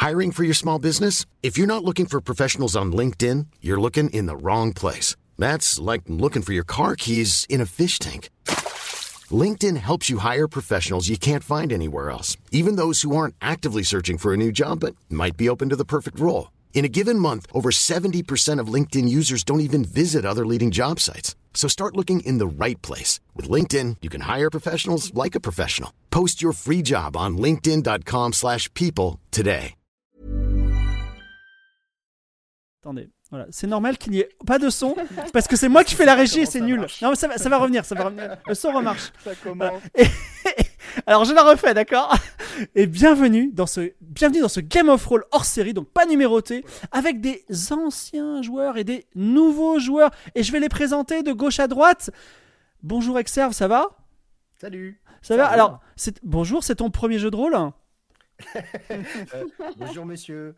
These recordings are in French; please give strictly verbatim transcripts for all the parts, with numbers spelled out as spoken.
Hiring for your small business? If you're not looking for professionals on LinkedIn, you're looking in the wrong place. That's like looking for your car keys in a fish tank. LinkedIn helps you hire professionals you can't find anywhere else, even those who aren't actively searching for a new job but might be open to the perfect role. In a given month, over seventy percent of LinkedIn users don't even visit other leading job sites. So start looking in the right place. With LinkedIn, you can hire professionals like a professional. Post your free job on linkedin.com slash people today. Attendez, voilà. C'est normal qu'il n'y ait pas de son, parce que c'est moi qui fais la régie et c'est nul. Non, mais ça va, ça va revenir, ça va revenir. Le son remarche. Ça commence. Et, alors je la refais, d'accord. Et bienvenue dans ce, bienvenue dans ce Game of Roll hors série, donc pas numéroté, avec des anciens joueurs et des nouveaux joueurs. Et je vais les présenter de gauche à droite. Bonjour Exerve, ça va ? Salut. Ça, ça va, va alors, c'est... bonjour, c'est ton premier jeu de rôle ? euh, Bonjour monsieur.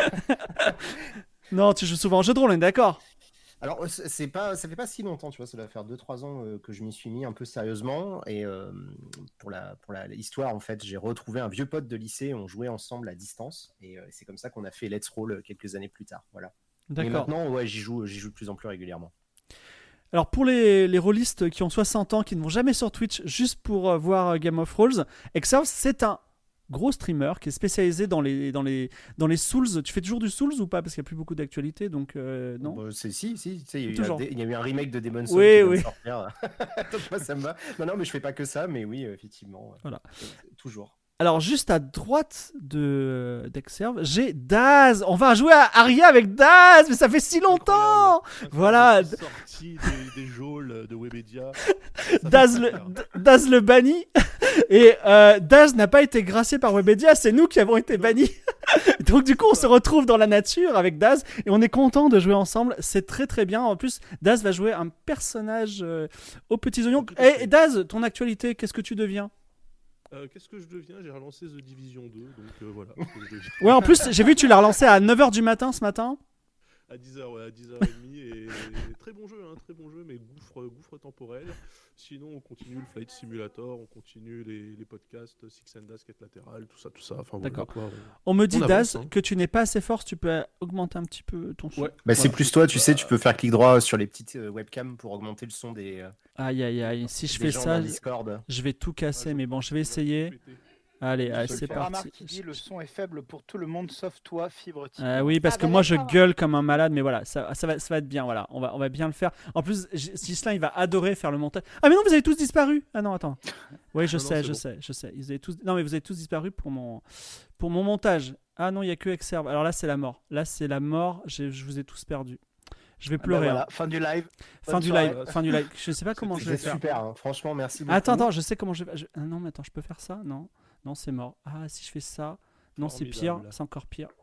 Non, tu joues souvent en jeu de rôle, on est d'accord ? Alors, c'est pas, ça fait pas si longtemps, tu vois, ça doit faire deux trois ans euh, que je m'y suis mis un peu sérieusement. Et euh, pour, la, pour la, l'histoire, en fait, j'ai retrouvé un vieux pote de lycée, on jouait ensemble à distance. Et euh, c'est comme ça qu'on a fait Let's Roll quelques années plus tard. Voilà. D'accord. Mais maintenant, ouais, j'y joue, j'y joue de plus en plus régulièrement. Alors pour les, les rôlistes qui ont soixante ans, qui ne vont jamais sur Twitch juste pour euh, voir Game of Rolls, Exerve, c'est un gros streamer qui est spécialisé dans les, dans les, dans les Souls. Tu fais toujours du Souls ou pas ? Parce qu'il n'y a plus beaucoup d'actualité, donc euh, non. Bah, c'est, si, si, tu sais, il, il y a eu un remake de Demon's Souls oui, qui oui. vient de sortir. Donc moi, ça me va. Non, non, mais je fais pas que ça, mais oui, effectivement. Voilà. Toujours. Alors, juste à droite de d'Exerve, j'ai Daz. On va jouer à Aria avec Daz, mais ça fait si longtemps. Voilà. Sorti des, des geôles de Webedia. Daz le, Daz le banni. Et euh, Daz n'a pas été gracié par Webedia, c'est nous qui avons été bannis. Donc du coup, on se retrouve dans la nature avec Daz et on est content de jouer ensemble. C'est très très bien. En plus, Daz va jouer un personnage euh, aux petits oignons. Et, et Daz, ton actualité, qu'est-ce que tu deviens ? Euh, qu'est-ce que je deviens ? J'ai relancé The Division deux, donc euh, voilà. Ouais, en plus, j'ai vu que tu l'as relancé à neuf heures du matin ce matin. À dix heures, ouais, à dix heures trente. Et, et très bon jeu, hein, très bon jeu, mais gouffre, gouffre temporel. Sinon, on continue le Flight Simulator, on continue les, les podcasts, Six and Daz, quête latérale, tout ça, tout ça. Enfin, D'accord. Voilà, quoi, on... on me dit, on Daz, avance, hein. que tu n'es pas assez fort, tu peux augmenter un petit peu ton son. Ouais. Bah, Voilà. c'est plus toi, tu sais, tu peux faire clic droit sur les petites euh, webcams pour augmenter le son des. Euh, aïe aïe aïe, si je des fais gens ça, dans Discord. je vais tout casser, mais bon, je vais essayer. Allez, allez c'est Remarque parti. qui dit le son est faible pour tout le monde sauf toi, Fibre Tigre. Euh, oui, parce Ah que bah moi je d'accord. gueule comme un malade, mais voilà, ça, ça, va, ça va être bien, voilà, on va, on va bien le faire. En plus, Gislain, il va adorer faire le montage. Ah mais non, vous avez tous disparu. Ah non, attends. Oui, je Ah non, sais, c'est je bon. sais, je sais. Ils avaient tous... Non mais vous avez tous disparu pour mon, pour mon montage. Ah non, il y a que Exerve. Alors là, c'est la mort. Là, c'est la mort. J'ai... Je vous ai tous perdus. Je vais Ah bah pleurer. voilà, hein. fin du live. Fin Bonne du soirée. live. Fin du live. Je sais pas comment je vais C'est faire. super, hein. Franchement, merci beaucoup. Attends, attends, je sais comment je vais. Je... Ah non, mais attends, je peux faire ça ? Non, non, c'est mort. Ah, si je fais ça. Non, c'est pire, Formidable. c'est encore pire.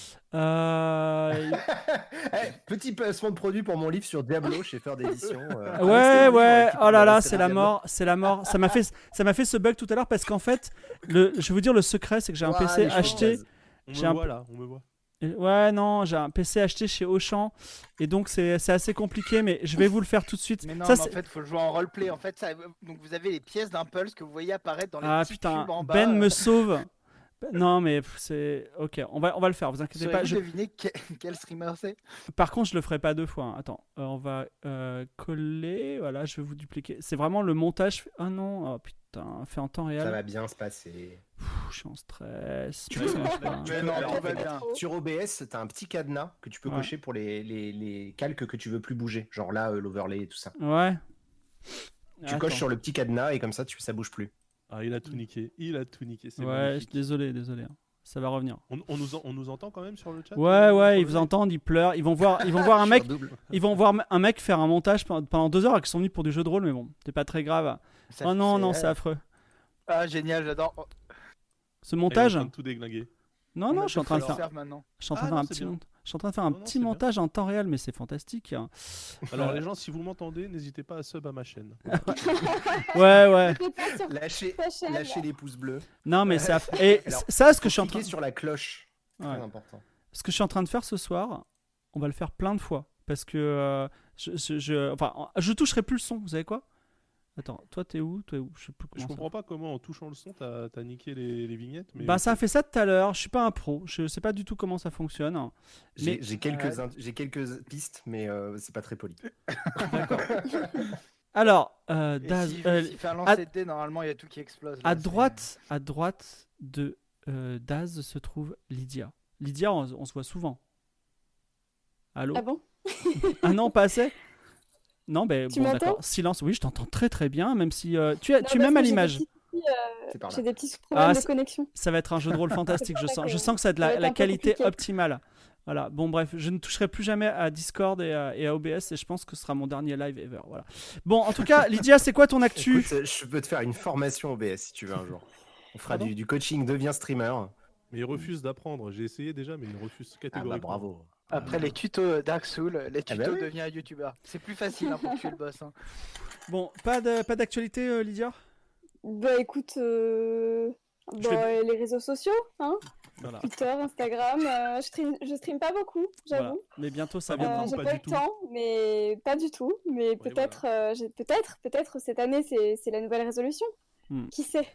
Euh... hey, petit placement de produit pour mon livre sur Diablo chez Feur d'édition. Euh, Ouais, ouais, oh là là, c'est c'est la mort, c'est la mort. Ça m'a fait, ça m'a fait ce bug tout à l'heure parce qu'en fait, le, je vais vous dire le secret, c'est que j'ai un Ouah, P C les acheté. choses. On J'ai me un voit peu- là, on me voit. Et- Ouais, non, j'ai un P C acheté chez Auchan et donc c'est, c'est assez compliqué, mais je vais vous le faire tout de suite. Mais non, Ça, mais c'est- en fait, il faut jouer en roleplay. En fait, ça... donc vous avez les pièces d'Impulse que vous voyez apparaître dans les Ah petits putain, cubes en bas. Ben me sauve. Non mais pff, c'est ok, on va, on va le faire. Vous inquiétez pas. Saurez-vous je- deviner que- quel streamer c'est ? Par contre, je le ferai pas deux fois. hein. Attends, euh, on va euh, coller. Voilà, je vais vous dupliquer. C'est vraiment le montage. Ah non, oh putain, fait en temps réel. Ça va bien se passer. Pff, je suis en stress. Tu Ça peux- marche pas. tu Mais peux- non, alors, tout va bien. Sur O B S, tu as un petit cadenas que tu peux Ouais. cocher pour les, les, les calques que tu veux plus bouger. Genre là, euh, l'overlay et tout ça. Ouais. Tu Attends. coches sur le petit cadenas et comme ça, tu, ça bouge plus. Ah, il a tout niqué, il a tout niqué, c'est Ouais, magnifique. désolé, désolé. hein. Ça va revenir. On, on nous en- on nous entend quand même sur le chat Ouais, euh, ouais, sur ils le vous live entendent, ils pleurent. Ils vont voir, ils vont voir un Sur mec, double. ils vont voir un mec faire un montage pendant pendant deux heures et qu'ils sont venus pour du jeu de rôle, mais bon, c'est pas très grave. Ça Oh non, fait- non, c'est affreux. Ah, génial, j'adore. Oh, Ce Il est en montage. train de tout déglinguer. Non, on non, a je suis en tout train de fait faire. faire maintenant. Je suis en train Ah de faire non, un c'est petit bien. mont- Je suis en train de faire un Non, non, petit c'est bien. montage en temps réel, mais c'est fantastique. hein. Alors Euh. les gens, si vous m'entendez, n'hésitez pas à sub à ma chaîne. Ouais, ouais. T'es pas sur Lâchez, ta chaîne. lâchez les pouces bleus. Non, mais c'est aff- Et Alors, ça, ce que je suis en Cliquez train. sur la cloche. Très Ouais. important. Ce que je suis en train de faire ce soir, on va le faire plein de fois parce que euh, je, je, je- enfin, je toucherai plus le son. Vous savez quoi ? Attends, toi t'es où? Toi, où je sais plus comment Je ça- comprends pas comment en touchant le son t'as as niqué les, les vignettes. Mais Bah ça a fait ça tout à l'heure. Je suis pas un pro. Je sais pas du tout comment ça fonctionne. J'ai Mais- j'ai quelques, ind- j'ai quelques pistes, mais euh, c'est pas très poli. Alors, euh, Et Daz, si euh, si fait un à- lancer de dés, normalement il y a tout qui explose. là, à c'est- droite, à droite de euh, Daz se trouve Lydia. Lydia, on, on se voit souvent. Allô? Ah bon? Ah non, pas assez? Non, ben Tu bon, m'entends? d'accord. Silence. Oui, je t'entends très très bien, même si euh, tu es, Non, tu es parce même à que j'ai des l'image. petits soucis, euh, C'est par là. J'ai des petits problèmes Ah, de c'est- connexion. Ça va être un jeu de rôle fantastique. Je C'est sens, pas je que- sens que ça a de ça va la, être la un peu qualité compliqué. optimale. Voilà. Bon, bref, je ne toucherai plus jamais à Discord et à, et à O B S et je pense que ce sera mon dernier live ever. Voilà. Bon, en tout cas, Lydia, c'est quoi ton actu? Écoute, je peux te faire une formation O B S si tu veux un jour. On fera Pardon du, du coaching, deviens streamer. Mais il refuse d'apprendre. J'ai essayé déjà, mais il refuse Ah bah catégoriquement. bravo. Après les tutos Dark Souls, les Ah tutos bah oui. devient youtubeur. C'est plus facile hein, pour tuer le boss. hein. Bon, pas de, pas d'actualité, euh, Lydia? Bah écoute, euh... Je bon, vais- euh, les réseaux sociaux, hein, Voilà. Twitter, Instagram, euh, je, stream, je stream pas beaucoup, Voilà. j'avoue. Mais bientôt, ça Euh, viendra. beaucoup, j'ai pas pas du eu tout. le temps, mais pas du tout. Mais Ouais, peut-être, euh, j'ai- peut-être, peut-être cette année, c'est c'est la nouvelle résolution. Hmm. Qui sait?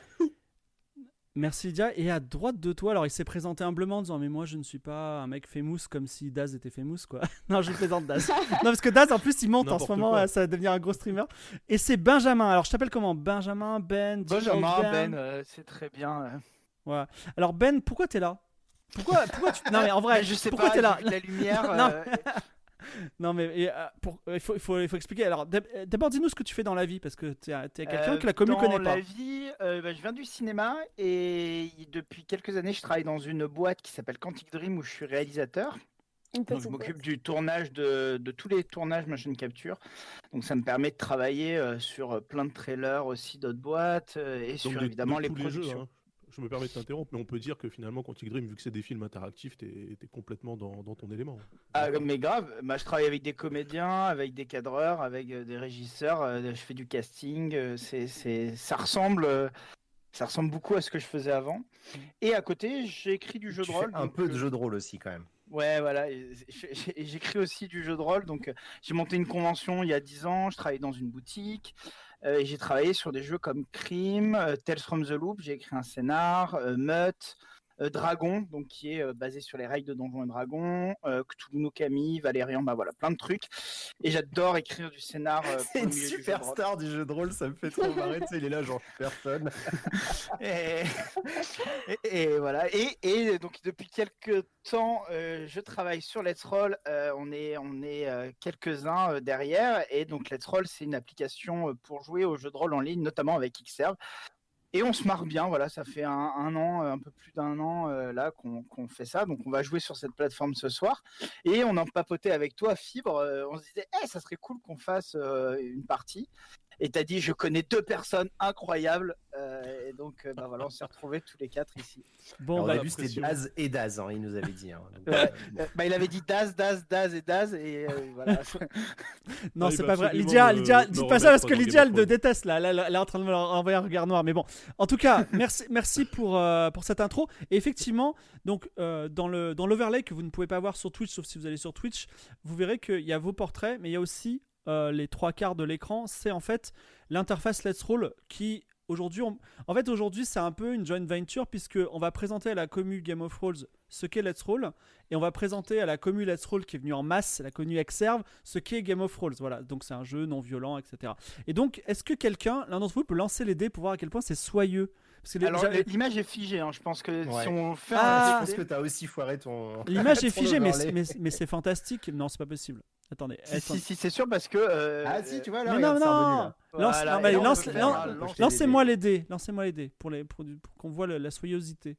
Merci Lydia. Et à droite de toi, alors il s'est présenté humblement en disant mais moi je ne suis pas un mec famous comme si Daz était famous quoi. Non, je plaisante Daz. Non parce que Daz en plus il monte en ce N'importe moment, quoi. euh, ça va devenir un gros streamer. Et c'est Benjamin. Alors je t'appelle comment? Benjamin, Ben, Benjamin, Ben. Ben, euh, c'est très bien. euh. Voilà. Alors Ben, pourquoi t'es là? Pourquoi, pourquoi tu... Non mais en vrai, Mais je sais pourquoi pas, t'es là? j'ai vu la lumière. Non. euh, Non mais et, euh, pour... il, faut, il, faut, il faut expliquer. Alors d'ab- d'abord dis-nous ce que tu fais dans la vie parce que t'es, t'es quelqu'un Euh, que la commu dans connaît la pas. vie, euh, bah, je viens du cinéma et depuis quelques années, je travaille dans une boîte qui s'appelle Quantic Dream où je suis réalisateur. Une Donc, je petite m'occupe boîte. du tournage de, de tous les tournages motion capture. Donc ça me permet de travailler euh, sur euh, plein de trailers aussi d'autres boîtes euh, et Donc, sur de- évidemment de les tous productions. jeux, hein. Je me permets de t'interrompre, mais on peut dire que finalement, Quantic Dream, vu que c'est des films interactifs, t'es es complètement dans, dans ton élément. Ah, mais grave, bah, je travaille avec des comédiens, avec des cadreurs, avec euh, des régisseurs, euh, je fais du casting, euh, c'est, c'est, ça ressemble, euh, ça ressemble beaucoup à ce que je faisais avant. Et à côté, j'ai écrit du jeu Tu de rôle. fais un donc, peu de euh, jeu de rôle aussi quand même. Ouais, voilà, et j'ai- j'ai- j'écris aussi du jeu de rôle, donc euh, j'ai monté une convention il y a dix ans, je travaillais dans une boutique, euh, et j'ai travaillé sur des jeux comme Crime, euh, Tales from the Loop, j'ai écrit un scénar, euh, Mutt, euh, Dragon, donc qui est euh, basé sur les règles de Donjons et Dragons, euh, Cthulhu no Kami, Valérian, bah voilà, plein de trucs. Et j'adore écrire du scénar. euh, C'est pour le une milieu du jeu de rôle. superstar du jeu de rôle, ça me fait trop marrer. Tu sais, il est là, genre personne. Et, et- et voilà. Et, et donc depuis quelques temps, euh, je travaille sur Let's Roll. Euh, on est, on est euh, quelques-uns euh, derrière. Et donc Let's Roll, c'est une application euh, pour jouer aux jeux de rôle en ligne, notamment avec Xserve. Et on se marre bien, voilà, ça fait un, un an, euh, un peu plus d'un an euh, là qu'on qu'on fait ça. Donc on va jouer sur cette plateforme ce soir. Et on en papotait avec toi, Fibre. euh, on se disait, eh, ça serait cool qu'on fasse euh, une partie. Et t'as dit, je connais deux personnes incroyables. euh, et donc, euh, bah voilà, on s'est retrouvés tous les quatre ici. Bon Alors, bah, au début, c'était pression. Daz et Daz, hein, il nous avait dit. hein. Donc, Ouais. euh, Euh, bah, il avait dit Daz, Daz, Daz et Daz. Et euh, voilà. non, Ah, il c'est va pas vrai. absolument Lydia, me- Lydia, me dites pas ça parce remettre que dans Lydia, Game elle of me Thrones. déteste là. Elle, elle- elle est en train de me envoyer un regard noir. Mais bon, en tout cas, merci, merci pour, euh, pour cette intro. Et effectivement, donc, euh, dans, le, dans l'overlay que vous ne pouvez pas voir sur Twitch, sauf si vous allez sur Twitch, vous verrez qu'il y a vos portraits, mais il y a aussi euh, les trois quarts de l'écran. C'est en fait l'interface Let's Roll qui. Aujourd'hui, on... en fait, aujourd'hui, c'est un peu une joint venture puisque on va présenter à la commu Game of Thrones ce qu'est Let's Roll et on va présenter à la commu Let's Roll qui est venue en masse, la commu Xserve, ce qu'est Game of Thrones. Voilà, donc c'est un jeu non violent, et cetera. Et donc, est-ce que quelqu'un, l'un d'entre vous, peut lancer les dés pour voir à quel point c'est soyeux? Parce que les- Alors, j'a- l'image est figée. hein. Je pense que Ouais. si on fait Ah. un. je pense que t'as aussi foiré ton. l'image est ton figée, mais, overlay. mais, mais c'est fantastique. Non, c'est pas possible. Attendez. Si, attendez. si, si, c'est sûr parce que. euh, Ah si, tu vois là, Mais non, regarde, c'est revenu, non. là. Lance, Voilà, non, mais et là, on lance- peut lan- faire un lance- lancer lancez-moi des les dés. Lancez-moi les dés pour, les, pour, du- pour qu'on voit le- la soyosité.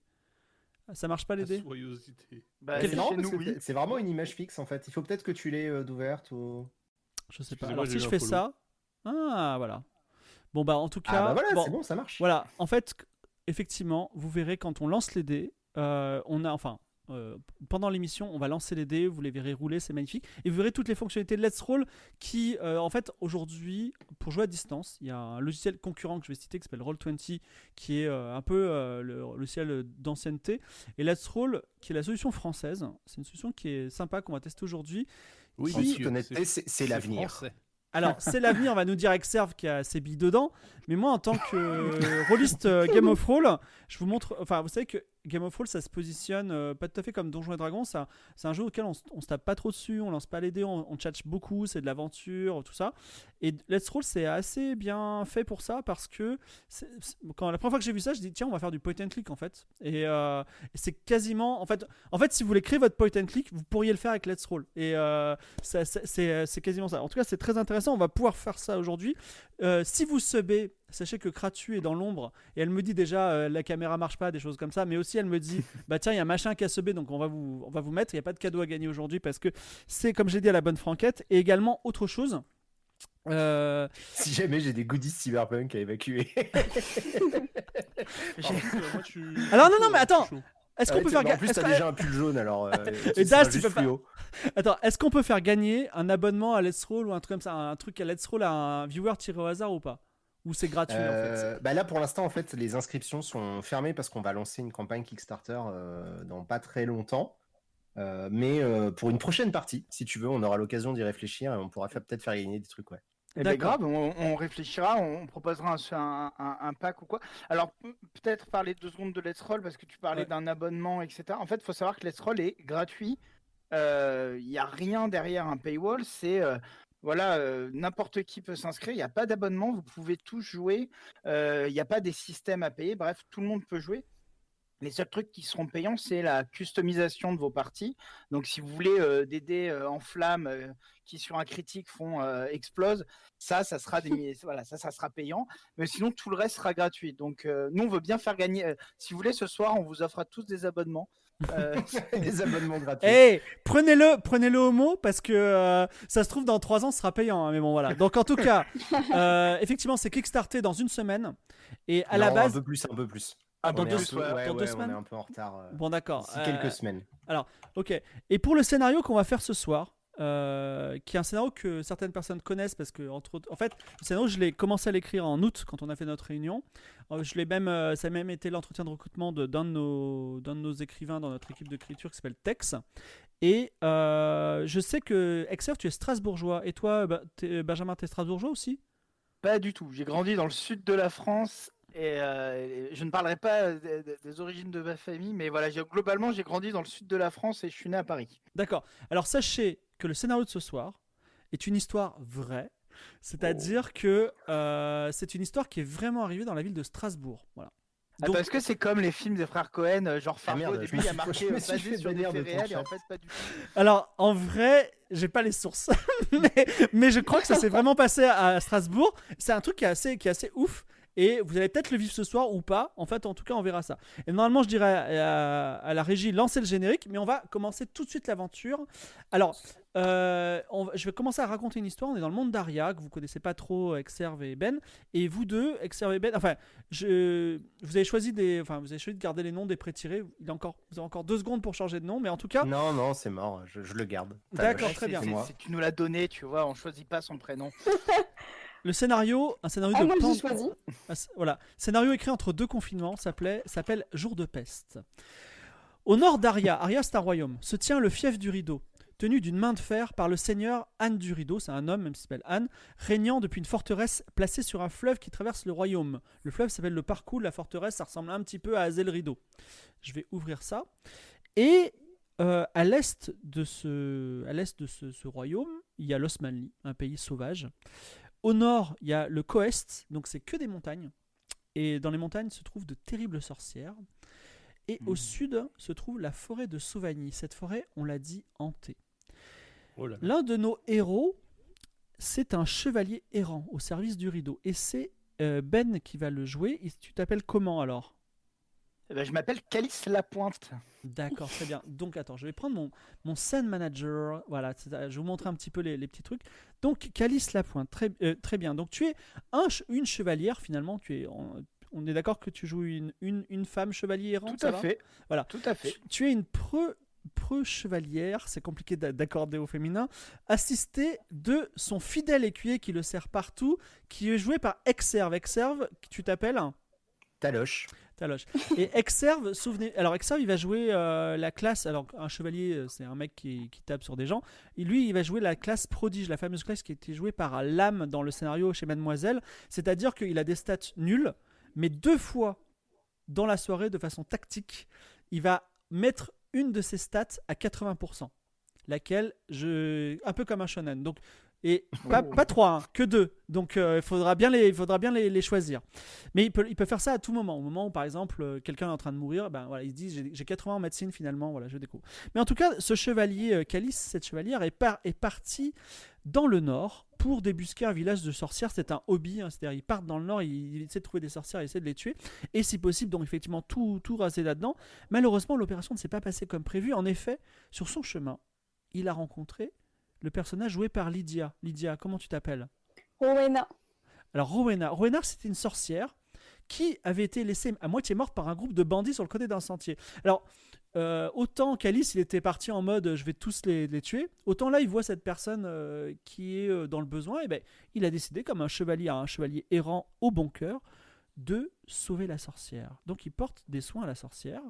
Ça marche pas les La dés? soyosité. Bah, Quel- chez C'est marrant nous, parce que oui. c'est- c'est vraiment une image fixe en fait. Il faut peut-être que tu l'aies euh, d'ouverte ou. Je sais pas. Excusez-moi, Alors j'ai si eu je un fais follow. ça, ah voilà. Bon bah en tout cas, Ah bah voilà, bon, c'est bon, ça marche. voilà. En fait, effectivement, vous verrez quand on lance les dés, euh, on a enfin. euh, pendant l'émission, on va lancer les dés, vous les verrez rouler, c'est magnifique. Et vous verrez toutes les fonctionnalités de Let's Roll qui, euh, en fait, aujourd'hui, pour jouer à distance, il y a un logiciel concurrent que je vais citer qui s'appelle Roll vingt, qui est euh, un peu euh, le logiciel d'ancienneté. Et Let's Roll, qui est la solution française, c'est une solution qui est sympa, qu'on va tester aujourd'hui. Oui, Qui- En toute honnêteté, c'est c'est l'avenir. français. Alors, c'est l'avenir, on va nous dire Exerve qui a ses billes dedans. Mais moi, en tant que rôliste euh, Game of Thrones, je vous montre. Enfin, vous savez que Game of Thrones, ça se positionne euh, pas tout à fait comme Donjons et Dragons. C'est un, c'est un jeu auquel on, s- on se tape pas trop dessus, on lance pas les dés, on, on tchatche beaucoup, c'est de l'aventure, tout ça. Et Let's Roll, c'est assez bien fait pour ça parce que c'est- c'est- quand la première fois que j'ai vu ça, je dis tiens, on va faire du point and click en fait. Et, euh, et c'est quasiment. En fait, en fait, si vous voulez créer votre point and click, vous pourriez le faire avec Let's Roll. Et euh, ça- ça- c'est c'est quasiment ça. En tout cas, c'est très intéressant. On va pouvoir faire ça aujourd'hui. Euh, si vous subez, sachez que Kratu est dans l'ombre et elle me dit déjà euh, la caméra marche pas, des choses comme ça. Mais aussi, elle me dit bah tiens, il y a machin qui a subé, donc on va vous, on va vous mettre. Il n'y a pas de cadeau à gagner aujourd'hui parce que c'est, comme j'ai dit, à la bonne franquette. Et également, autre chose. Euh, Si jamais j'ai des goodies cyberpunk à évacuer. Ah, moi, tu- Alors, je non, suis non, mais chaud, attends. je suis chaud. Est-ce Ah qu'on ouais, peut tiens, faire bah, en ga- plus, est-ce t'as que- déjà un pull jaune alors. euh, Et ce sera Daz, tu juste peux pas- fluo. Attends, est-ce qu'on peut faire gagner un abonnement à Let's Roll ou un truc comme ça, un truc à Let's Roll à un viewer tiré au hasard ou pas? Ou c'est gratuit en fait? Euh, bah là pour l'instant en fait les inscriptions sont fermées parce qu'on va lancer une campagne Kickstarter euh, dans pas très longtemps. Euh, mais euh, pour une prochaine partie, si tu veux, on aura l'occasion d'y réfléchir et on pourra faire- peut-être faire gagner des trucs, ouais. Eh ben D'accord. grave, on, on réfléchira, on proposera un, un, un- un pack ou quoi. Alors pe- peut-être parler deux secondes de Let's Roll parce que tu parlais Ouais. d'un abonnement, et cetera. En fait, il faut savoir que Let's Roll est gratuit. Il n'y a rien derrière un paywall. C'est euh, voilà, euh, n'importe qui peut s'inscrire. Il n'y a pas d'abonnement. Vous pouvez tous jouer. Euh, Il n'y a pas des systèmes à payer. Bref, tout le monde peut jouer. Les seuls trucs qui seront payants, c'est la customisation de vos parties. Donc, si vous voulez euh, des dés euh, en flammes euh, qui, sur un critique, font euh, explose, ça, ça sera des, voilà, ça, ça sera payant. Mais sinon, tout le reste sera gratuit. Donc, euh, nous, on veut bien faire gagner. euh, si vous voulez, ce soir, on vous offre à tous des abonnements. Euh, Des abonnements gratuits. Eh, prenez-le, prenez-le au mot parce que euh, ça se trouve dans trois ans, ce sera payant. Hein, mais bon, voilà. Donc, en tout cas, euh, effectivement, c'est kickstarté dans une semaine. Et à la Non, base. un peu plus, un peu plus. Ah, On dans est deux un peu- semaines. ouais, Dans deux ouais, semaines on est un peu en retard. euh, Bon, d'accord. D'ici Euh, quelques semaines. Ok. Et pour le scénario qu'on va faire ce soir, euh, qui est un scénario que certaines personnes connaissent parce que, entre autres, en fait, le scénario, je l'ai commencé à l'écrire en août quand on a fait notre réunion. Euh, je l'ai même, euh, ça a même été l'entretien de recrutement de, d'un, de nos, d'un de nos écrivains dans notre équipe d'écriture qui s'appelle Tex. Et euh, je sais que, Exer, tu es strasbourgeois. Et toi, bah, t'es- Benjamin, tu es strasbourgeois aussi? Pas du tout. J'ai grandi dans le sud de la France et, euh, et je ne parlerai pas des, des- des origines de ma famille, mais voilà, j'ai- globalement, j'ai grandi dans le sud de la France et je suis né à Paris. D'accord. Alors sachez que le scénario de ce soir est une histoire vraie. C'est-à-dire que euh, c'est une histoire qui est vraiment arrivée dans la ville de Strasbourg. Voilà. Donc, Attends, est-ce que c'est comme les films des frères Cohen, euh, genre Fargo, merde, au je début me il y a suis- marqué je me euh, suis basé fait sur des bannir faits de ton réels et en chat. fait pas du tout. alors en vrai, j'ai pas les sources, mais, mais je crois que ça s'est vraiment passé à Strasbourg. C'est un truc qui est assez, qui est assez ouf. Et vous allez peut-être le vivre ce soir ou pas. En fait, en tout cas, on verra ça. Et normalement, je dirais à, à la régie, lancez le générique. Mais on va commencer tout de suite l'aventure. Alors, euh, on va- je vais commencer à raconter une histoire. On est dans le monde d'Aria, que vous connaissez pas trop, Exerve et Ben. Et vous deux, Exerve et Ben, enfin, je, vous avez choisi des, enfin, vous avez choisi de garder les noms des pré-tirés. Il est encore, vous avez encore deux secondes pour changer de nom. Mais en tout cas, Non, non, c'est mort, je, je le garde. D'accord, Ouais, très c'est- bien. c'est- Moi. c'est- tu nous l'as donné, tu vois, on choisit pas son prénom. le scénario, un scénario Ah, de moi pan- j'ai choisi. Ah, c- Voilà, scénario écrit entre deux confinements, s'appelait, s'appelle Jour de peste. Au nord d'Aria, Aria c'est un royaume, se tient le fief du rideau, tenu d'une main de fer par le seigneur Anne du rideau, c'est un homme même s'il s'appelle Anne, régnant depuis une forteresse placée sur un fleuve qui traverse le royaume. Le fleuve s'appelle le Parcours, la forteresse ça ressemble un petit peu à Azel Rideau. Je vais ouvrir ça. Et euh, à l'est de ce, à l'est de ce, ce royaume, il y a l'Osmanli, un pays sauvage. Au nord, il y a le Coest, donc c'est que des montagnes. Et dans les montagnes se trouvent de terribles sorcières. Et au Mmh. sud se trouve la forêt de Sauvagny. Cette forêt, on l'a dit, hantée. Oh là là. L'un de nos héros, c'est un chevalier errant au service du rideau. Et c'est euh, Ben qui va le jouer. Et tu t'appelles comment alors ? Eh ben, je m'appelle Calice Lapointe. D'accord, très bien. Donc, attends, je vais prendre mon, mon scene manager. Voilà, c'est- je vais vous montrer un petit peu les, les petits trucs. Donc, Calice Lapointe, très, euh, très bien. Donc, tu es un, ch- une chevalière, finalement. Tu es, on, on est d'accord que tu joues une, une, une femme chevalier errante, Tout ça à va fait. Voilà. Tout à fait. Tu, tu es une pre, pre-chevalière, c'est compliqué d'a- d'accorder au féminin, assistée de son fidèle écuyer qui le sert partout, qui est joué par Exerve. Exerve, tu t'appelles Taloche. Taloche. Et Exerve, souvenez, alors Exerve, il va jouer euh, la classe. Alors un chevalier, c'est un mec qui, qui tape sur des gens. Et lui, il va jouer la classe prodige, la fameuse classe qui a été jouée par Lame dans le scénario chez Mademoiselle. C'est-à-dire qu'il a des stats nuls, mais deux fois dans la soirée, de façon tactique, il va mettre une de ses stats à quatre-vingts pour cent. Laquelle, je, un peu comme un shonen. Donc et pas, pas trois, hein, que deux. Donc il euh, faudra bien, les, faudra bien les, les choisir. Mais il peut, il peut faire ça à tout moment. Au moment où, par exemple, euh, quelqu'un est en train de mourir, ben, voilà, il se dit j'ai, j'ai quatre-vingts en médecine finalement, voilà, je découvre. Mais en tout cas, ce chevalier euh, Calice, cette chevalière, est, par, est parti dans le nord pour débusquer un village de sorcières. C'est un hobby, hein, c'est-à-dire ils partent dans le nord, il, il essaie de trouver des sorcières, il essaie de les tuer. Et si possible, donc effectivement, tout, tout raser là-dedans. Malheureusement, l'opération ne s'est pas passée comme prévu. En effet, sur son chemin, il a rencontré le personnage joué par Lydia. Lydia, comment tu t'appelles ? Rowena. Alors Rowena, Rowena c'était une sorcière qui avait été laissée à moitié morte par un groupe de bandits sur le côté d'un sentier. Alors euh, autant qu'Alice il était parti en mode je vais tous les, les tuer, autant là il voit cette personne euh, qui est euh, dans le besoin, et ben il a décidé comme un chevalier, un chevalier errant au bon cœur, de sauver la sorcière. Donc il porte des soins à la sorcière.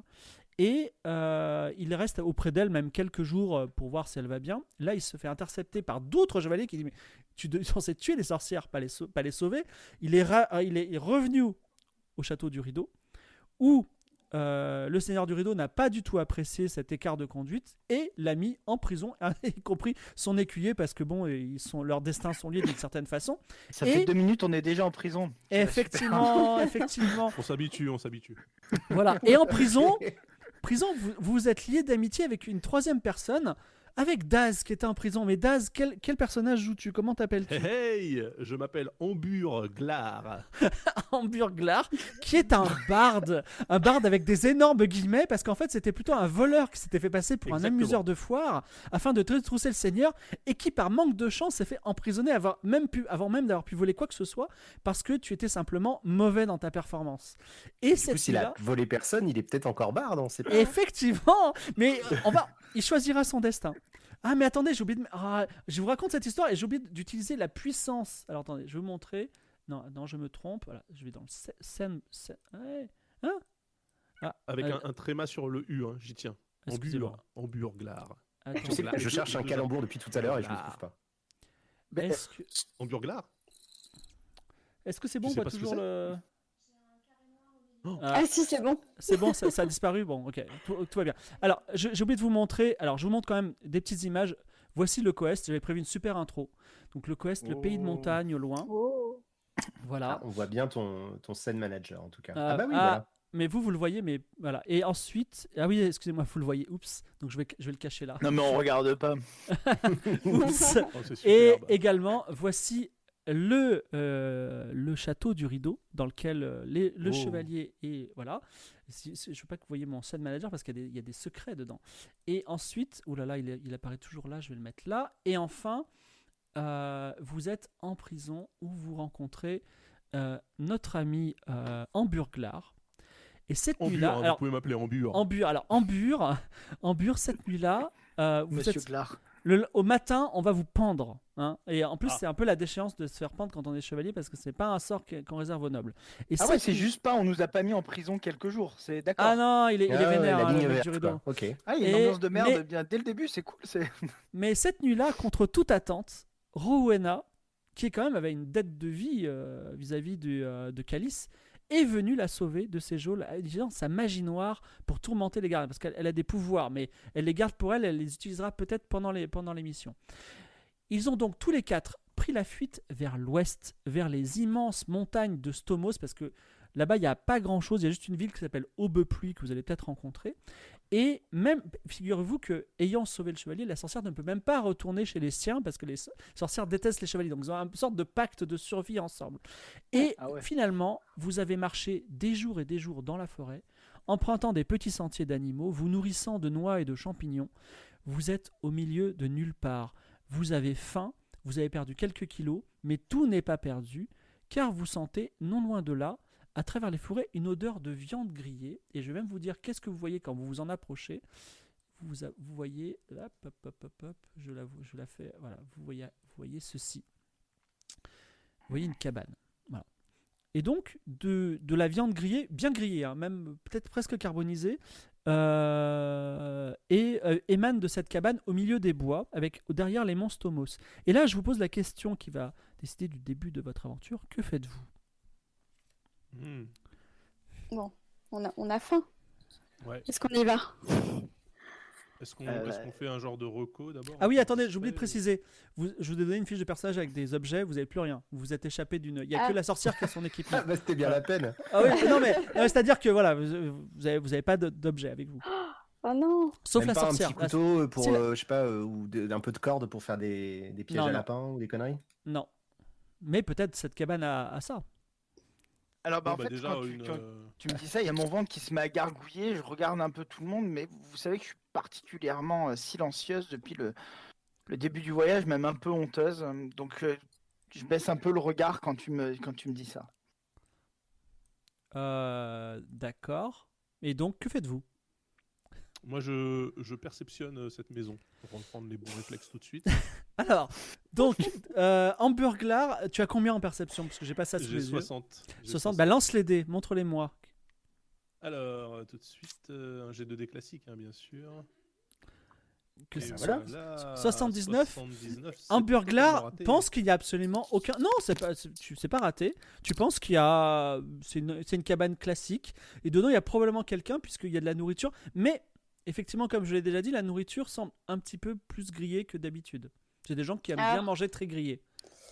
Et euh, il reste auprès d'elle même quelques jours pour voir si elle va bien. Là, il se fait intercepter par d'autres chevaliers qui disent mais tu es censé tuer les sorcières, pas les, sau- pas les sauver. Il est, ra- il est revenu au château du Rideau, où euh, le seigneur du Rideau n'a pas du tout apprécié cet écart de conduite et l'a mis en prison, y compris son écuyer, parce que bon, ils sont, leurs destins sont liés d'une certaine façon. Ça Et- fait deux minutes, on est déjà en prison. Et effectivement, effectivement, On s'habitue, on s'habitue. voilà. Et en prison. Prison, vous vous êtes lié d'amitié avec une troisième personne, avec Daz qui était en prison. Mais Daz, quel, quel personnage joues-tu ? Comment t'appelles-tu ? Hey, hey, je m'appelle Ambur Glar. Hamburglar, qui est un barde. Un barde avec des énormes guillemets, parce qu'en fait, c'était plutôt un voleur qui s'était fait passer pour Exactement. un amuseur de foire, afin de trousser le seigneur, et qui, par manque de chance, s'est fait emprisonner avant même, pu, avant même d'avoir pu voler quoi que ce soit, parce que tu étais simplement mauvais dans ta performance. Et Du coup, cette s'il a nuit-là... volé personne, il est peut-être encore barde, on sait pas. Effectivement, mais euh, on va, il choisira son destin. Ah mais attendez, j'ai oublié de, ah, je vous raconte cette histoire et j'ai oublié d'utiliser la puissance. Alors attendez, je vais vous montrer. Non, non, je me trompe. Voilà, je vais dans le scène. Ouais. Hein ah, Avec euh, un, un tréma sur le U, hein, j'y tiens. excusez-moi. Ambur, Ambur Glar. Attends, Je sais pas, je cherche un calembour depuis tout à l'heure et je ne le trouve pas. Est-ce que, Ambur Glar est-ce que c'est bon? Tu On sais voit pas ce que toujours c'est le. Oh. Ah, Ah si, c'est bon. c'est bon, ça, ça a disparu. Bon, ok, tout, tout va bien. Alors, je- j'ai oublié de vous montrer. Alors, je vous montre quand même des petites images. Voici le Coest. J'avais prévu une super intro. Donc, le Coest, le pays de Oh. montagne au loin. Oh. Voilà. Ah, on voit bien ton, ton scène manager en tout cas. Euh, ah bah oui, ah, voilà. Mais vous, vous le voyez, mais voilà. Et ensuite, ah oui, excusez-moi, vous le voyez. Oups. Donc je vais, je vais le cacher là. Non mais on regarde pas. Oups. Oh, c'est Et superbe. également, voici le euh, le château du Rideau dans lequel euh, les- le Oh. chevalier est voilà. Si- si- je veux pas que vous voyez mon scène manager parce qu'il y a des, il y a des secrets dedans. Et ensuite, oh là là, il, est- il apparaît toujours là. Je vais le mettre là. Et enfin, euh, vous êtes en prison où vous rencontrez euh, notre ami euh, Hamburglar. Et cette Ambur, nuit-là, hein, vous alors pouvez m'appeler Ambur. Ambur, alors Ambur, Ambur, cette nuit-là, euh, vous Monsieur êtes Glar. le- au matin, on va vous pendre. Hein, et en plus, Ah. c'est un peu la déchéance de se faire pendre quand on est chevalier parce que c'est pas un sort que- qu'on réserve aux nobles. Et Ah cette ouais, c'est nuit- juste pas, on nous a pas mis en prison quelques jours, c'est d'accord. Ah non, il est, il est Ah ouais, vénère, la hein, ligne le mec verte, du Rideau. quoi. Ok. Ah, il y a une Et- ambiance de merde mais- bien dès le début, c'est cool. C'est... Mais cette nuit-là, contre toute attente, Rowena, qui est quand même avait une dette de vie euh, vis-à-vis du, euh, de Calice, est venue la sauver de ses geôles, utilisant sa magie noire pour tourmenter les gardiens, parce qu'elle elle a des pouvoirs, mais elle les garde pour elle, elle les utilisera peut-être pendant les, pendant l'émission. Ils ont donc tous les quatre pris la fuite vers l'ouest, vers les immenses montagnes de Stomos, parce que là-bas, il n'y a pas grand-chose, il y a juste une ville qui s'appelle Aubepluie, que vous allez peut-être rencontrer. Et même, figurez-vous que, ayant sauvé le chevalier, la sorcière ne peut même pas retourner chez les siens, parce que les so- sorcières détestent les chevaliers, donc ils ont une sorte de pacte de survie ensemble. Et Ah ouais. finalement, vous avez marché des jours et des jours dans la forêt, empruntant des petits sentiers d'animaux, vous nourrissant de noix et de champignons. Vous êtes au milieu de nulle part. Vous avez faim, vous avez perdu quelques kilos, mais tout n'est pas perdu, car vous sentez, non loin de là, à travers les forêts, une odeur de viande grillée. Et je vais même vous dire qu'est-ce que vous voyez quand vous vous en approchez. Vous, a- vous voyez, hop, hop, hop, hop, hop, je la, je la fais, voilà, vous voyez, vous voyez ceci. Vous voyez une cabane. Voilà. et donc de, de la viande grillée, bien grillée, hein, même peut-être presque carbonisée, euh, et euh, émane de cette cabane au milieu des bois, avec derrière les monts Stomos. Et là, je vous pose la question qui va décider du début de votre aventure. Que faites-vous ? Hmm. Bon, on a, on a faim. Ouais. Est-ce qu'on y va? Est-ce qu'on Euh, est-ce qu'on fait un genre de reco d'abord? Ah oui, un peu attendez, discret, j'ai oublié de ou- préciser. Vous, je vous ai donné une fiche de personnage avec des objets, vous n'avez plus rien. Vous vous êtes échappé d'une... Il n'y a Ah. que la sorcière qui a son équipement. Ah, bah, c'était bien la peine. Ah oui, non mais, non, mais c'est-à-dire que voilà, vous vous avez, vous avez pas de- d'objets avec vous. Oh non. Sauf Même la pas sorcière. un petit La- couteau pour, Si, la- euh, je sais pas, euh, ou de- un peu de corde pour faire des, des pièges Non, à non. lapin ou des conneries. Non. Mais peut-être cette cabane a, a ça. Alors, bah, Bon, en bah, fait, déjà, quand, tu, une, quand euh, tu me dis ça, il y a mon ventre qui se met à gargouiller. Je regarde un peu tout le monde, mais vous savez que je suis particulièrement euh, silencieuse depuis le, le début du voyage, même un peu honteuse. Donc, euh, je baisse un peu le regard quand tu me, quand tu me dis ça. Euh, D'accord. Et donc, que faites-vous? Moi, je, je perceptionne euh, cette maison pour reprendre les bons réflexes tout de suite. Alors, donc, euh, en burglar, tu as combien en perception? Parce que j'ai pas ça sous J'ai les yeux. soixante. J'ai soixante. Bah lance les dés, montre-les-moi. Alors, euh, tout de suite, euh, un G deux D classique, hein, bien sûr. Que Et c'est- voilà. voilà, soixante-dix-neuf. soixante-dix-neuf, c'est En totalement burglar, raté. pense qu'il y a absolument aucun. Non, c'est pas, c'est- tu c'est pas raté. Tu penses qu'il y a, c'est une, c'est une cabane classique et dedans il y a probablement quelqu'un puisqu'il y a de la nourriture. Mais effectivement, comme je l'ai déjà dit, la nourriture semble un petit peu plus grillée que d'habitude. C'est des gens qui aiment Ah. bien manger très grillé.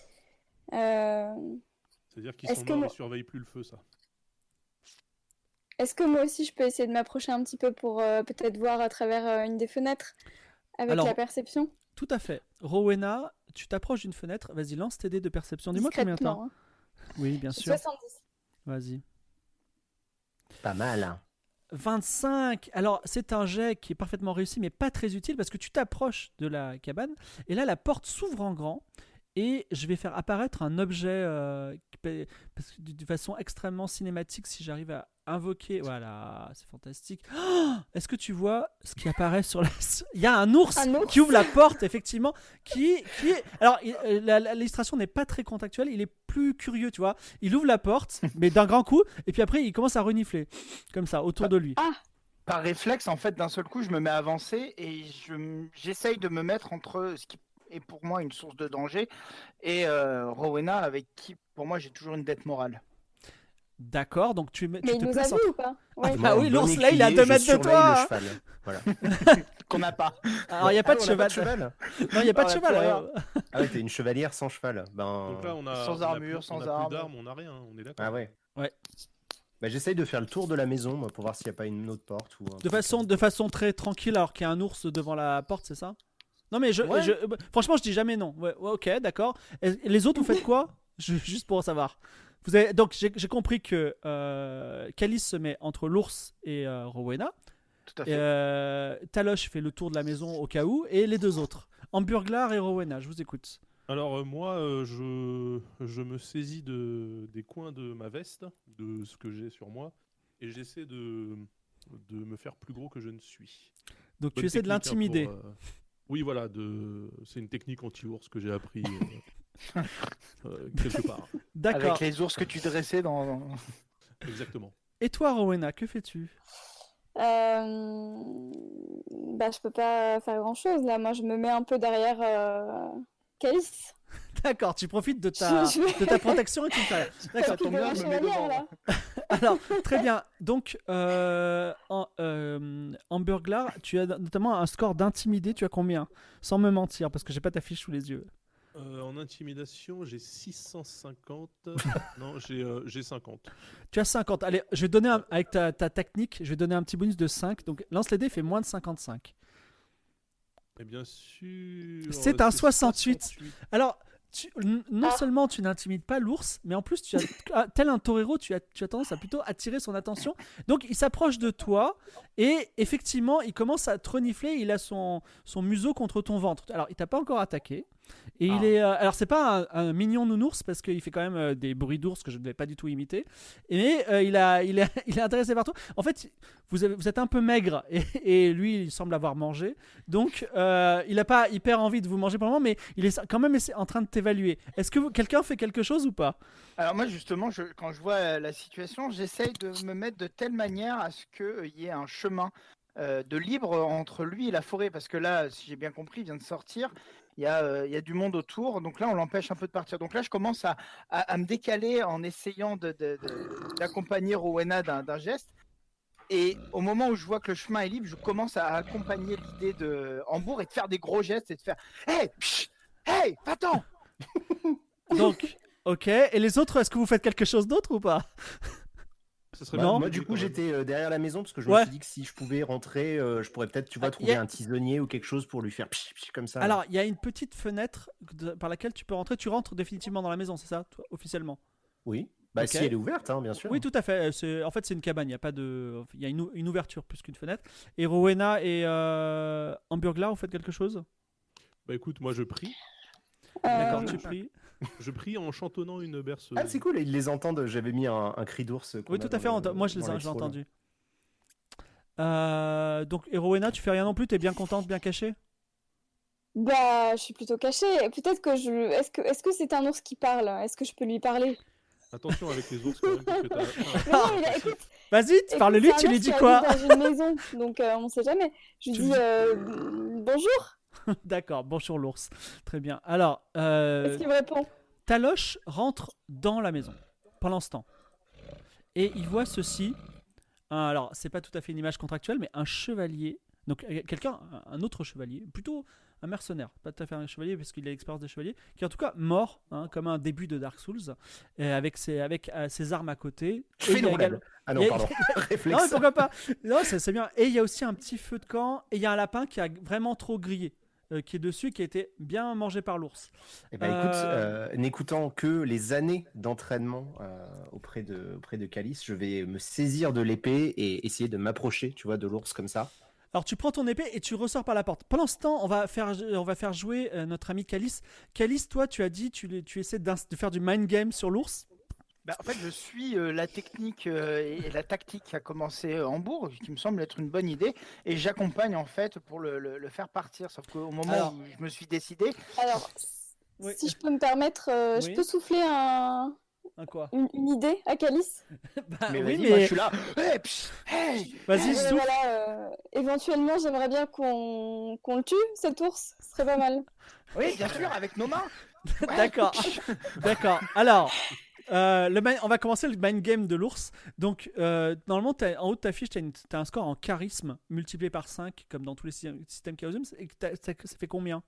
Euh, C'est-à-dire qu'ils Est-ce sont que morts, moi- ils surveillent plus le feu, ça. Est-ce que moi aussi je peux essayer de m'approcher un petit peu pour euh, peut-être voir à travers euh, une des fenêtres avec Alors- la perception? Tout à fait. Rowena, tu t'approches d'une fenêtre. Vas-y, lance tes dés de perception. Dis-moi combien de temps. Discrètement, hein. Oui, bien J'ai sûr. soixante-dix. Vas-y. Pas mal. Hein. vingt-cinq. Alors, c'est un jet qui est parfaitement réussi, mais pas très utile parce que tu t'approches de la cabane et là, la porte s'ouvre en grand et je vais faire apparaître un objet euh, qui peut- parce que de, de façon extrêmement cinématique. Si j'arrive à invoquer, voilà, c'est fantastique. Oh, est-ce que tu vois ce qui apparaît sur la... Il y a un ours, Un ours. qui ouvre la porte, effectivement, qui, qui est... Alors, il- euh, la- la- l'illustration n'est pas très contextuelle, il est plus curieux, tu vois. Il ouvre la porte, mais d'un grand coup, et puis après, il commence à renifler, comme ça, autour de lui. Par réflexe, en fait, d'un seul coup, je me mets à avancer et je m- j'essaye de me mettre entre ce qui est pour moi une source de danger et euh, Rowena, avec qui, pour moi, j'ai toujours une dette morale. D'accord, donc tu, tu Mais il te nous a places en... vu ou pas? Ouais. Ah oui, Bon l'ours, là, il est à écuyer, deux mètres je de surveille toi, le hein. cheval. Voilà. Qu'on n'a pas. Alors, il n'y a pas Ah, de on a cheval. de cheval. Non, il n'y a pas de Ah, cheval. plus euh. Ah ouais, t'es une chevalière sans cheval. Ben... Donc là, on a, Sans on a armure, plus- sans on a arme. plus d'armes, on n'a rien, on est d'accord. Ah ouais. Ouais. Bah, j'essaye de faire le tour de la maison moi, pour voir s'il n'y a pas une autre porte. Ou un De truc façon, comme de façon très tranquille, alors qu'il y a un ours devant la porte, c'est ça? Non, mais je, Ouais. je- euh, franchement, je dis jamais non. Ouais, ouais, ok, d'accord. Et et les autres, vous faites quoi? Je- Juste pour savoir. Vous avez, donc, j'ai j'ai compris que euh, Calice se met entre l'ours et euh, Rowena. Tout à Et, fait. euh, Taloche fait le tour de la maison au cas où. Et les deux autres. Amburglar et Rowena, je vous écoute. Alors euh, moi, euh, je, je me saisis de, des coins de ma veste, de ce que j'ai sur moi, et j'essaie de, de me faire plus gros que je ne suis. Donc, tu Bonne essaies de technique, hein, l'intimider. pour, euh, Oui, voilà, de... c'est une technique anti-ours que j'ai appris euh, euh, quelque part. D'accord. Avec les ours que tu dressais dans. Exactement. Et toi, Rowena, que fais-tu? Euh... Bah, je peux pas faire grand chose là. Moi, je me mets un peu derrière euh... Calice. D'accord, tu profites de ta, Je vais- de ta protection et tu le fais. D'accord. Ça tombe bien, je me mets Chevalière, devant. là. Alors, très bien. Donc, euh, en, euh, en burglar, tu as notamment un score d'intimidé. Tu as combien? Sans me mentir, parce que j'ai pas ta fiche sous les yeux. Euh, en intimidation, j'ai six cent cinquante. Non, j'ai euh, j'ai cinquante. Tu as cinquante. Allez, je vais donner un- avec ta, ta technique, je vais donner un petit bonus de cinq. Donc, lance les dés, fait moins de cinquante-cinq. Et bien sûr. C'est euh, un soixante-huit. Alors, tu- n- non Ah. seulement tu n'intimides pas l'ours, mais en plus, tu as, ah, tel un torero, tu as, tu as tendance à plutôt attirer son attention. Donc, il s'approche de toi et effectivement, il commence à te renifler. Il a son, son museau contre ton ventre. Alors, il t'a pas encore attaqué. Et Ah. il est, euh, alors c'est pas un, un mignon nounours parce qu'il fait quand même euh, des bruits d'ours que je ne vais pas du tout imiter. Mais euh, il a, il est, il est intéressé par toi. En fait, vous, avez, vous êtes un peu maigre et, et lui, il semble avoir mangé. Donc, euh, il n'a pas hyper envie de vous manger pour le moment, mais il est quand même essa- en train de t'évaluer. Est-ce que vous- quelqu'un fait quelque chose ou pas? Alors moi justement, je, quand je vois euh, la situation, j'essaye de me mettre de telle manière à ce qu'il y ait un chemin euh, de libre entre lui et la forêt, parce que là, si j'ai bien compris, il vient de sortir, il y a, euh, il y a du monde autour, donc là on l'empêche un peu de partir. Donc là je commence à, à, à me décaler en essayant de, de- de- d'accompagner Rowena d'un, d'un geste. Et au moment où je vois que le chemin est libre, je commence à accompagner l'idée de Hambourg et de faire des gros gestes et de faire Hey, psh, hey, va-t'en. Donc, ok. Et les autres, est-ce que vous faites quelque chose d'autre ou pas? Ça serait Bah, Non. moi, du coup, quand même. j'étais euh, derrière la maison parce que je Ouais. me suis dit que si je pouvais rentrer, euh, je pourrais peut-être, tu vois, Ah, trouver y a- un tisonnier ou quelque chose pour lui faire pchi, pchi, comme ça. Alors, il y a une petite fenêtre de- par laquelle tu peux rentrer. Tu rentres définitivement dans la maison, c'est ça, toi, officiellement? Oui. Bah, Ok. si elle est ouverte, hein, bien sûr. Oui, tout à fait. C'est- En fait, c'est une cabane. Il y a pas de, il y a une, ou- une ouverture plus qu'une fenêtre. Et Rowena et euh, Hamburglar, vous faites quelque chose? Bah écoute, moi je prie. D'accord, Euh, tu pries. Je prie en chantonnant une berceuse. Ah, c'est cool, ils les entendent. J'avais mis un, un cri d'ours. qu'on Oui, a tout à dans fait. le- ent- Moi, je dans les ai, les je l'ai trolls. entendu. Euh, donc, et Rowena, tu fais rien non plus. T'es bien contente, bien cachée? Bah, je suis plutôt cachée. Peut-être que je. Est-ce que est-ce que c'est un ours qui parle? Est-ce que je peux lui parler? Attention avec les ours quand même, parce que t'as. Mais non, il a- écoute, Vas-y, écoute, parle-lui. c'est un Tu lui ours dis qui quoi? habite dans une maison, donc euh, on sait jamais. Je lui Tu dis lui dis- euh, bonjour. D'accord. Bonjour l'ours. Très bien. Alors, euh, Est-ce qu'il me répond? Taloche rentre dans la maison pendant ce temps. Et il voit ceci. Un- alors, c'est pas tout à fait une image contractuelle, mais un chevalier. Donc, euh, quelqu'un, un- un autre chevalier, plutôt un mercenaire, pas tout à fait un chevalier, parce qu'il a l'expérience des chevaliers, qui est en tout cas mort, hein, comme un début de Dark Souls, euh, avec, ses, avec euh, ses armes à côté. Et il y a Phénoménal. également- Ah non, il y a- pardon. Non, Réflexe. mais pourquoi pas? Non, c'est c'est bien. Et il y a aussi un petit feu de camp, et il y a un lapin qui a vraiment trop grillé, euh, qui est dessus, qui a été bien mangé par l'ours. Eh ben, écoute, Euh, euh, n'écoutant que les années d'entraînement euh, auprès de auprès de Calice, je vais me saisir de l'épée et essayer de m'approcher, tu vois, de l'ours comme ça. Alors tu prends ton épée et tu ressors par la porte. Pendant ce temps, on va faire, on va faire jouer euh, notre ami Calice. Calice, toi, tu as dit, tu, tu essaies d'ins- de faire du mind game sur l'ours. Bah, en fait, je suis euh, la technique euh, et, et la tactique qui a commencé euh, Hambourg, qui me semble être une bonne idée, et j'accompagne en fait pour le, le- le faire partir. Sauf qu'au moment Alors- où je me suis décidé, Alors, Oui. si je peux me permettre, euh, je Oui. peux souffler un... Hein, quoi? une, une idée à Calice? Bah, mais oui, vas-y, moi je mais suis là. Hey, psh, hey. vas-y, Euh, souffle. voilà, euh, éventuellement, j'aimerais bien qu'on qu'on le tue, cet ours. Ce serait pas mal. Oui, bien sûr, avec nos mains. Ouais. D'accord, d'accord. Alors, euh, le mi- on va commencer le mind game de l'ours. Donc, euh, normalement, t'as- en haut de ta fiche, tu as un score en charisme multiplié par cinq, comme dans tous les sy- systèmes Chaosium. Et que t'as- ça, ça fait combien?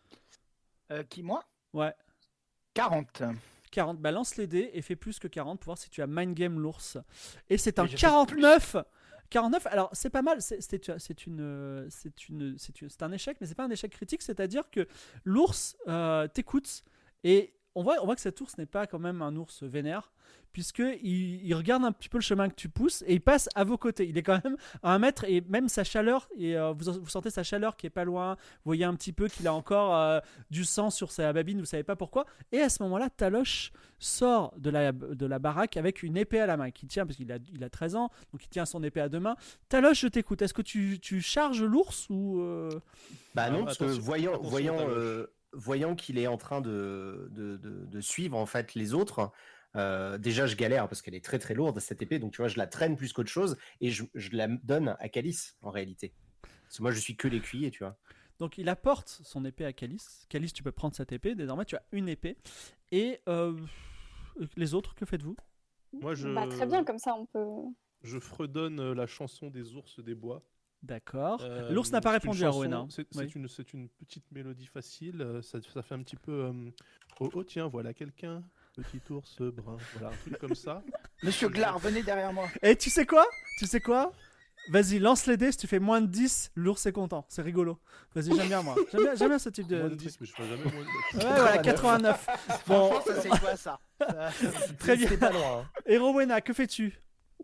Euh, qui, moi Ouais. quarante. quarante, bah lance les dés et fais plus que quarante pour voir si tu as mind game l'ours. Et c'est un Mais j'ai fait quarante-neuf. quarante-neuf, alors c'est pas mal, c'est c'est- c'est une, euh, c'est une, c'est une- c'est un échec, mais c'est pas un échec critique, c'est-à-dire que l'ours euh, t'écoute et on voit, on voit que cet ours n'est pas quand même un ours vénère, puisque il, il regarde un petit peu le chemin que tu pousses et il passe à vos côtés. Il est quand même à un mètre et même sa chaleur, et euh, vous, vous sentez sa chaleur qui est pas loin. Vous voyez un petit peu qu'il a encore euh, du sang sur sa babine, vous savez pas pourquoi. Et à ce moment-là, Taloche sort de la, de la baraque avec une épée à la main, qui tient, parce qu'il a, il a treize ans, donc il tient son épée à deux mains. Taloche, je t'écoute. Est-ce que tu, tu charges l'ours ou euh, Bah Ah, non, parce que attention- voyant, attention, voyant, Taloche. euh, voyant qu'il est en train de, de, de, de suivre en fait les autres, euh, déjà je galère parce qu'elle est très très lourde cette épée, donc tu vois, je la traîne plus qu'autre chose et je, je la donne à Calice en réalité. Parce que moi je suis que l'écuyer, tu vois. Donc il apporte son épée à Calice. Calice, tu peux prendre cette épée. Désormais, tu as une épée. Et euh, les autres, que faites-vous? Moi je. Bah, très bien, comme ça, on peut... Je fredonne euh, la chanson des ours des bois. D'accord. Euh, L'ours n'a pas c'est une répondu à chanson- Rowena. C'est Oui. c'est une, c'est une petite mélodie facile. euh, Ça, ça fait un petit peu. euh, oh, oh, tiens, voilà quelqu'un. Petit ours brun. Voilà, un truc comme ça. Monsieur Glar, venez derrière moi. Et tu sais quoi? Tu sais quoi? Vas-y, lance les dés. Si tu fais moins de dix, l'ours est content. C'est rigolo. Vas-y, j'aime bien moi. J'aime bien, j'aime bien ce type de. Moins de de truc. dix, mais je ferai jamais moins de Ouais, voilà, quatre-vingt-neuf. Bon, Franchement, ça c'est quoi ça Ça- très bien. C'était pas loin. hein. Et Rowena, que fais-tu?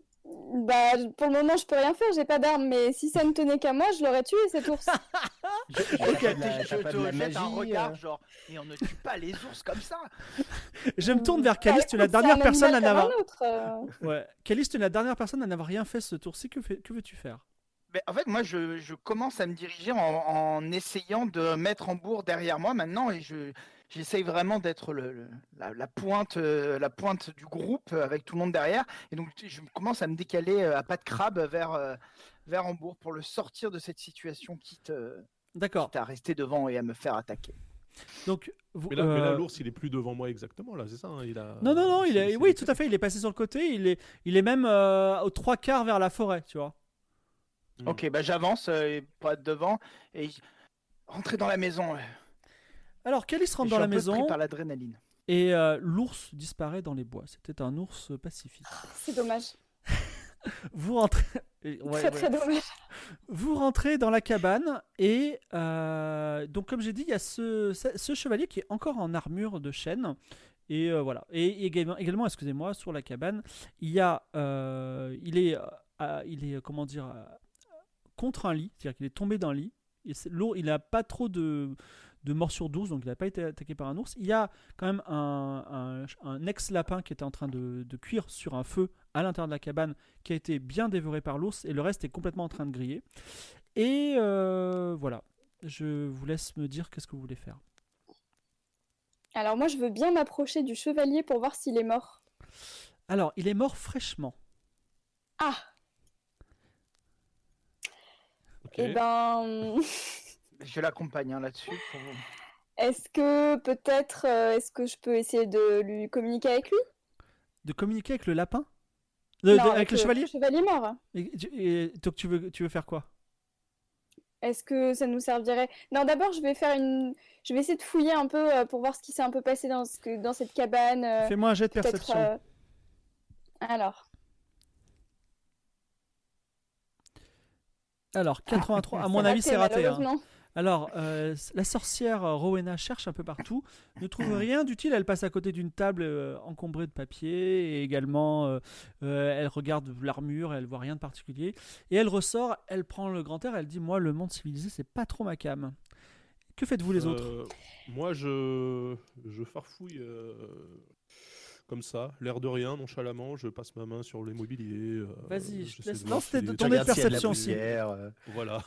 Bah, pour le moment, je peux rien faire, j'ai pas d'arme, mais si ça ne tenait qu'à moi, je l'aurais tué cet ours. Je, je, Ok. je- T'as je pas te de la jette un magie, regard euh. genre, mais on ne tue pas les ours comme ça. Je me tourne vers Bah, Calice, tu es la écoute, c'est dernière un personne à animal comme n'avoir. un autre, euh. Ouais. Calice, tu es la dernière personne à n'avoir rien fait ce tour-ci. Que, fais- que veux-tu faire? Mais en fait, moi, je, je commence à me diriger en, en essayant de mettre Hambourg derrière moi maintenant, et je j'essaye vraiment d'être le, le- la, la pointe, euh, la pointe du groupe euh, avec tout le monde derrière, et donc je commence à me décaler euh, à pas de crabe vers euh, vers Hambourg pour le sortir de cette situation, quitte, euh, D'accord. quitte à rester devant et à me faire attaquer. Donc, vous, Mais là, mais là, euh, l'ours, il est plus devant moi exactement, là, c'est ça hein, il a... Non, non, non, il c'est- est... c'est oui, décalé. tout à fait, il est passé sur le côté, il est, il est même euh, aux trois quarts vers la forêt, tu vois. Hmm. Ok, bah j'avance euh, et pour être devant et j- rentrer dans la maison. euh, Alors, Calice et rentre je dans suis la un peu pris maison par l'adrénaline. et euh, l'ours disparaît dans les bois. C'était un ours pacifique. C'est dommage. Vous rentrez... Ouais, très ouais. très dommage. Vous rentrez dans la cabane et euh, donc comme j'ai dit, il y a ce, ce, ce chevalier qui est encore en armure de chêne. Et euh, voilà. Et également, également, excusez-moi, sur la cabane, il y a, euh, il est, euh, il est, comment dire, euh, contre un lit, c'est-à-dire qu'il est tombé d'un lit. Et c'est- l'ours- il n'a pas trop de, de morsures d'ours, donc il n'a pas été attaqué par un ours. Il y a quand même un, un, un ex-lapin qui était en train de, de cuire sur un feu à l'intérieur de la cabane, qui a été bien dévoré par l'ours, et le reste est complètement en train de griller. Et euh, voilà. Je vous laisse me dire qu'est-ce que vous voulez faire. Alors moi, je veux bien m'approcher du chevalier pour voir s'il est mort. Alors, il est mort fraîchement. Ah, Ok. et ben, Je l'accompagne hein, là-dessus. Pour... est-ce que peut-être, euh, est-ce que je peux essayer de lui communiquer avec lui? De communiquer avec le lapin De- de- Non, avec le chevalier chevalier mort. et, tu- et- donc tu veux, tu veux faire quoi? Est-ce que ça nous servirait? Non, d'abord, je vais faire une, je vais essayer de fouiller un peu euh, pour voir ce qui s'est un peu passé dans ce que- dans cette cabane. euh, Fais-moi un jet de peut-être, perception. euh, Alors, Alors, quatre-vingt-trois. À mon c'est avis, c'est raté. hein. malheureusement. Alors, euh, la sorcière euh, Rowena cherche un peu partout, ne trouve rien d'utile. Elle passe à côté d'une table euh, encombrée de papier et également, euh, euh, elle regarde l'armure, elle voit rien de particulier. Et elle ressort, elle prend le grand air, elle dit: moi, le monde civilisé, c'est pas trop ma came. Que faites-vous les autres? Euh, Moi, je, je farfouille euh, comme ça, l'air de rien, nonchalamment. Je passe ma main sur les mobiliers. euh, Vas-y, je te j'essaie laisse- de non, voir c'était s'il de est- ton Tu dé de regardes s'il y a de la perception aussi. poussière, euh. Voilà.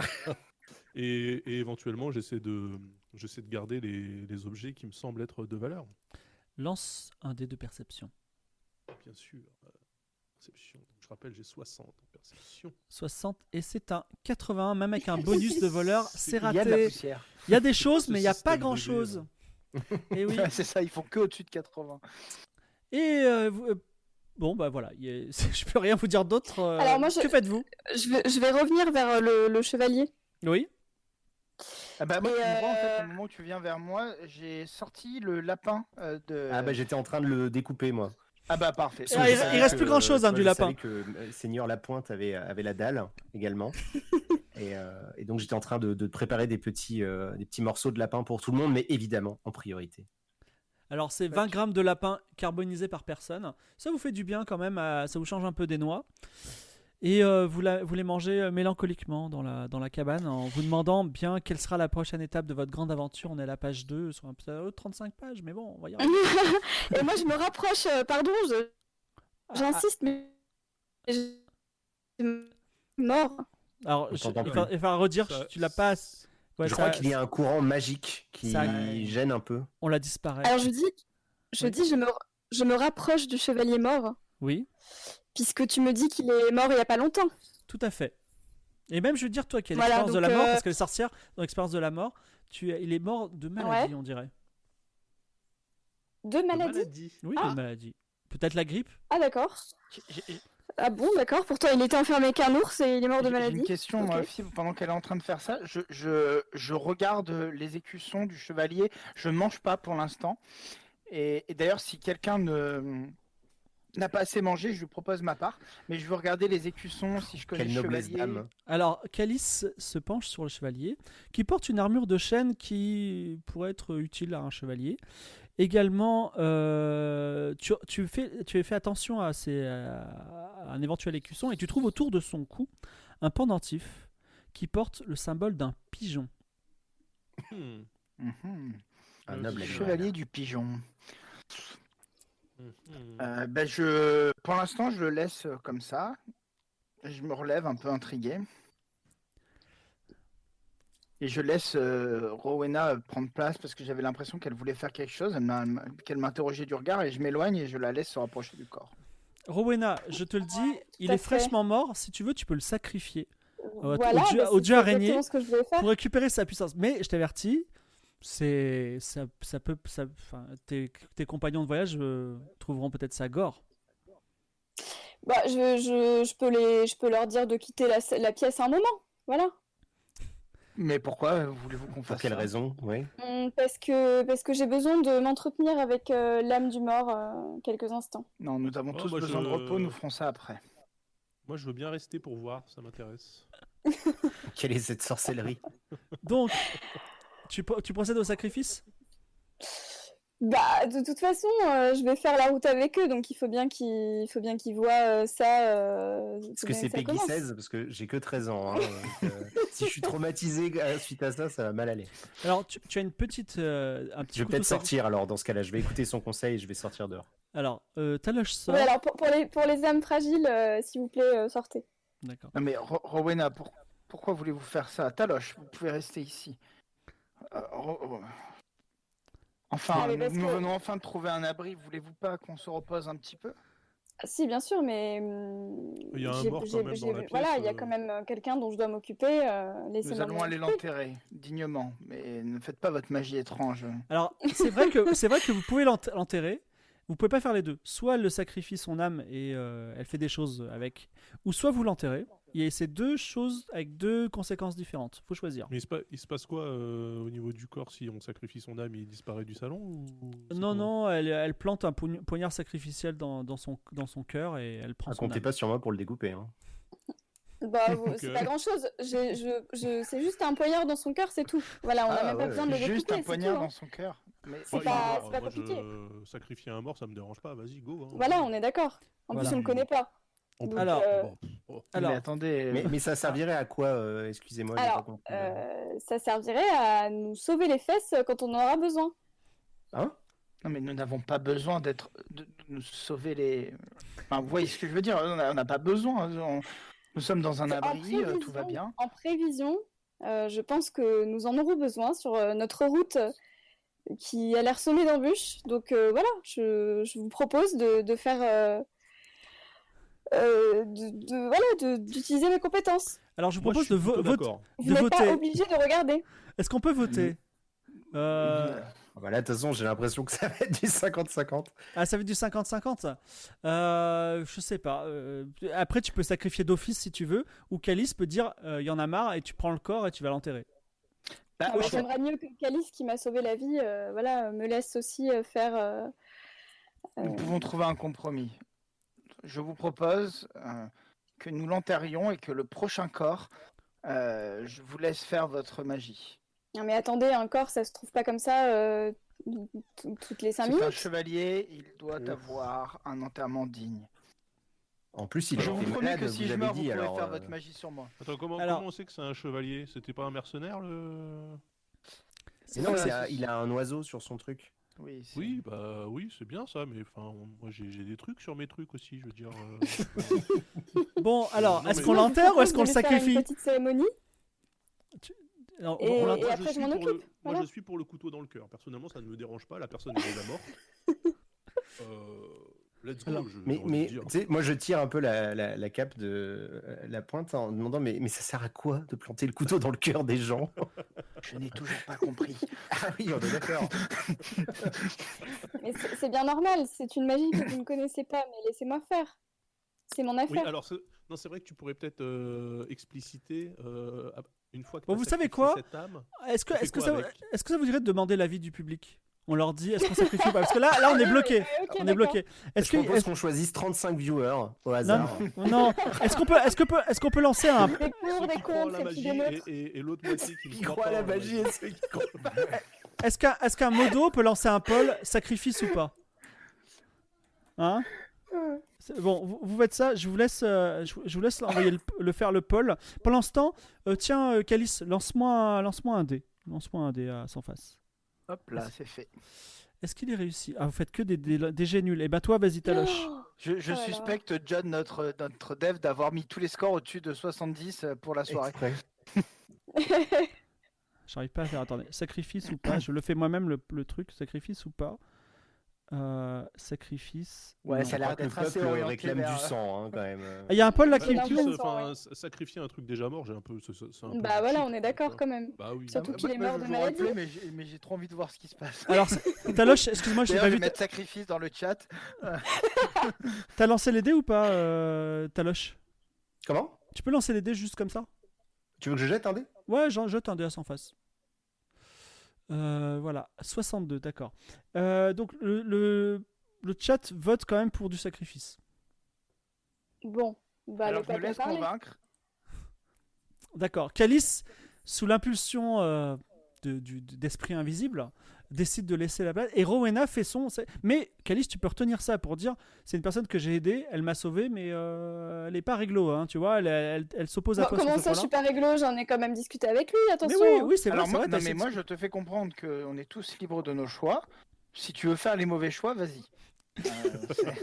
et, et éventuellement, j'essaie de, j'essaie de garder les, les objets qui me semblent être de valeur. Lance un dé de perception. Bien sûr. euh, Perception. Donc, je rappelle, j'ai soixante en perception. soixante et c'est un quatre-vingt-un, même avec un bonus de voleur, c'est Il y a de la raté. poussière. Il y a des choses, Ce mais il n'y a pas système de dés, grand-chose. Et oui. C'est ça, ils font que au-dessus de quatre-vingts. Et euh, vous- euh, bon, bah voilà, il y a- je peux rien vous dire d'autre. euh, Alors, moi, je- Que faites-vous? Je vais, je vais revenir vers euh, le, le chevalier. Oui. Ah bah moi, Et, tu me vois, en fait, euh, au moment où tu viens vers moi, j'ai sorti le lapin euh, de... Ah bah j'étais en train de le découper moi. Ah bah parfait. Ah, il- Je savais il reste que- plus grand-chose, hein, moi, du je lapin. savais que euh, Seigneur Lapointe avait, avait la dalle également. et, euh, et donc j'étais en train de, de préparer des petits, euh, des petits morceaux de lapin pour tout le monde, mais évidemment en priorité. Alors, c'est vingt grammes de lapin carbonisé par personne. Ça vous fait du bien quand même, à- ça vous change un peu des noix. Et euh, vous, la- vous les mangez euh, mélancoliquement dans la, dans la cabane en vous demandant bien quelle sera la prochaine étape de votre grande aventure. On est à la page deux, sur un peu euh, trente-cinq pages, mais bon, on va y arriver. Et moi, je me rapproche. euh, pardon, je- j'insiste, mais je suis mort. Alors, On je- t'entend il, plus. va, il va redire, Ça- tu l'as pas. Ouais, je ça- crois qu'il y a un courant magique qui ça- gêne un peu. On la disparaît. Alors je dis, je Oui. dis, je me, je me rapproche du chevalier mort, Oui, puisque tu me dis qu'il est mort il y a pas longtemps. tout à fait. Et même, je veux dire, toi qui as Voilà, l'expérience de la donc, mort, euh, parce que les sorcières ont l'expérience de la mort, tu, es- il est mort de maladie, Ouais. on dirait. Deux De maladies. Oui, Ah. de maladie. Peut-être la grippe. Ah d'accord. J'ai- j'ai- Ah bon, d'accord. Pourtant, il était enfermé qu'un ours et il est mort de J'ai- J'ai maladie. une question, moi, Ok. Fibre, pendant qu'elle est en train de faire ça. Je, je, je regarde les écussons du chevalier. Je mange pas pour l'instant. Et, et d'ailleurs, si quelqu'un ne n'a pas assez mangé, je lui propose ma part. Mais je veux regarder les écussons, si je connais Quelle le noblesse chevalier. d'âme. Alors, Calice se penche sur le chevalier, qui porte une armure de chêne qui pourrait être utile à un chevalier. Également, euh, tu, tu, fais, tu fais attention à, ces, à un éventuel écusson et tu trouves autour de son cou un pendentif qui porte le symbole d'un pigeon. Hmm. Mhm. Un Le noble Chevalier animal. du pigeon. Mhm. Euh, ben je, pour l'instant, je le laisse euh, comme ça. Je me relève un peu intrigué. Et je laisse euh, Rowena prendre place parce que j'avais l'impression qu'elle voulait faire quelque chose, elle m'a- qu'elle m'interrogeait du regard et je m'éloigne et je la laisse se rapprocher du corps. Rowena, je te le dis, il à est fait. fraîchement mort. Si tu veux, tu peux le sacrifier au- Voilà, au dieu- bah, au c'est- dieu c'est araignée exactement ce que je voulais faire. pour récupérer sa puissance. Mais je t'avertis, c'est ça, ça peut, ça, enfin, tes, tes compagnons de voyage euh, trouveront peut-être ça gore. Bah, je, je, je, peux les, je peux leur dire de quitter la, la pièce un moment. Voilà. Mais pourquoi voulez-vous qu'on Pour fasse quelle ça raison? Oui. Hum, Parce que, parce que j'ai besoin de m'entretenir avec euh, l'âme du mort euh, quelques instants. Non, nous avons Oh, tous moi, besoin je- de repos, nous ferons ça après. Moi, je veux bien rester pour voir, ça m'intéresse. Quelle est cette sorcellerie? Donc, tu, po- tu procèdes au sacrifice? Bah, de toute façon, euh, je vais faire la route avec eux, donc il faut bien qu'ils, il faut bien qu'ils voient euh, ça. Euh, il faut Est-ce que bien c'est ça Peggy commence. seize? Parce que j'ai que treize ans. Hein, donc, euh, si je suis traumatisé euh, suite à ça, ça va mal aller. Alors, tu, tu as une petite, euh, un petit Je vais couteau peut-être sac- sortir alors dans ce cas-là. Je vais écouter son conseil et je vais sortir dehors. Alors, euh, Taloche sort. Oui, alors pour, pour les, pour les âmes fragiles, euh, s'il vous plaît, euh, sortez. D'accord. Non mais Ro- Rowena, pour- pourquoi voulez-vous faire ça? Taloche, vous pouvez rester ici. Euh, Ro- Ro- Enfin, Ah, mais nous, parce nous que- venons enfin de trouver un abri. Voulez-vous pas qu'on se repose un petit peu? Ah, si, bien sûr, mais hum, Il y a un j'ai- mort quand j'ai- même j'ai- dans la voilà, pièce, il y a euh. quand même euh, quelqu'un dont je dois m'occuper. euh, Nous laissez-moi allons m'en aller occuper. l'enterrer dignement, mais ne faites pas votre magie étrange. Alors, c'est vrai que c'est vrai que vous pouvez l'ent- l'enterrer. Vous pouvez pas faire les deux. Soit elle le sacrifie son âme et euh, elle fait des choses avec, ou soit vous l'enterrez. Il y a ces deux choses avec deux conséquences différentes. Faut choisir. Mais il se, pa- il se passe quoi euh, au niveau du corps si on sacrifie son âme, il disparaît du salon ou... c'est Non, quoi non, elle, elle plante un poign- poignard sacrificiel dans, dans son dans son cœur et elle prend Ah, son comptez âme. pas sur moi pour le découper. Hein. Bah, vous- Ok. c'est pas grand-chose. Je, je, je, c'est juste un poignard dans son cœur, c'est tout. Voilà, on n'a Ah, même pas ouais, besoin de le Juste découper, un c'est poignard tout, hein. dans son cœur. Mais C'est Ouais, pas- il est mort, c'est pas moi, compliqué. je- Sacrifier un mort, ça me dérange pas, vas-y, go. Hein. Voilà, on est d'accord. En Voilà. plus, on le connaît pas. On peut- Alors- euh, bon, oh. Alors, mais attendez. Mais, mais ça servirait à quoi euh, Excusez-moi. j'ai Alors, pas compris. euh, ça servirait à nous sauver les fesses quand on en aura besoin. Hein? Non, mais nous n'avons pas besoin d'être de, de nous sauver les. Enfin, vous voyez ce que je veux dire? On n'a on n'a pas besoin. on- Nous sommes dans un En abri, euh, tout va prévision- bien. En prévision, euh, je pense que nous en aurons besoin sur euh, notre route euh, qui a l'air semée d'embûches. Donc euh, voilà, je, je vous propose de, de faire. euh, euh, de, de- voilà, de- d'utiliser mes compétences. alors je vous Moi, propose je de, suis vo- plutôt vote- d'accord. Vous de n'êtes pas voter. obligé de regarder. Est-ce qu'on peut voter Euh, Ah bah là, de toute façon, j'ai l'impression que ça va être du cinquante cinquante. Ah, ça fait du cinquante cinquante. euh, Je sais pas. euh, Après, tu peux sacrifier d'office si tu veux, ou Calice peut dire il y en a marre et tu prends le corps et tu vas l'enterrer. Bah, Ah, bah, je- J'aimerais mieux que Calice, qui m'a sauvé la vie, euh, voilà, me laisse aussi euh, faire. euh, Nous euh, pouvons trouver un compromis. Je vous propose euh, que nous l'enterrions et que le prochain corps, euh, je vous laisse faire votre magie. Non mais attendez, un corps, ça se trouve pas comme ça euh, t- toutes les cinq C'est un minutes. chevalier, il doit Ouf. avoir un enterrement digne. En plus, il a je été vous promets malade, que si vous je avez meurs, vous dit. pouvez Alors, faire euh, votre magie sur moi. Attends, comment, Alors- comment on sait que c'est un chevalier? C'était pas un mercenaire le. mais non, ça, c'est un- c'est- il a un oiseau sur son truc. Oui, c'est- Oui, bah oui, c'est bien ça, mais enfin, moi j'ai j'ai des trucs sur mes trucs aussi, je veux dire. euh, Bon, alors, Non, est-ce mais- qu'on Moi, je vous l'enterre ou est-ce propose qu'on le de lui faire sacrifie Une petite cérémonie. Alors, Et- on Moi, l'enterre- et je après, je suis m'en pour le- occupe, Moi, voilà. je suis pour le couteau dans le cœur. Personnellement, ça ne me dérange pas. La personne est déjà morte. Euh, let's go. Alors, je- Mais, j'ai envie mais de dire. tu sais, moi, je tire un peu la, la, la cape de euh, la pointe en demandant mais, mais ça sert à quoi de planter le couteau dans le cœur des gens? Je n'ai toujours pas compris. Ah oui, on est d'accord. Mais c'est c'est bien normal, c'est une magie que vous ne connaissez pas, mais laissez-moi faire. C'est mon Oui, affaire. alors c'est- non, c'est vrai que tu pourrais peut-être euh, expliciter euh, une fois que Bon, t'as vous savez sacrifié quoi cette âme. Est-ce que, Tu fais est-ce que, quoi ça, avec est-ce que ça vous dirait de demander l'avis du public? On leur dit est-ce qu'on sacrifie ou pas? Parce que là, là on est bloqué. Ah, ok, On est d'accord. bloqué. Est-ce Je que, propose est-ce- qu'on choisisse trente-cinq viewers au non, hasard. non, non. Est-ce qu'on peut, est-ce que peut, est-ce qu'on peut lancer un, Des pour, Ceux des qui croient en contre, la et puis magie des et, neutres. et- et l'autre moitié qui ne Qui croit croit à pas la en magie et ceux qui croient pas. est-ce qu'un, est-ce qu'un modo peut lancer un pôle sacrifice ou pas? Hein? C'est- Bon, vous, vous faites ça, je vous laisse, euh, je, vous je vous laisse envoyer le, le faire le pôle. Pendant ce temps, euh, tiens, euh, Calice, lance-moi, un- lance-moi un dé. Lance-moi un dé à sans face. Hop là, c'est fait. Est-ce qu'il est réussi? Ah, vous faites que des, des, des jets nuls. Eh ben toi, vas-y, Taloche. Oh, Je, je Oh là là. suspecte John, notre, notre dev, d'avoir mis tous les scores au-dessus de soixante-dix pour la soirée. Exprès. J'arrive pas à faire. Attendez, sacrifice ou pas? Je le fais moi-même le, le truc. Sacrifice ou pas? Euh, sacrifice. Ouais, non. ça a Je l'air crois que le d'être assez peuple orienté réclame vers- du sang, hein, quand même. Ah, il y a un pôle là Bah, qui. Il a en un plus, peu de euh, sang, enfin, ouais. s- sacrifier un truc déjà mort, j'ai un peu. c'est- c'est- c'est un peu Bah voilà, cheat, on est quoi, d'accord tu vois. quand même. Bah oui. Surtout Ah, qu'il bah, est bah, mort je de vous aurais maladie. plu, mais j'ai, mais j'ai trop envie de voir ce qui se passe. Alors, c'est- Taloche, excuse-moi, j'ai D'ailleurs, pas je vu. vais mettre sacrifice dans le chat. T'as lancé les dés ou pas, euh, Taloche? Comment? Tu peux lancer les dés juste comme ça? Tu veux que je jette un dé? Ouais, j'en jette un dé à sans face. Euh, voilà, soixante-deux, d'accord. Euh, donc le, le, le chat vote quand même pour du sacrifice. Bon, bah Alors, le je me peuple a laisse parlé. convaincre. D'accord. Calice, sous l'impulsion euh, de- du- d'esprit invisible, décide de laisser la place. Et Rowena fait son. c'est- Mais Calice, tu peux retenir ça pour dire c'est une personne que j'ai aidée, elle m'a sauvé, mais euh, elle est pas réglo, hein, tu vois, elle, elle, elle s'oppose à Bon, toi comment sur ce ça, je point-là. suis pas réglo, j'en ai quand même discuté avec lui, Mais attention. oui, hein. oui, c'est vrai, Alors c'est moi, vrai. non, t'as mais essayé moi, de- je te fais comprendre qu'on est tous libres de nos choix. Si tu veux faire les mauvais choix, vas-y. Euh, c'est-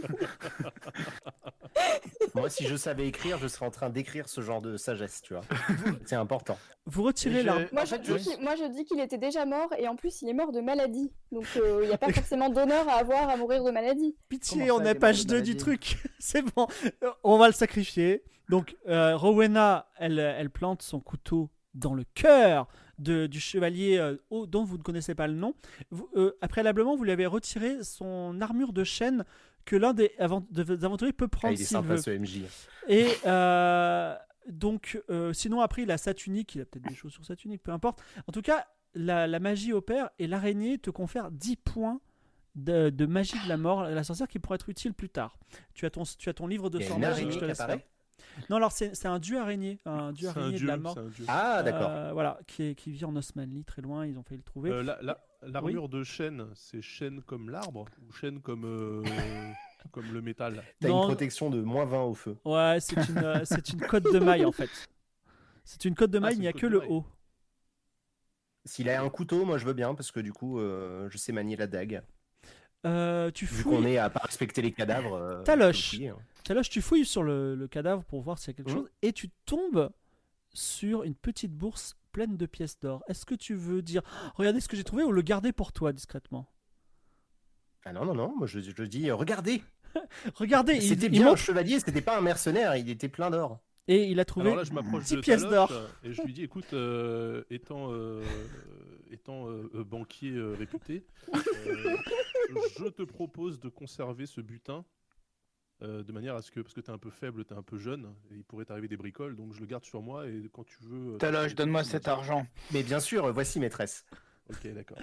Moi, si je savais écrire, je serais en train d'écrire ce genre de sagesse, tu vois. C'est important. Vous retirez Et je- l'arme. Moi, En je fait, dis je- qu'il- moi, je dis qu'il était déjà mort et en plus, il est mort de maladie. Donc, euh, il n'y a pas forcément d'honneur à avoir à mourir de maladie. Pitié, Comment on ça, est il est page mort de deux du maladie truc. C'est bon, Euh, on va le sacrifier. Donc, euh, Rowena, elle, elle plante son couteau dans le cœur de, du chevalier euh, au- dont vous ne connaissez pas le nom. Vous, euh, préalablement, vous lui avez retiré son armure de chêne que l'un des, avant- des aventuriers peut Ah, prendre il est s'il sympa veut. ce M J. Et euh, donc, euh, sinon, après, il a sa tunique. Il a peut-être des choses sur sa tunique, peu importe. En tout cas, la, la magie opère et l'araignée te confère dix points de, de magie de la mort, la sorcière qui pourrait être utile plus tard. Tu as ton, tu as ton livre de Il y a sang une magique, araignée je te qui laisse apparaît. faire. Non, alors c'est c'est un dieu araignée, un dieu C'est un araignée de dieu, la mort. c'est un dieu. Ah, d'accord. Euh, voilà, qui, est, qui vit en Osmanli, très loin, ils ont failli le trouver. Euh, la- la- L'armure de chêne, c'est chêne comme l'arbre ou chêne comme, euh, comme le métal? T'as Non. une protection de moins vingt au feu. Ouais, c'est une, euh, c'est une côte de maille en fait. C'est une côte de Ah, maille, c'est il n'y a une que côte de le maille. haut. S'il a un couteau, moi je veux bien, parce que du coup, euh, je sais manier la dague. Euh, tu Vu fouilles. qu'on est à pas respecter les cadavres. euh, Taloche. je peux fouiller, hein. Taloche, tu fouilles sur le, le cadavre pour voir s'il y a quelque Mhm. chose et tu tombes sur une petite bourse pleine de pièces d'or. Est-ce que tu veux dire oh, regardez ce que j'ai trouvé ou le garder pour toi discrètement? Ah non, non, non, moi je, je dis, euh, regardez, Regardez, il, c'était il bien un montre- chevalier, c'était pas un mercenaire, il était plein d'or. et il a trouvé Alors là, je m'approche dix de pièces Taloche, d'or. euh, et je lui dis, écoute, euh, étant, euh, étant euh, euh, banquier euh, réputé, euh, je te propose de conserver ce butin euh, de manière à ce que, parce que tu es un peu faible, tu es un peu jeune, et il pourrait t'arriver des bricoles, donc je le garde sur moi, et quand tu veux... euh, Taloche, tu- donne-moi tu- cet argent. Mais bien sûr, euh, voici maîtresse. Ok, d'accord.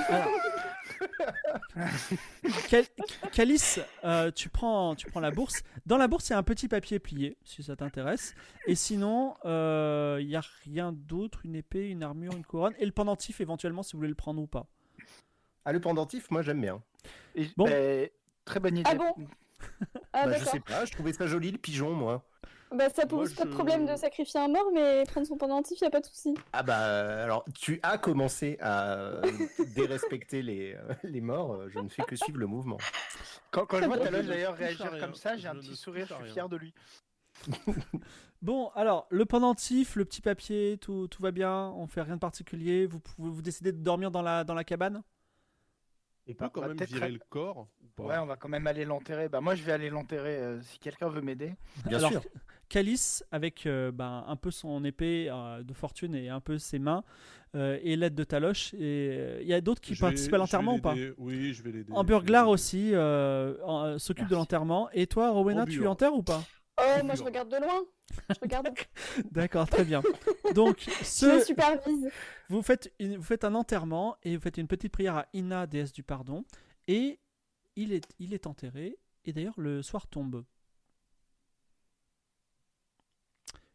Cal- Calice, euh, tu, prends, tu prends la bourse. Dans la bourse, il y a un petit papier plié, si ça t'intéresse. Et sinon, euh, il n'y a rien d'autre, une épée, une armure, une couronne. Et le pendentif, éventuellement, si vous voulez le prendre ou pas. Ah, le pendentif, moi j'aime bien. Et- Bon. bah, très bonne idée. Ah bon Ah, Bah, je d'accord. sais pas, je trouvais ça joli le pigeon, moi. Bah, ça Moi, pose pas de je- problème de sacrifier un mort, mais prendre son pendentif, y a pas de souci. Ah bah alors tu as commencé à euh, dérespecter les, euh, les morts, euh, je ne fais que suivre le mouvement. Quand, quand je vois Je Taloche ne d'ailleurs touche à réagir rien. comme ça, j'ai un Je petit ne sourire, touche je à suis rien. fier de lui. Bon, alors, le pendentif, le petit papier, tout, tout va bien. On fait rien de particulier. Vous pouvez vous décidez de dormir dans la, dans la cabane? On peut Bah, quand on va même peut-être virer ra- le corps ou pas? Ouais, on va quand même aller l'enterrer. Bah moi je vais aller l'enterrer euh, si quelqu'un veut m'aider. Bien Alors, sûr. Calice, avec euh, ben, un peu son épée euh, de fortune et un peu ses mains, euh, et l'aide de Taloche. Et euh, il y a d'autres qui Je vais- participent à je vais l'enterrement ou pas? l'aider. Oui, je vais l'aider. En je vais Burglar l'aider. aussi euh, en- euh, s'occupe de Merci. l'enterrement. Et toi, Rowena, En tu bure. enterres ou pas? Oh, moi je Pur. regarde de loin. Je regarde. D'accord, très bien. Donc, Je ce, supervise. vous, faites une- vous faites un enterrement et vous faites une petite prière à Ina, déesse du pardon. Et il est, il est enterré. Et d'ailleurs, le soir tombe.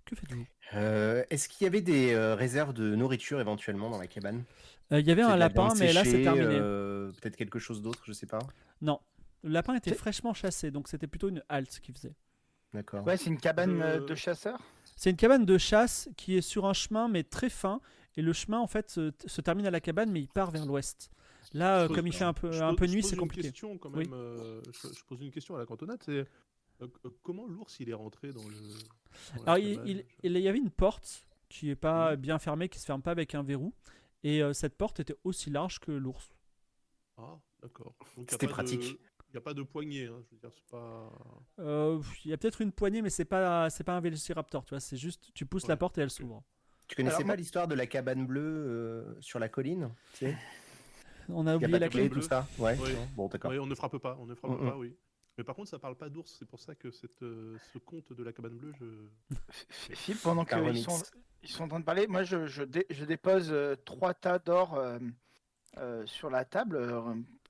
Que faites-vous? Euh, Est-ce qu'il y avait des euh, réserves de nourriture éventuellement dans la cabane? Euh, Il y avait C'est un de la lapin, viande mais là c'est séchée, terminé. euh, peut-être quelque chose d'autre, je sais pas. Non, le lapin était C'est- fraîchement chassé, donc c'était plutôt une halte qu'il faisait. D'accord. Ouais, c'est une cabane Je- euh, de chasseurs. C'est une cabane de chasse qui est sur un chemin, mais très fin. Et le chemin, en fait, se, se termine à la cabane, mais il part vers l'ouest. Là, Je euh, pose- comme il fait un peu, je un pose- peu je nuit, pose c'est une compliqué. question quand Oui. même, euh, je, je pose une question à la cantonade, c'est euh, euh, comment l'ours il est rentré dans le. dans la Alors, il, cabane, il- je- il y avait une porte qui est pas Mhm. bien fermée, qui se ferme pas avec un verrou. Et euh, cette porte était aussi large que l'ours. Ah, d'accord. Donc, y a C'était pas pratique. de- Il n'y a pas de poignée, hein, je veux dire, c'est pas. Euh, Il y a peut-être une poignée, mais c'est pas, c'est pas un vélociraptor, tu vois. C'est juste, tu pousses la Ouais, porte et elle ok. s'ouvre. Tu connaissais Alors, pas moi- l'histoire de la cabane bleue euh, sur la colline? Tu sais, On a y a oublié pas la de clé. clé, tout ça. Ouais. Oui. non Bon, d'accord. Oui, on ne frappe pas, on ne frappe Mm, mm. pas, oui. Mais par contre, ça parle pas d'ours, c'est pour ça que cette, euh, ce conte de la cabane bleue, je. Phil, pendant Un qu'ils remix. sont, ils sont en train de parler, moi je, je, dé- je dépose euh, trois tas d'or euh, euh, sur la table euh,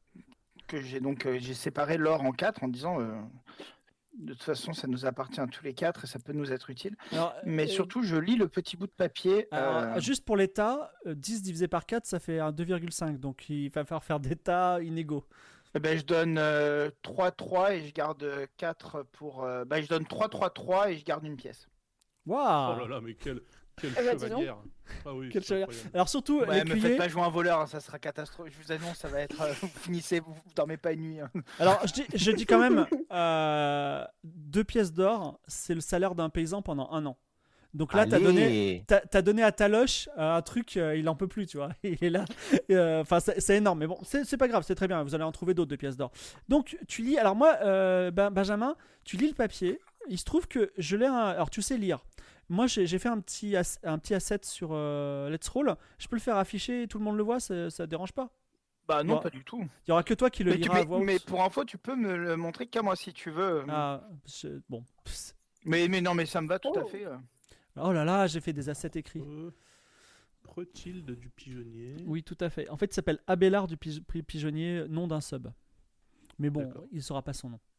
que j'ai donc euh, j'ai séparé l'or en quatre en disant euh, de toute façon ça nous appartient à tous les quatre et ça peut nous être utile. Alors, Mais euh, surtout je lis le petit bout de papier. alors, euh, juste pour l'état, euh, dix divisé par quatre, ça fait un deux virgule cinq. Donc il va falloir faire des tas inégaux. eh ben, je donne euh, trois trois et je garde quatre pour. euh, bah, je donne trois trois trois et je garde une pièce. Waouh! Oh là là, mais quelle, quelle Ah bah, dis donc. chevalière! Ah oui, Quelle c'est chevalière. incroyable. Alors surtout, Ouais, me l'écuyer. faites pas jouer un voleur, hein, ça sera catastrophique. Je vous annonce, ça va être. euh, vous finissez, vous, vous dormez pas une nuit. hein. Alors je dis, je dis quand même, euh, deux pièces d'or, c'est le salaire d'un paysan pendant un an. Donc là, t'as donné, Allez. t'as, t'as donné à Taloche euh, un truc, euh, il en peut plus, tu vois. Il est là. Euh, Enfin, c'est, c'est énorme. Mais bon, c'est, c'est pas grave, c'est très bien. Vous allez en trouver d'autres de pièces d'or. Donc tu lis. Alors moi, euh, Ben- Benjamin, tu lis le papier. Il se trouve que je l'ai. Un... Alors tu sais lire. Moi, j'ai, j'ai fait un petit, ass- un petit asset sur euh, Let's Roll. Je peux le faire afficher, tout le monde le voit, ça, ça te dérange pas. Bah non, Ouais. pas du tout. Il y aura que toi qui le Mais, tu- liras à mais- voix haute. mais pour info, tu peux me le montrer qu'à moi si tu veux. Ah, je- bon. Pss. Mais, mais non, mais ça me va tout à Oh. fait. euh. Oh là là, j'ai fait des assets écrits. Euh, Prothilde du pigeonnier. Oui, tout à fait. En fait, il s'appelle Abélard du pige- pi- pigeonnier, nom d'un sub. Mais bon, D'accord. il ne saura pas son nom.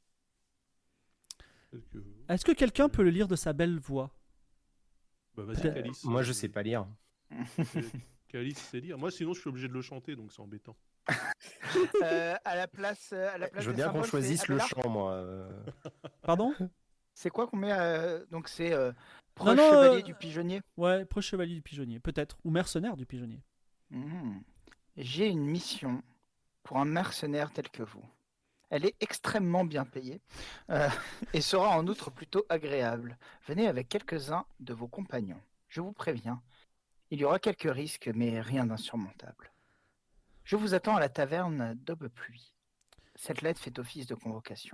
Quelques- Est-ce que quelqu'un peut le lire de sa belle voix? Bah vas-y, Peut-être- Calice. Moi, je euh, sais pas lire. Calice sait lire. Moi, sinon, je suis obligé de le chanter, donc c'est embêtant. Euh, à la place, euh, à la place Je veux des bien qu'on symboles, choisisse c'est le Abélard. chant, moi. euh. Pardon? C'est quoi qu'on met euh, Donc c'est euh, proche Non, non, chevalier euh, du pigeonnier. Ouais, proche chevalier du pigeonnier, peut-être. Ou mercenaire du pigeonnier. Mhm. J'ai une mission pour un mercenaire tel que vous. Elle est extrêmement bien payée euh, et sera en outre plutôt agréable. Venez avec quelques-uns de vos compagnons. Je vous préviens, il y aura quelques risques, mais rien d'insurmontable. Je vous attends à la taverne d'Aube-Pluie. Cette lettre fait office de convocation.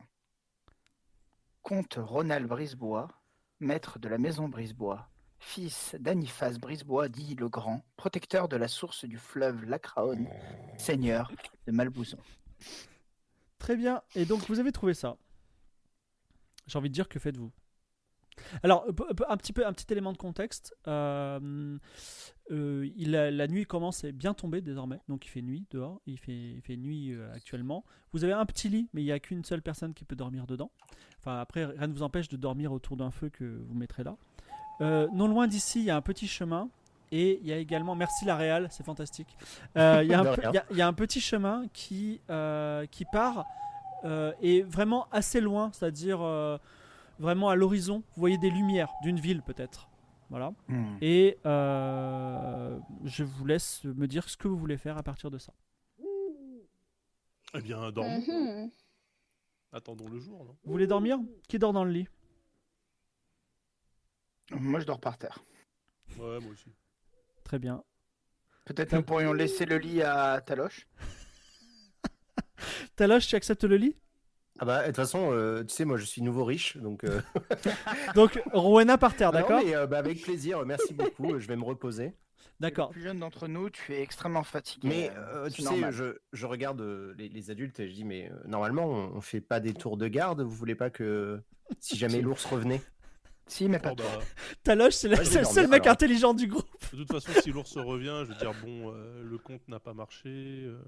Comte Ronald Brisebois, maître de la maison Brisebois, fils d'Aniphas Brisebois dit le Grand, protecteur de la source du fleuve Lacraone, seigneur de Malbouzon. Très bien. Et donc, vous avez trouvé ça. J'ai envie de dire, que faites-vous? Alors, p- p- un petit, peu, un petit élément de contexte. Euh, euh, il a- la nuit commence à bien tomber désormais. Donc, il fait nuit dehors. Il fait, il fait nuit euh, actuellement. Vous avez un petit lit, mais il n'y a qu'une seule personne qui peut dormir dedans. Enfin, après, rien ne vous empêche de dormir autour d'un feu que vous mettrez là. Euh, non loin d'ici, il y a un petit chemin. Et il y a également, merci la Réal, c'est fantastique. Euh, Il y, a un De pe- rien. il y a- il y a un petit chemin qui, euh, qui part euh, et vraiment assez loin, c'est-à-dire euh, vraiment à l'horizon. Vous voyez des lumières d'une ville peut-être. Voilà. Hmm. Et euh, je vous laisse me dire ce que vous voulez faire à partir de ça. Eh bien, dormons. Mhm. Attendons le jour, non? Vous voulez dormir? Qui dort dans le lit? Moi, je dors par terre. Ouais, moi aussi. Très bien. Peut-être nous pourrions laisser le lit à Taloche. Taloche, tu acceptes le lit? Ah bah, de toute façon, euh, tu sais, moi, je suis nouveau riche, donc... euh, Donc, Rowena par terre, non, d'accord? mais, euh, bah, avec plaisir, merci beaucoup, euh, je vais me reposer. D'accord. Le plus jeune d'entre nous, tu es extrêmement fatigué. Mais euh, euh, c'est tu sais, normal. je, je regarde euh, les, les adultes et je dis, mais euh, normalement, on, on fait pas des tours de garde, vous voulez pas que... Si jamais l'ours revenait. Si, mais pas Oh, toi. bah, Taloche, c'est le Ouais, je vais c'est le dormir, seul mec alors. intelligent du groupe. de toute façon, si l'ours revient, je veux dire, bon, euh, le compte n'a pas marché, euh,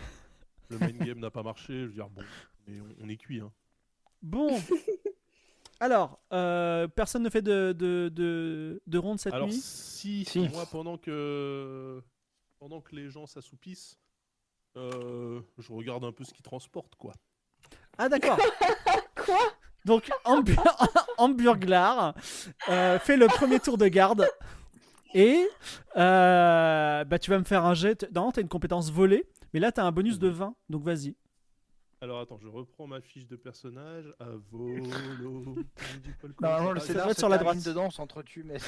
le main game n'a pas marché, je veux dire, bon, mais on, on est cuit, hein. Bon. Alors, euh, personne ne fait de, de, de, de ronde cette Alors nuit si, Si. moi pendant que pendant que les gens s'assoupissent, euh, je regarde un peu ce qu'ils transportent quoi. Ah d'accord. Quoi? Donc Hamburg- Hamburglar euh, fait le premier tour de garde et euh, bah, tu vas me faire un jet. t- Non, tu as une compétence volée, mais là tu as un bonus de vingt, donc vas-y. Alors attends, je reprends ma fiche de personnage à volo. Normalement, le Ça scénar doit être se sur la termine droite. dedans, on s'entretue, mais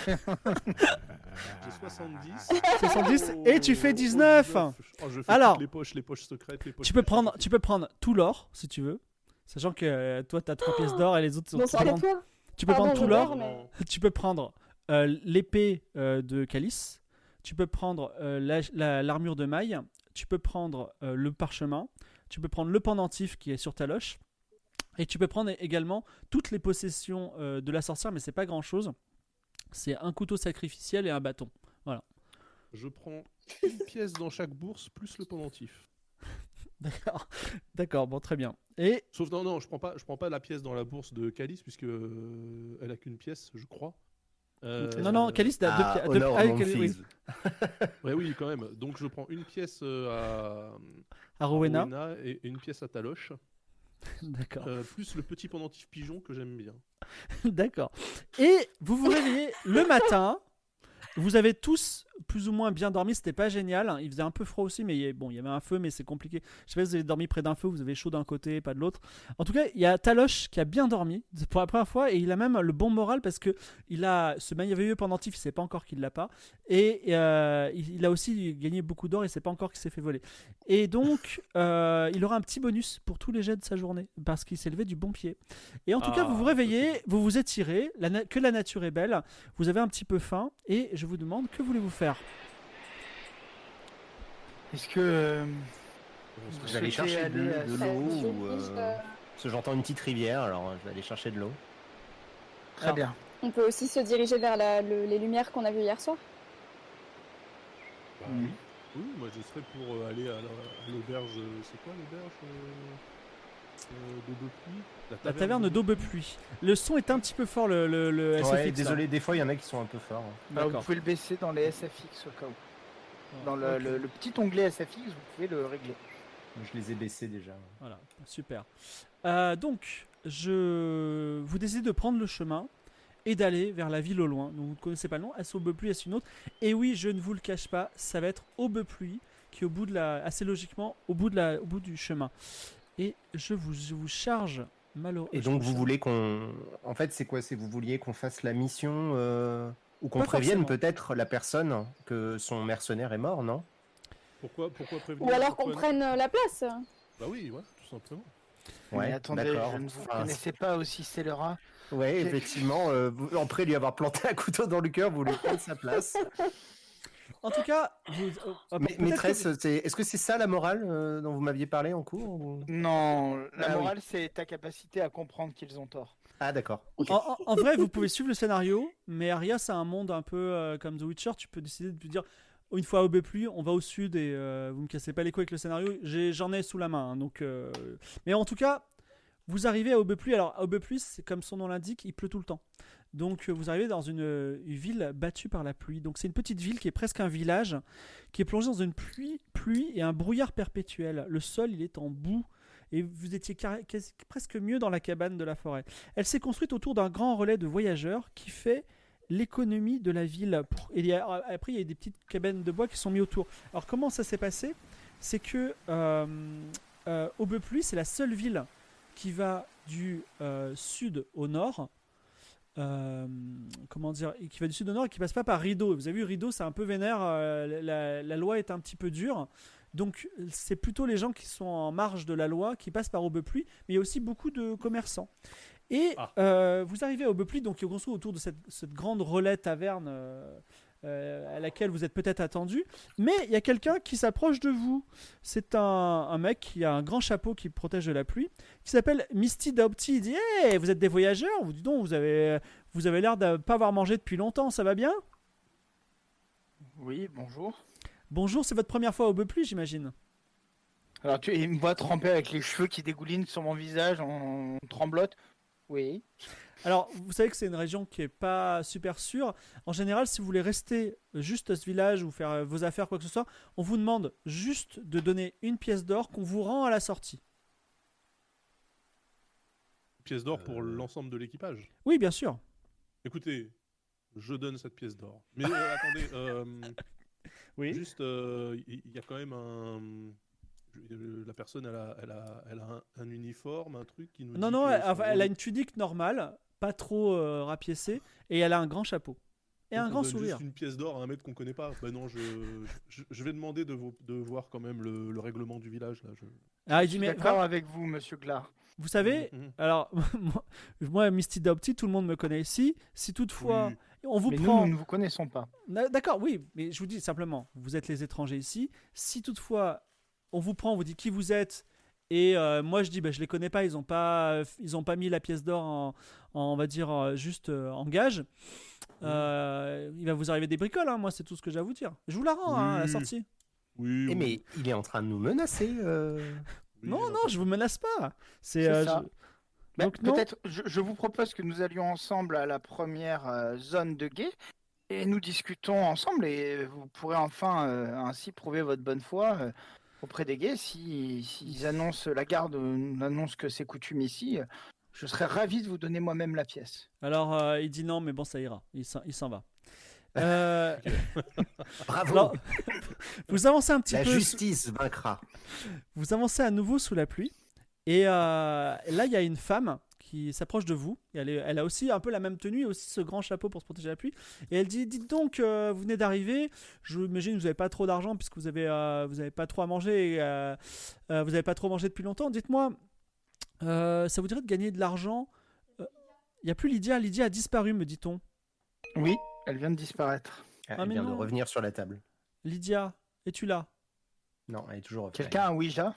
J'ai soixante-dix. soixante-dix et tu fais dix-neuf. Oh, je fais Alors, toutes les poches, les poches secrètes, les poches Tu peux cachées, prendre, je fais tu peux prendre tout l'or si tu veux, sachant que euh, toi tu as trois pièces d'or et les autres sont. Bon tu sang peux à prendre, toi. tu peux Pardon, prendre tout je l'or. dors, Non, mais- Tu peux prendre euh, l'épée euh, de Calice, tu peux prendre euh, la- la- l'armure de maille, tu peux prendre euh, le parchemin, tu peux prendre le pendentif qui est sur ta loche, et tu peux prendre également toutes les possessions euh, de la sorcière, mais c'est pas grand chose. C'est un couteau sacrificiel et un bâton. Je prends une pièce dans chaque bourse plus le pendentif. D'accord, d'accord, bon très bien. Et Sauf non non, je prends pas, je prends pas la pièce dans la bourse de Calice puisque euh, elle a qu'une pièce, je crois. Euh, non non, Calice t'as deux Ah, pi- deux- honneur ah, aux Calice- oui, Memphis. Ouais oui quand même. Donc je prends une pièce euh, à, à Rowena. à Rowena et, et une pièce à Taloche, D'accord. euh, plus le petit pendentif pigeon que j'aime bien. D'accord. Et vous vous réveillez le matin. Vous avez tous plus ou moins bien dormi. C'était pas génial. Il faisait un peu froid aussi, mais il y a- bon, il y avait un feu, mais c'est compliqué. Je sais pas si vous avez dormi près d'un feu. Vous avez chaud d'un côté, pas de l'autre. En tout cas, il y a Taloche qui a bien dormi pour la première fois et il a même le bon moral parce que il a ce merveilleux pendentif. Il sait pas encore qu'il l'a pas et euh, il, il a aussi gagné beaucoup d'or. Il sait pas encore qu'il s'est fait voler. Et donc, euh, il aura un petit bonus pour tous les jets de sa journée parce qu'il s'est levé du bon pied. Et en tout cas, Ah, vous vous ça, réveillez, c'est vous vous étirez, la na- que la nature est belle, vous avez un petit peu faim et je vous demande que voulez-vous faire? est-ce que euh, On se Vous Vous fait- allez souhaitez chercher de, aller à de Ça, l'eau je ou vise, euh, euh, parce que j'entends une petite rivière, alors je vais aller chercher de l'eau. très Alors, bien. On peut aussi se diriger vers la- le- les lumières qu'on a vues hier soir. Bah, Mhm. oui. Oui, moi je serais pour euh, aller à la- à l'auberge. euh, C'est quoi l'auberge euh, euh, d'Aubepluie La taverne d'Aubepluie. Le son est un petit peu fort, le, le, le S F X. Ouais, là. désolé, des fois il y en a qui sont un peu forts. hein. Bah, vous D'accord. pouvez le baisser dans les S F X au cas où. Dans le, Ok. le- le petit onglet S F X, vous pouvez le régler. Je les ai baissés déjà. Voilà, super. Euh, donc, je vous décidez de prendre le chemin et d'aller vers la ville au loin. Donc, vous ne connaissez pas le nom, est-ce Aubepluie, est-ce une autre? Et oui, je ne vous le cache pas, ça va être Aubepluie, qui est au bout de la, assez logiquement, au bout, de la, au bout du chemin. Et je vous, je vous charge malheureusement. Et donc vous voulez qu'on... En fait c'est quoi? C'est vous vouliez qu'on fasse la mission euh, ou qu'on Pas prévienne forcément. peut-être la personne que son mercenaire est mort, non? Pourquoi, pourquoi prévenir Ou alors qu'on pourquoi- prenne euh, la place. Bah oui, ouais, tout simplement. Mais attendez, d'accord. je ne vous Enfin, connaissais pas aussi scélérat. Ouais, effectivement, euh, vous- après lui avoir planté un couteau dans le cœur, vous voulez prendre sa place. En tout cas, vous, euh, euh, Mais, peut-être que- maîtresse, c'est... est-ce que c'est ça la morale euh, dont vous m'aviez parlé en cours ou- Non, la Ah oui. morale, c'est ta capacité à comprendre qu'ils ont tort. Ah d'accord. En, en- en vrai, vous pouvez suivre le scénario, mais Aria, c'est un monde un peu euh, comme The Witcher. Tu peux décider de dire une fois à Aubepluie, on va au sud et euh, vous me cassez pas les couilles avec le scénario. J'ai- J'en ai sous la main. hein, donc, euh, mais en tout cas, vous arrivez à Aubepluie. Alors, à Aubepluie, c'est comme son nom l'indique, il pleut tout le temps. Donc, euh, vous arrivez dans une, une ville battue par la pluie. Donc, c'est une petite ville qui est presque un village, qui est plongé dans une pluie, pluie et un brouillard perpétuel. Le sol, il est en boue. Et vous étiez carré- quasi- presque mieux dans la cabane de la forêt. Elle s'est construite autour d'un grand relais de voyageurs qui fait l'économie de la ville. Pour- et il y a- après, il y a des petites cabanes de bois qui sont mises autour. Alors, comment ça s'est passé? C'est que euh, euh, Aubepluie, c'est la seule ville qui va du euh, sud au nord. Euh, comment dire, et qui va du sud au nord et qui passe pas par Rideau. Vous avez vu, Rideau, c'est un peu vénère. euh, la, la loi est un petit peu dure. Donc, c'est plutôt les gens qui sont en marge de la loi qui passent par Aubepluie, mais il y a aussi beaucoup de commerçants. Et Ah. euh, vous arrivez à Aubepluie, donc qui est construit autour de cette, cette grande relais taverne euh, euh, à laquelle vous êtes peut-être attendu. Mais il y a quelqu'un qui s'approche de vous. C'est un, un mec qui a un grand chapeau qui protège de la pluie, qui s'appelle Misty Daupty. Il dit hey, vous êtes des voyageurs? Vous dites donc, vous avez, vous avez l'air de ne pas avoir mangé depuis longtemps, ça va bien? Oui, bonjour. Bonjour, c'est votre première fois à Aubepluie, j'imagine. Alors, tu il me voit tremper avec les cheveux qui dégoulinent sur mon visage en tremblote. Oui. Alors, vous savez que c'est une région qui est pas super sûre. En général, si vous voulez rester juste à ce village ou faire vos affaires, quoi que ce soit, on vous demande juste de donner une pièce d'or qu'on vous rend à la sortie. Pièce d'or pour Euh. l'ensemble de l'équipage. Oui, bien sûr. Écoutez, je donne cette pièce d'or. Mais euh, attendez, euh, Oui. juste, euh, il y, y a quand même un... je- La personne, elle a, elle a, elle a un, un uniforme, un truc qui nous Non, dit non, que elle, son enfin, elle rôle- a une tunique normale, pas trop euh, rapiécée, et elle a un grand chapeau. Et Donc un on grand donne sourire. juste une pièce d'or à un mec qu'on connaît pas. Ben non, je, je, je vais demander de, vo- de voir quand même le, le règlement du village. Là. Je... Ah, il Je dit, suis mais d'accord vraiment, avec vous, monsieur Glar. vous savez, Mhm. alors, moi, moi, Misty Daupty, tout le monde me connaît ici. Si toutefois, Oui. on vous Mais prend... nous, nous ne vous connaissons pas. Na- D'accord, oui, mais je vous dis simplement, vous êtes les étrangers ici. Si toutefois, on vous prend, on vous dit qui vous êtes, et euh, moi je dis, bah, je les connais pas, ils ont pas, ils ont pas mis la pièce d'or en, en, on va dire, euh, juste euh, en gage. Euh, il va vous arriver des bricoles, hein, moi c'est tout ce que j'ai à vous dire. Je vous la rends hein, à la Oui. sortie. Oui, Eh, oui. mais il est en train de nous menacer. euh. Oui, non, il a non, pas- je vous menace pas. C'est, C'est euh, ça. je- Bah, Donc, non. peut-être, je, je vous propose que nous allions ensemble à la première euh, zone de guet et nous discutons ensemble et vous pourrez enfin euh, ainsi prouver votre bonne foi euh, auprès des guets. Si, s'ils annoncent, la garde euh, annonce que c'est coutume ici, euh, je serais ravi de vous donner moi-même la pièce. Alors euh, il dit non, mais bon, ça ira. Il s'en, il s'en va. Euh, Bravo. alors, vous avancez un petit La peu. sous- justice vaincra. Vous avancez à nouveau sous la pluie. Et euh, là, il y a une femme qui s'approche de vous. Et elle, est- elle a aussi un peu la même tenue et aussi ce grand chapeau pour se protéger de la pluie. Et elle dit, dites donc, euh, vous venez d'arriver. Je imagine que vous n'avez pas trop d'argent puisque vous avez, euh, vous avez pas trop à manger. Et, euh, euh, vous n'avez pas trop mangé depuis longtemps. Dites-moi, euh, ça vous dirait de gagner de l'argent? Euh, Il n'y a plus Lydia. Lydia a disparu, me dit-on. Oui, elle vient de disparaître. Ah, Ah, elle mais vient non. de revenir sur la table. Lydia, es-tu là? Non, elle est toujours off. Quelqu'un a un Ouija?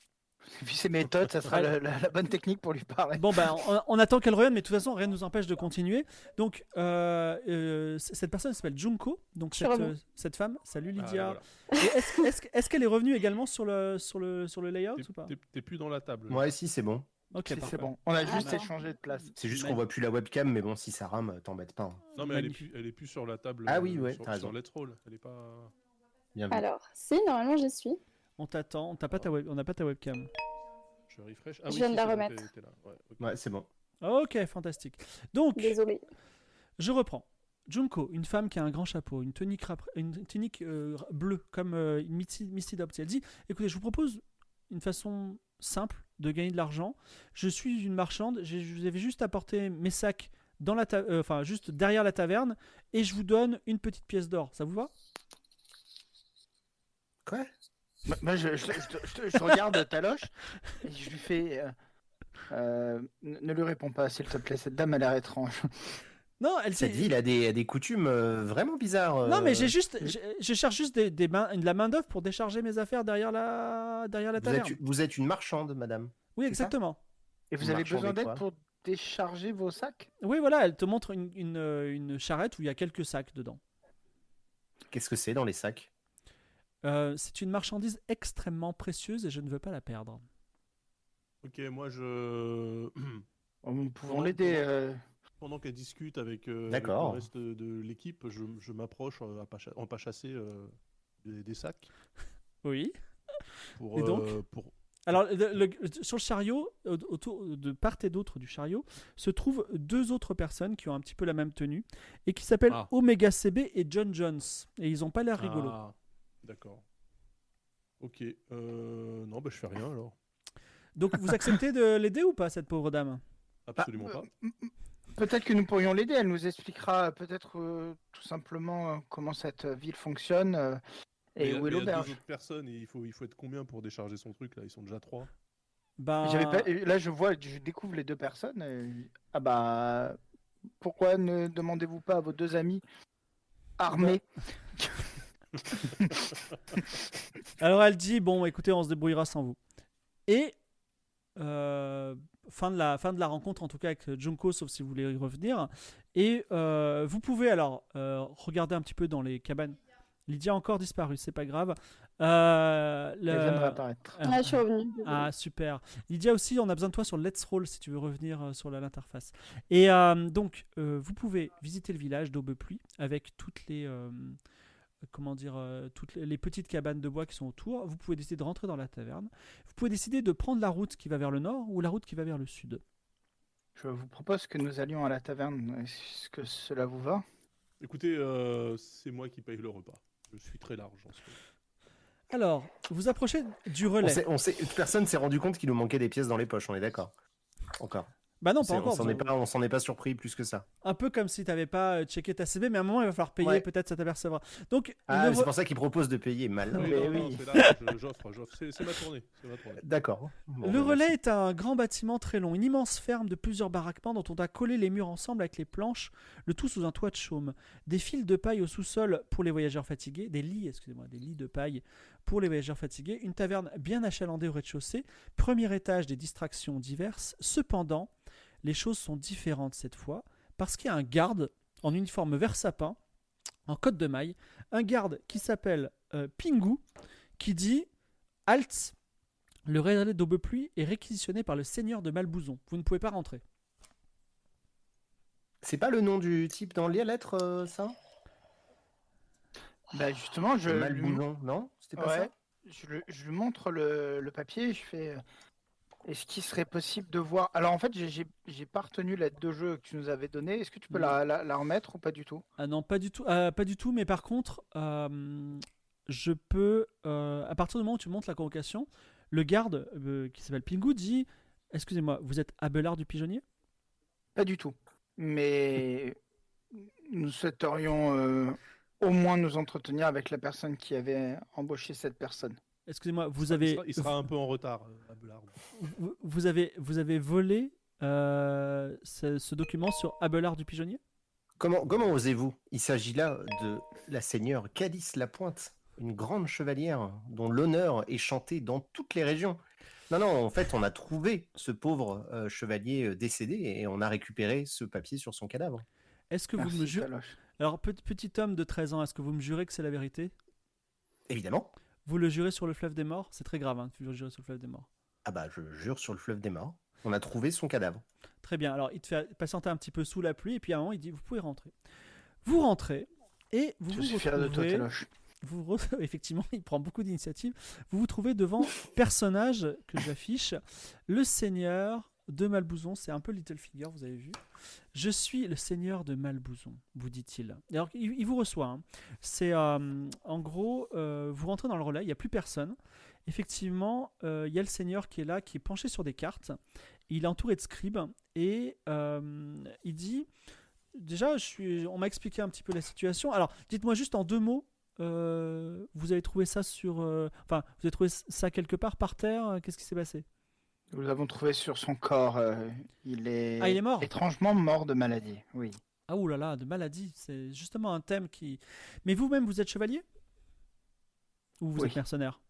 Vu ses méthodes, ça sera la, la- la bonne technique pour lui parler. Bon, ben, on, on attend qu'elle revienne, mais de toute façon, rien ne nous empêche de continuer. Donc, euh, euh, c- cette personne s'appelle Junko. Donc, Je cette, reviens. euh, cette femme. Salut Ah, Lydia. voilà. Et est-ce, est-ce, est-ce qu'elle est revenue également sur le, sur le, sur le layout T'es- ou pas? T'es t'es plus dans la table. là. Moi, si, c'est bon. Ok, C'est- parfait. c'est bon. On a juste Ah, bah. échangé de place. C'est juste Mais- qu'on voit plus la webcam, mais bon, si ça rame, t'embête pas. hein. Non, mais elle est, Magnifique. plus, elle est plus sur la table. Ah oui, euh, ouais, sur, t'as sur raison. Let's Roll. Elle est pas. Bien vu. Alors, si, normalement j'y suis. On t'attend. On n'a pas ta web, on n'a pas ta webcam. Je refresh. Ah Je oui, viens si, de la c'est bon, remettre. t'es- t'es là. Ouais, ok. Ouais, c'est bon. Ok, fantastique. Donc, Désolée. je reprends. Junko, une femme qui a un grand chapeau, une tunique, rap- une tunique euh, bleue, comme euh, une Misty, Misty Daupty. Elle dit, écoutez, je vous propose une façon simple de gagner de l'argent. Je suis une marchande, j'ai- je vous avais juste apporté mes sacs dans la ta- euh, enfin, juste derrière la taverne, et je vous donne une petite pièce d'or. Ça vous va? Quoi? Moi, moi, je, je- je- je- je regarde Taloche et je lui fais. euh, euh, ne ne lui réponds pas, s'il te plaît. Cette dame a l'air étrange. Non, elle Cette dit. ville a des, a des coutumes euh, vraiment bizarres. Non, mais euh. j'ai juste, je, je cherche juste des, des mains, de la main d'œuvre pour décharger mes affaires derrière la, derrière la Vous taverne. êtes, vous êtes une marchande, madame. Oui, c'est ça exactement. Et vous Vous avez marchandez besoin d'aide quoi pour décharger vos sacs? Oui, voilà, elle te montre une, une, euh, une charrette où il y a quelques sacs dedans. Qu'est-ce que c'est dans les sacs? Euh, c'est une marchandise extrêmement précieuse et je ne veux pas la perdre. Ok, moi je. Nous pouvons Pendant- l'aider. pendant- euh, Pendant qu'elle discute avec, euh, avec D'accord. le reste de, de l'équipe, je, je m'approche euh, à pas cha- en pas chasser euh, des, des sacs Oui. pour. Et donc euh, pour... Alors, le- le- sur le chariot, au- autour de part et d'autre du chariot, se trouvent deux autres personnes qui ont un petit peu la même tenue et qui s'appellent Ah. Omega C B et John Jones. Et ils n'ont pas l'air rigolos. Ah, d'accord. Ok. Euh, non, bah je fais rien alors. Donc, vous acceptez de l'aider ou pas, cette pauvre dame? Absolument Bah, pas. euh, m- Peut-être que nous pourrions l'aider. Elle nous expliquera peut-être euh, tout simplement euh, comment cette euh, ville fonctionne euh, et Mais où est il y a- mais il y a l'auberge. deux autres personnes et il faut, il faut être combien pour décharger son truc là? Ils sont déjà trois. Ben, J'avais pas- et Là, je vois, je découvre les deux personnes. et- Ah bah, pourquoi ne demandez-vous pas à vos deux amis armés? Alors elle dit, bon, écoutez, on se débrouillera sans vous. Et euh, fin, de la, fin de la rencontre, en tout cas avec Junko, sauf si vous voulez y revenir. Et euh, vous pouvez alors euh, regarder un petit peu dans les cabanes. Lydia a encore disparu, c'est pas grave. Euh, le- Elle vient de réapparaître. Ah, Ah, je suis revenue. Ah, super. Lydia aussi, on a besoin de toi sur Let's Roll si tu veux revenir euh, sur la- l'interface. Et euh, donc, euh, vous pouvez visiter le village d'Aubepluie avec toutes les, euh, comment dire, euh, toutes les, les petites cabanes de bois qui sont autour. Vous pouvez décider de rentrer dans la taverne. Vous pouvez décider de prendre la route qui va vers le nord ou la route qui va vers le sud. Je vous propose que nous allions à la taverne. Est-ce que cela vous va? Écoutez, euh, c'est moi qui paye le repas. Je suis très large en ce moment. Alors, vous approchez du On relais. sait, on sait, personne s'est rendu compte qu'il nous manquait des pièces dans les poches, on est d'accord. Encore. Bah non, C'est- pas on encore. s'en vous- est pas, on s'en est pas surpris plus que ça. Un peu comme si tu n'avais pas euh, checké ta C B, mais à un moment, il va falloir payer, Ouais. peut-être ça t'apercevra. Donc, Ah, le c'est re- pour ça qu'il propose de payer mal. Oui, non, oui. non, c'est là, je- j'offre, j'offre. C'est, c'est ma tournée. C'est ma tournée. D'accord. Bon, le bah, relais merci. est un grand bâtiment très long, une immense ferme de plusieurs baraquements dont on a collé les murs ensemble avec les planches, le tout sous un toit de chaume. Des fils de paille au sous-sol pour les voyageurs fatigués, des lits, excusez-moi, des lits de paille pour les voyageurs fatigués, une taverne bien achalandée au rez-de-chaussée, premier étage des distractions diverses. Cependant, les choses sont différentes cette fois, parce qu'il y a un garde en uniforme vert sapin, en cotte de maille, un garde qui s'appelle euh, Pingu, qui dit « Halt, le relais d'Aubepluie est réquisitionné par le seigneur de Malbouzon. Vous ne pouvez pas rentrer. C'est pas le nom du type dans les lettres, euh, ça Bah justement, je Le lui, Malbouzon, non C'était pas ouais, ça je, lui- je lui montre le, le papier. Je fais. euh, Est-ce qu'il serait possible de voir? Alors en fait, j'ai- j'ai j'ai pas retenu l'aide de jeu que tu nous avais donnée. Est-ce que tu peux la, la, la remettre ou pas du tout? Ah non, pas du tout. euh, pas du tout, mais par contre, euh, je peux, euh, à partir du moment où tu montes la convocation, le garde euh, qui s'appelle Pingu dit « Excusez-moi, vous êtes Abelard du Pigeonnier ?» Pas du tout. Mais nous souhaiterions euh, au moins nous entretenir avec la personne qui avait embauché cette personne. Excusez-moi, vous Il avez, sera, il sera un peu en retard, euh, Abelard. vous, vous avez, vous avez volé euh, ce, ce document sur Abelard du Pigeonnier? Comment, comment osez-vous? Il s'agit là de la seigneur Calice Lapointe, une grande chevalière dont l'honneur est chanté dans toutes les régions. Non, non, en fait, on a trouvé ce pauvre euh, chevalier euh, décédé et on a récupéré ce papier sur son cadavre. Est-ce que vous me Merci, jurez... Taloche. Alors, petit, petit homme de treize ans, est-ce que vous me jurez que c'est la vérité? Évidemment. Vous le jurez sur le fleuve des morts? C'est très grave, hein, de jurer sur le fleuve des morts. Ah bah, je jure sur le fleuve des morts. On a trouvé son cadavre. Très bien, alors il te fait patienter un petit peu sous la pluie, et puis à un moment, il dit, vous pouvez rentrer. Vous rentrez, et vous Je vous suis fier de toi, retrouvez... Taloche. vous re- effectivement, il prend beaucoup d'initiatives. Vous vous trouvez devant personnage que j'affiche, le seigneur de Malbouzon. C'est un peu Littlefinger, vous avez vu. Je suis le seigneur de Malbouzon, vous dit-il. Et alors, il, il vous reçoit. hein. C'est euh, en gros, euh, vous rentrez dans le relais, il n'y a plus personne. Effectivement, euh, il y a le seigneur qui est là, qui est penché sur des cartes. Il est entouré de scribes et euh, il dit. Déjà, je suis, on m'a expliqué un petit peu la situation. Alors, dites-moi juste en deux mots. Euh, vous avez trouvé ça sur, euh, enfin, vous avez trouvé ça quelque part par terre. Qu'est-ce qui s'est passé? Nous l'avons trouvé sur son corps. euh, il est, Ah, il est mort. étrangement mort de maladie. Oui. Ah ouh là là, de maladie. C'est justement un thème qui. Mais vous-même, vous êtes chevalier? Ou vous Oui. êtes mercenaire?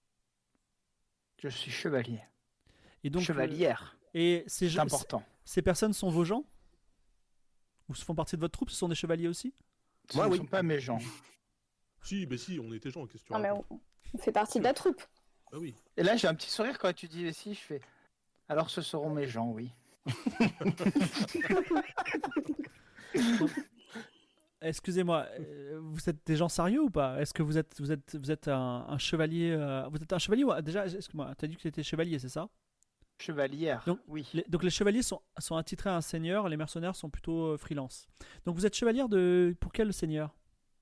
Je suis chevalier. Et donc, Chevalière. euh, et ces, C'est gens- important. ces personnes sont vos gens? Ou font partie de votre troupe? Ce sont des chevaliers aussi? Ce Moi, ne oui. sont pas mes gens. Si, mais si, on était gens, qu'est-ce que tu Non, mais racontes on, on fait partie de la troupe. Ah oui. Et là, j'ai un petit sourire quand tu dis les si. Je fais. Alors, ce seront mes gens, oui. Excusez-moi, euh, vous êtes des gens sérieux ou pas? Est-ce que vous êtes, vous êtes, vous êtes un, un chevalier euh, Vous êtes un chevalier ou déjà? Excuse-moi, t'as dit que tu étais chevalier, c'est ça? Chevalière. Donc, oui. Les- donc les chevaliers sont, sont attitrés à un seigneur, les mercenaires sont plutôt euh, freelance. Donc vous êtes chevalière de pour quel seigneur?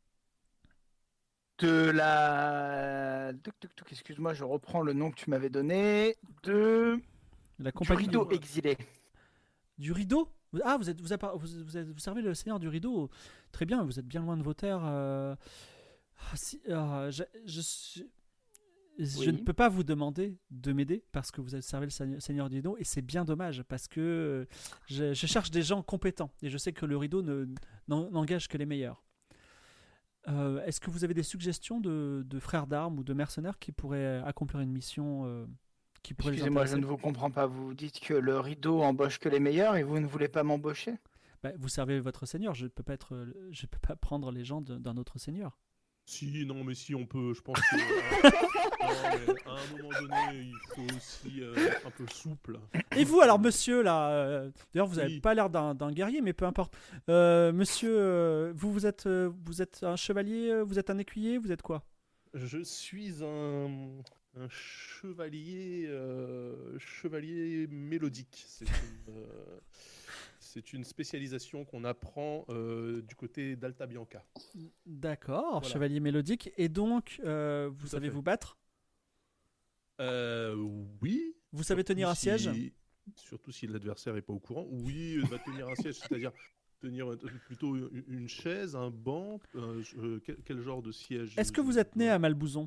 De la. Tuc, tuc, tuc, Excuse-moi, je reprends le nom que tu m'avais donné. De. La Du compagnie rideau du, exilé. du rideau? Ah, vous êtes vous, appar- vous, vous êtes- vous servez le seigneur du rideau. Très bien, vous êtes bien loin de vos terres. euh. Ah, si- ah, je, je suis- je Oui. ne peux pas vous demander de m'aider parce que vous avez servi le seigneur, seigneur du rideau et c'est bien dommage parce que euh, je, je cherche des gens compétents et je sais que le rideau ne, n'en- n'engage que les meilleurs. Euh, est-ce que vous avez des suggestions de, de frères d'armes ou de mercenaires qui pourraient accomplir une mission euh, qui pourrait les Excusez-moi, je intéresser? ne vous comprends pas. Vous dites que le rideau embauche que les meilleurs et vous ne voulez pas m'embaucher? Bah, vous servez votre seigneur, je ne peux pas être, je peux pas prendre les gens de- d'un autre seigneur. Si, non, mais si, on peut, je pense que... euh, non, mais à un moment donné, il faut aussi euh, être un peu souple. Et vous, alors, monsieur, là, euh, d'ailleurs, vous n'avez Oui. pas l'air d'un, d'un guerrier, mais peu importe. Euh, monsieur, euh, vous, vous êtes, euh, vous êtes un chevalier, euh, vous êtes un écuyer, vous êtes quoi? Je suis un, un chevalier, euh, chevalier mélodique. C'est une, euh, c'est une spécialisation qu'on apprend euh, du côté d'Alta Bianca. D'accord, Voilà. chevalier mélodique. Et donc, euh, vous Tout à savez fait. vous battre? Euh, oui. Vous savez Surtout tenir un si- siège? Surtout si l'adversaire n'est pas au courant. Oui, il va tenir un siège, c'est-à-dire tenir euh, plutôt une une chaise, un banc. euh, euh, quel, quel genre de siège? Est-ce que vous êtes né à Malbouzon?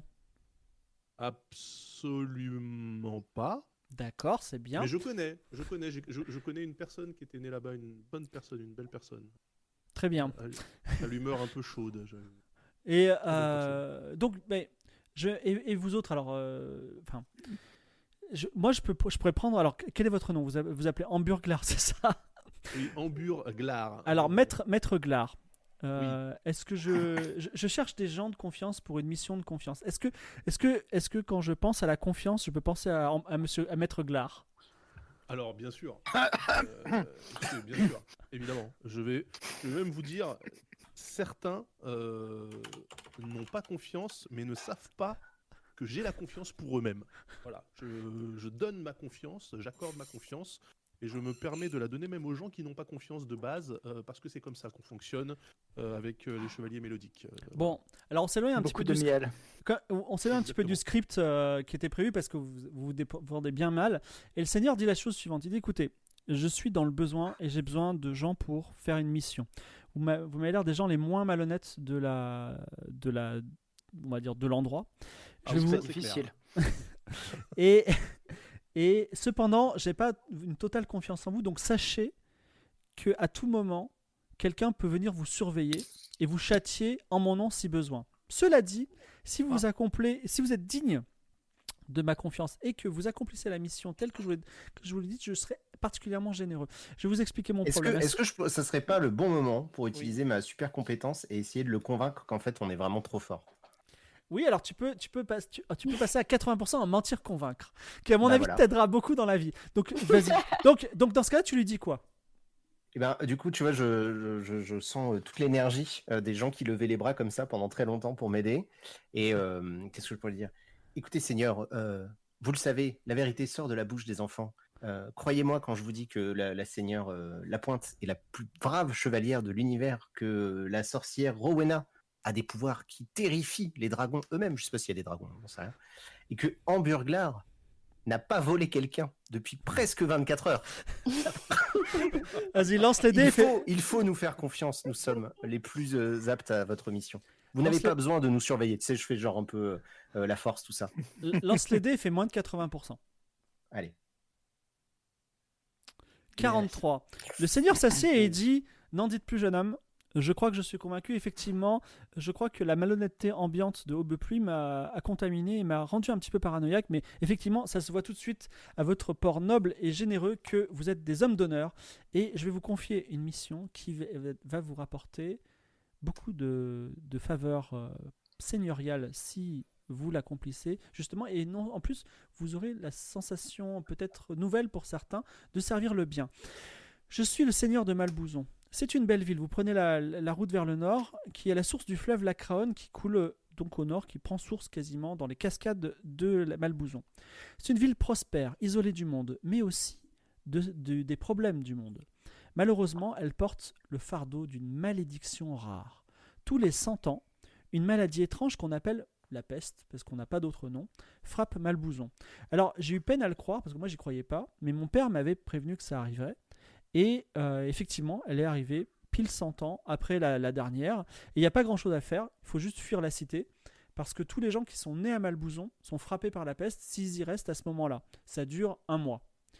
Absolument pas. D'accord, c'est bien. Mais je connais, je connais, j'ai- je, je connais une personne qui était née là-bas, une bonne personne, une belle personne, Très bien. à, à l'humeur un peu chaude. je- Et euh, donc, mais, je, et, et vous autres, alors, euh, enfin, je- moi, je, peux, je pourrais prendre. Alors, quel est votre nom? Vous a- vous appelez Hamburglar, c'est ça? Oui, Hambur Glar. Alors, maître, maître Glar. euh, Est-ce que je, je, je cherche des gens de confiance pour une mission de confiance? Est-ce que, est-ce que, est-ce que quand je pense à la confiance, je peux penser à, à Monsieur, à Maître Glar? Alors, bien sûr, euh, écoutez, bien sûr, évidemment, je vais, je vais même vous dire, certains euh, n'ont pas confiance, mais ne savent pas que j'ai la confiance pour eux-mêmes. Voilà, je, je donne ma confiance, j'accorde ma confiance, et je me permets de la donner même aux gens qui n'ont pas confiance de base, euh, parce que c'est comme ça qu'on fonctionne euh, avec euh, les chevaliers mélodiques. Euh, Bon, alors on s'éloigne un petit Beaucoup peu de du miel. Quand- on s'éloigne un petit peu du script euh, qui était prévu parce que vous vous vous défendez bien mal. Et le Seigneur dit la chose suivante. Il dit, écoutez, je suis dans le besoin et j'ai besoin de gens pour faire une mission. Vous m'a- vous m'avez l'air des gens les moins malhonnêtes de la, de la, on va dire, de l'endroit. Ah, Je vais ça, vous- c'est difficile. et, et cependant, j'ai pas une totale confiance en vous. Donc sachez que à tout moment, quelqu'un peut venir vous surveiller et vous châtier en mon nom si besoin. Cela dit, si vous, Ah. accomplez, si vous êtes digne de ma confiance et que vous accomplissez la mission telle que je vous l'ai, que je vous l'ai dit, je serai particulièrement généreux. Je vais vous expliquer mon Est-ce que, problème. est-ce que je, ça serait pas le bon moment pour utiliser ma super compétence et essayer de le convaincre qu'en fait on est vraiment trop fort? Oui, alors tu peux, tu peux, pas- tu, tu peux passer à quatre-vingts pour cent en mentir convaincre, qui à mon Bah avis voilà. t'aidera beaucoup dans la vie. Donc vas-y. donc, donc dans ce cas-là, tu lui dis quoi? Et ben, du coup, tu vois, je, je, je- je sens euh, toute l'énergie euh, des gens qui levaient les bras comme ça pendant très longtemps pour m'aider. Et euh, qu'est-ce que je pourrais dire? Écoutez, Seigneur, euh, vous le savez, la vérité sort de la bouche des enfants. Euh, croyez-moi quand je vous dis que la, la Seigneur euh, Lapointe est la plus brave chevalière de l'univers, que la sorcière Rowena a des pouvoirs qui terrifient les dragons eux-mêmes. Je sais pas s'il y a des dragons, j'en sais rien. Et que Hamburglar n'a pas volé quelqu'un depuis presque vingt-quatre heures. Vas-y, lance les dés. Il et fais- faut, il faut nous faire confiance, nous sommes les plus euh, aptes à votre mission. Vous n'avez Lance les- pas besoin de nous surveiller. Tu sais, je fais genre un peu euh, la force, tout ça. Lance les dés et fais moins de quatre-vingts pour cent. Allez. quarante-trois. Le Seigneur s'assied et dit, n'en dites plus, jeune homme. Je crois que je suis convaincu. Effectivement, je crois que la malhonnêteté ambiante de Aubepluie m'a a contaminé et m'a rendu un petit peu paranoïaque. Mais effectivement, ça se voit tout de suite à votre port noble et généreux que vous êtes des hommes d'honneur. Et je vais vous confier une mission qui va- va vous rapporter beaucoup de, de faveurs euh, seigneuriales si vous l'accomplissez, justement. Et non, en plus, vous aurez la sensation, peut-être nouvelle pour certains, de servir le bien. Je suis le seigneur de Malbouzon. C'est une belle ville. Vous prenez la, la route vers le nord, qui est la source du fleuve Lacraone, qui coule euh, donc au nord, qui prend source quasiment dans les cascades de la Malbouzon. C'est une ville prospère, isolée du monde, mais aussi de, de- des problèmes du monde. Malheureusement, elle porte le fardeau d'une malédiction rare. Tous les cent ans, une maladie étrange qu'on appelle la peste, parce qu'on n'a pas d'autre nom, frappe Malbouzon. Alors, j'ai eu peine à le croire, parce que moi, j'y croyais pas, mais mon père m'avait prévenu que ça arriverait. Et euh, effectivement, elle est arrivée pile cent ans après la, la dernière. Et il n'y a pas grand-chose à faire, il faut juste fuir la cité, parce que tous les gens qui sont nés à Malbouzon sont frappés par la peste s'ils y restent à ce moment-là. Ça dure un mois.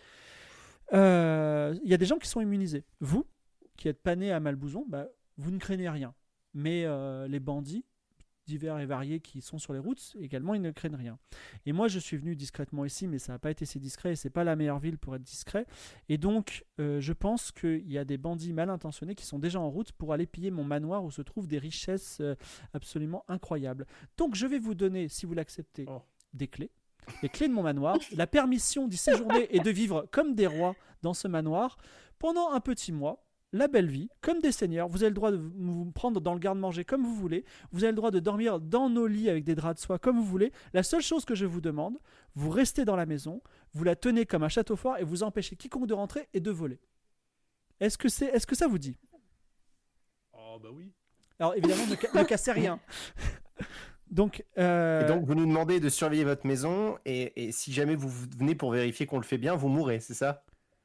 Euh, Il y a des gens qui sont immunisés. Vous, qui n'êtes pas nés à Malbouzon, bah, vous ne craignez rien. Mais euh, les bandits, divers et variés qui sont sur les routes, également ils ne craignent rien. Et moi je suis venu discrètement ici, mais ça n'a pas été si discret et c'est pas la meilleure ville pour être discret. Et donc euh, je pense qu'il y a des bandits mal intentionnés qui sont déjà en route pour aller piller mon manoir où se trouvent des richesses euh, absolument incroyables. Donc je vais vous donner, si vous l'acceptez, Oh. des clés. Les clés de mon manoir, la permission d'y séjourner et de vivre comme des rois dans ce manoir pendant un petit mois. La belle vie, comme des seigneurs, vous avez le droit de vous prendre dans le garde-manger comme vous voulez, vous avez le droit de dormir dans nos lits avec des draps de soie comme vous voulez. La seule chose que je vous demande, vous restez dans la maison, vous la tenez comme un château fort et vous empêchez quiconque de rentrer et de voler. Est-ce que, c'est, est-ce que ça vous dit ? Oh bah oui. Alors évidemment, ne, ca- ne cassez rien. Donc, euh... Et donc, vous nous demandez de surveiller votre maison, et, et si jamais vous venez pour vérifier qu'on le fait bien, vous mourrez, c'est ça ?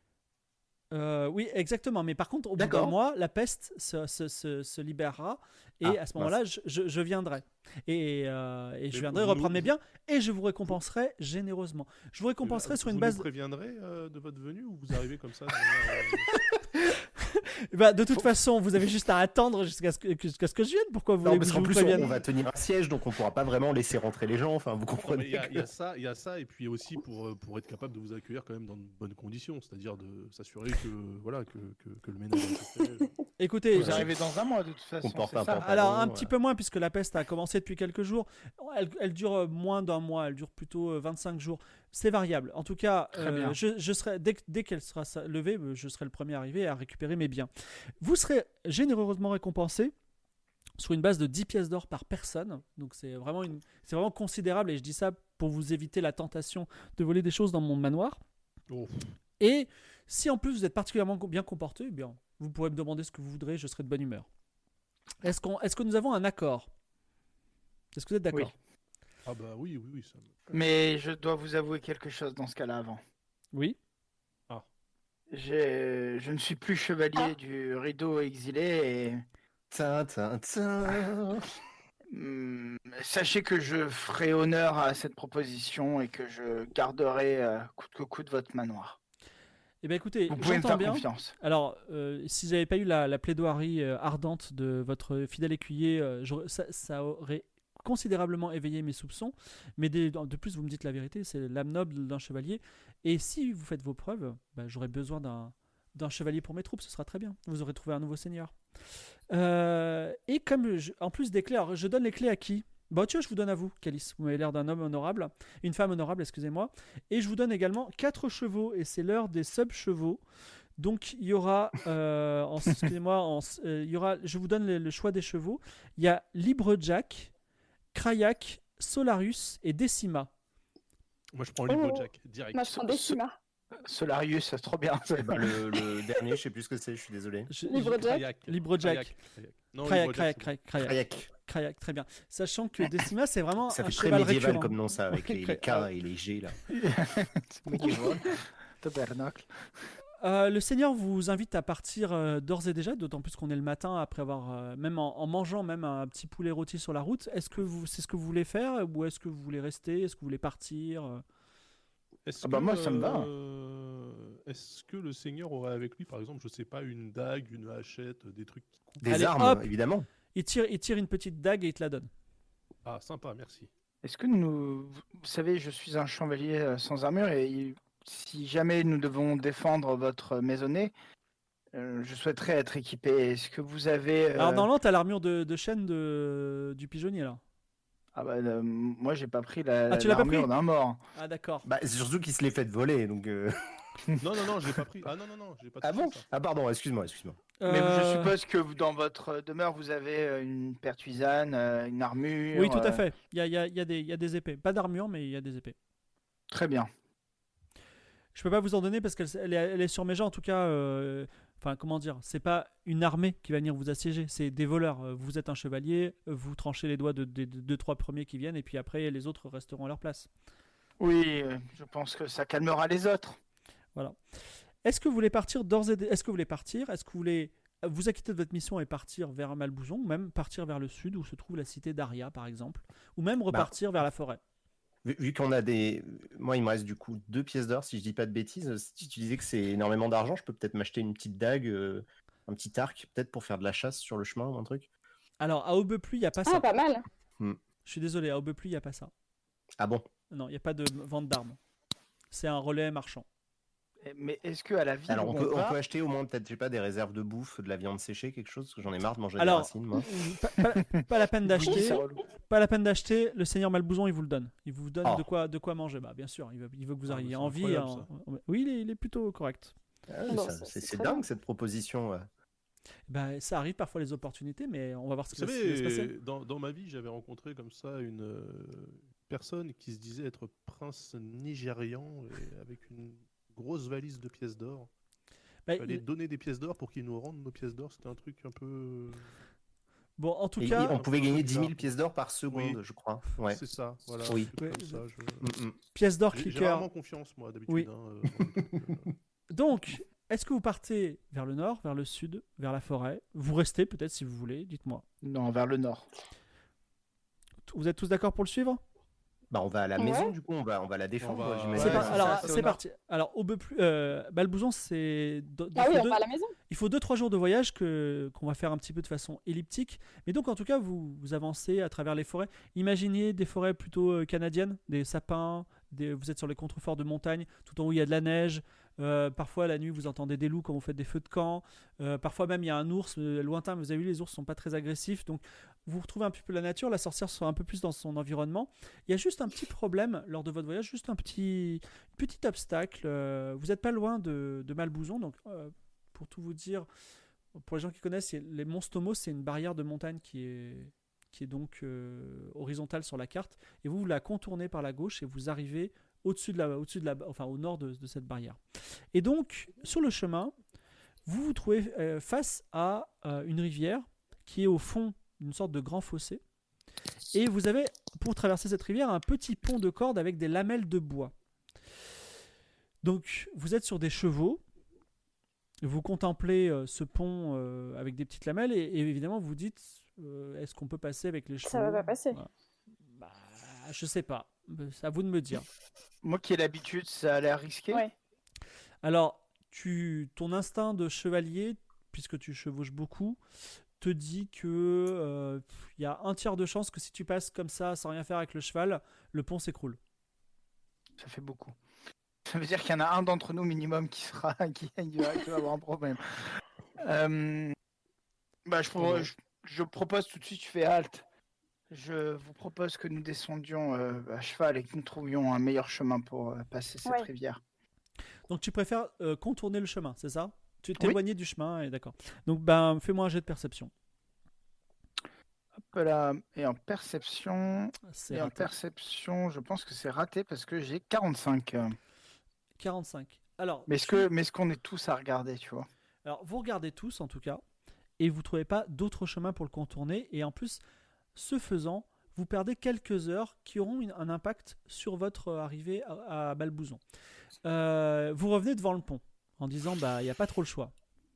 Euh, oui, exactement. Mais par contre, au bout D'accord. d'un mois, la peste se, se, se, se libérera et Ah, à ce moment-là, je, je, je viendrai. Et, euh, et je Mais viendrai vous- reprendre mes vous- biens et je vous récompenserai généreusement. Je vous récompenserai sur une vous base. nous préviendrez euh, de votre venue ou vous arrivez comme ça de manière, euh, Bah, de toute façon, vous avez juste à attendre jusqu'à ce que, jusqu'à ce que je vienne. Pourquoi vous Non, voulez parce que je qu'en vous plus, on, prévienne on va tenir un siège, donc on pourra pas vraiment laisser rentrer les gens, enfin, vous Non, mais comprenez Il y, a- que- il y a ça, il y a ça, et puis aussi pour, euh, pour être capable de vous accueillir quand même dans de bonnes conditions, c'est-à-dire de s'assurer que, voilà, que, que, que le ménage est fait. Écoutez, Vous j'ai- arrivez dans un mois de toute façon. On porte c'est un ça pantalon. alors un ouais. petit peu moins puisque la peste a commencé depuis quelques jours. Elle, elle dure euh, moins d'un mois, elle dure plutôt euh, vingt-cinq jours. C'est variable. En tout cas, Très euh, bien. je, je serai, dès, que- dès qu'elle sera sa- levée, euh, je serai le premier arrivé à récupérer mes biens. Vous serez généreusement récompensé sur une base de dix pièces d'or par personne. Donc c'est vraiment, une, c'est vraiment considérable et je dis ça pour vous éviter la tentation de voler des choses dans mon manoir. Oh. Et si en plus vous êtes particulièrement co- bien comporté, eh bien, vous pourrez me demander ce que vous voudrez, je serai de bonne humeur. Est-ce, qu'on, est-ce que nous avons un accord ? Est-ce que vous êtes d'accord ? Oui. Ah bah oui, oui, oui. Ça me- Mais je dois vous avouer quelque chose dans ce cas-là avant. Oui. J'ai- Je ne suis plus chevalier du rideau exilé et Tin, tin, tin. hum, sachez que je ferai honneur à cette proposition et que je garderai euh, coûte que coûte votre manoir. Eh bien écoutez, Vous pouvez me j'entends faire bien. confiance. Alors, euh, si j'avais pas eu la, la plaidoirie euh, ardente de votre fidèle écuyer, euh, j'aurais- ça, ça aurait considérablement éveillé mes soupçons. Mais des- de plus, vous me dites la vérité, c'est l'âme noble d'un chevalier. Et si vous faites vos preuves, bah, j'aurais besoin d'un, d'un chevalier pour mes troupes, ce sera très bien. Vous aurez trouvé un nouveau seigneur. Euh, et comme, je- en plus des clés, alors je donne les clés à qui ? Bah tiens, je vous donne à vous, Calice. Vous m'avez l'air d'un homme honorable, une femme honorable, excusez-moi. Et je vous donne également quatre chevaux, et c'est l'heure des sub-chevaux. Donc il y aura, euh, en, excusez-moi, en, euh, il y aura, je vous donne le, le choix des chevaux. Il y a Libre Jack, Krayak, Solarius et Decima. Moi je prends le livre Oh. Jack, direct. Moi, je prends Decima. Solarius, c'est trop bien. Eh ben, le, le dernier, je sais plus ce que c'est, je suis désolé. Je- Libre je- Jack. Kayak. Libre Jack. Kayak. Kayak. Non, Krayak, Libre Krayak, Jack, Krayak, Krayak, Kayak. Krayak, très bien. Sachant que Decima, c'est vraiment Ça un fait très cheval médiéval récurrent. comme nom, ça, avec les, les K et les G, là. C'est médiéval. Tabernacle. Euh, le Seigneur vous invite à partir euh, d'ores et déjà, d'autant plus qu'on est le matin après avoir, euh, même en, en mangeant même un petit poulet rôti sur la route. Est-ce que vous, c'est ce que vous voulez faire ou est-ce que vous voulez rester ? Est-ce que vous voulez partir ? euh Est-ce Ah bah que, moi, ça me va. euh, Est-ce que le seigneur aurait avec lui, par exemple, je sais pas, une dague, une hachette, des trucs qui coupent Des Allez, armes, hop. évidemment. il, tire, il tire une petite dague et il te la donne. Ah, sympa, merci. Est-ce que nous, vous savez, je suis un chevalier euh, sans armure et il- si jamais nous devons défendre votre maisonnée, euh, je souhaiterais être équipé. Est-ce que vous avez euh, Alors normalement, tu as l'armure de, de chêne de, du pigeonnier là. Ah bah, euh, moi j'ai pas pris la Ah, tu l'as pas l'armure pris d'un mort. Ah d'accord. Bah, c'est surtout qu'il se l'est fait voler, donc... euh, Non, non, non, je l'ai pas pris. Ah non, non, non, je l'ai pas Ah touché, bon ça. Ah pardon, excuse-moi, excuse-moi. Mais je Euh, suppose que vous, dans votre demeure, vous avez euh, une pertuisane, euh, une armure. Oui, tout à euh, fait. Il y a, il y a- il y a des, il y a des épées. Pas d'armure, mais il y a des épées. Très bien. Je peux pas vous en donner parce qu'elle elle est, elle est sur mes gens. En tout cas, euh, enfin comment dire, c'est pas une armée qui va venir vous assiéger, c'est des voleurs. Euh, Vous êtes un chevalier, vous tranchez les doigts de, de, de- deux trois premiers qui viennent et puis après les autres resteront à leur place. Oui, euh, je pense que ça calmera les autres. Voilà. Est-ce que vous voulez partir d'ores et dé- Est-ce que vous voulez partir Est-ce que vous voulez vous acquitter de votre mission et partir vers Malbouzon, ou même partir vers le sud où se trouve la cité d'Aria par exemple, ou même repartir vers la forêt? Vu, vu qu'on a des... Moi, il me reste du coup deux pièces d'or, si je dis pas de bêtises. Si tu disais que c'est énormément d'argent, je peux peut-être m'acheter une petite dague, euh, un petit arc, peut-être pour faire de la chasse sur le chemin ou un truc. Alors à Aubepluie, il y a pas ça. Ah, pas mal. Hmm. Je suis désolé, à Aubepluie, il n'y a pas ça. Ah bon? Non, il n'y a pas de vente d'armes. C'est un relais marchand. Mais est-ce que à la ville Alors, où on on peut, on va- peut acheter au moins, peut-être, je sais pas, des réserves de bouffe, de la viande séchée, quelque chose, parce que j'en ai marre de manger Alors, des racines, moi. Pas, pas- pas la peine Oui, d'acheter. c'est relou. Pas la peine d'acheter. Le seigneur Malbouzon, il vous le donne. Il vous donne Oh. de quoi, de quoi manger. Bah, bien sûr, il veut, il veut que vous Ah, arriviez mais c'est en vie. incroyable, en- Oui, il est, il est plutôt correct. Ah, Bon, ça- ça, c'est c'est c'est très dingue, bien. cette proposition. ouais. Bah, ça arrive parfois les opportunités, mais on va voir ce Vous qui va, ce qui va se savez, passer. dans, dans ma vie, j'avais rencontré comme ça une euh, personne qui se disait être prince nigérian et avec une grosse valise de pièces d'or. Bah, Il fallait il- donner des pièces d'or pour qu'ils nous rendent nos pièces d'or. C'était un truc un peu. Bon, en tout Et cas, on pouvait un peu gagner bizarre. dix mille pièces d'or par seconde, Oui. je crois. Ouais. C'est ça, voilà. Oui. un truc comme ça, je- Mm, mm. pièce d'or, J'ai j'ai clicker. rarement confiance, moi, d'habitude. Oui. hein, euh, dans les trucs, euh. Donc, est-ce que vous partez vers le nord, vers le sud, vers la forêt? Vous restez peut-être si vous voulez, dites-moi. Non, vers le nord. Vous êtes tous d'accord pour le suivre? Bah, on va à la Ouais. maison, du coup, on va, on va la défendre, On va- j'imagine. C'est Ouais, par- c'est Alors, ça, c'est au c'est nord. parti. Alors, au Beuplu- euh, Balbouzon, c'est. do- Ah il oui, faut on deux- va à la maison. Il faut deux trois jours de voyage que qu'on va faire un petit peu de façon elliptique. Mais donc, en tout cas, vous, vous avancez à travers les forêts. Imaginez des forêts plutôt euh, canadiennes, des sapins. Des, vous êtes sur les contreforts de montagne, tout en haut il y a de la neige. Euh, parfois la nuit vous entendez des loups quand vous faites des feux de camp. Euh, parfois même il y a un ours euh, lointain. Mais vous avez vu, les ours sont pas très agressifs. Donc vous retrouvez un petit peu la nature. La sorcière soit un peu plus dans son environnement. Il y a juste un petit problème lors de votre voyage, juste un petit, petit obstacle. Euh, vous n'êtes pas loin de, de Malbouzon, donc euh, pour tout vous dire, pour les gens qui connaissent, les Monstomos, c'est une barrière de montagne qui est, qui est donc euh, horizontale sur la carte, et vous, vous la contournez par la gauche et vous arrivez au-dessus de la, au-dessus de la, enfin au nord de, de cette barrière. Et donc sur le chemin, vous vous trouvez euh, face à euh, une rivière qui est au fond d'une sorte de grand fossé, et vous avez, pour traverser cette rivière, un petit pont de corde avec des lamelles de bois. Donc vous êtes sur des chevaux. Vous contemplez euh, ce pont euh, avec des petites lamelles et, et évidemment vous dites euh, est-ce qu'on peut passer avec les chevaux? Ça va pas passer. Voilà. Bah, je sais pas, c'est à vous de me dire. Moi qui ai l'habitude, ça a l'air risqué. Ouais. Alors, tu, ton instinct de chevalier, puisque tu chevauches beaucoup, te dit que euh, il y a un tiers de chance que si tu passes comme ça sans rien faire avec le cheval, le pont s'écroule. Ça fait beaucoup. Ça veut dire qu'il y en a un d'entre nous minimum qui sera qui, qui va, qui va avoir un problème. Euh, bah, je, pro- je, je propose tout de suite, je fais halte. Je vous propose que nous descendions euh, à cheval et que nous trouvions un meilleur chemin pour euh, passer cette Ouais. rivière. Donc tu préfères euh, contourner le chemin, c'est ça? Tu Oui. t'éloigner du chemin, et d'accord. Donc ben fais-moi un jet de perception. Hop là. Et en perception, C'est et en raté. perception, je pense que c'est raté parce que j'ai quarante-cinq. quarante-cinq. Alors, Mais est-ce tu- que, mais est-ce qu'on est tous à regarder, tu vois? Alors, vous regardez tous en tout cas, et vous ne trouvez pas d'autre chemin pour le contourner, et en plus, ce faisant, vous perdez quelques heures qui auront une- un impact sur votre euh, arrivée à, à Balbouzon. Euh, vous revenez devant le pont en disant bah il n'y a pas trop le choix.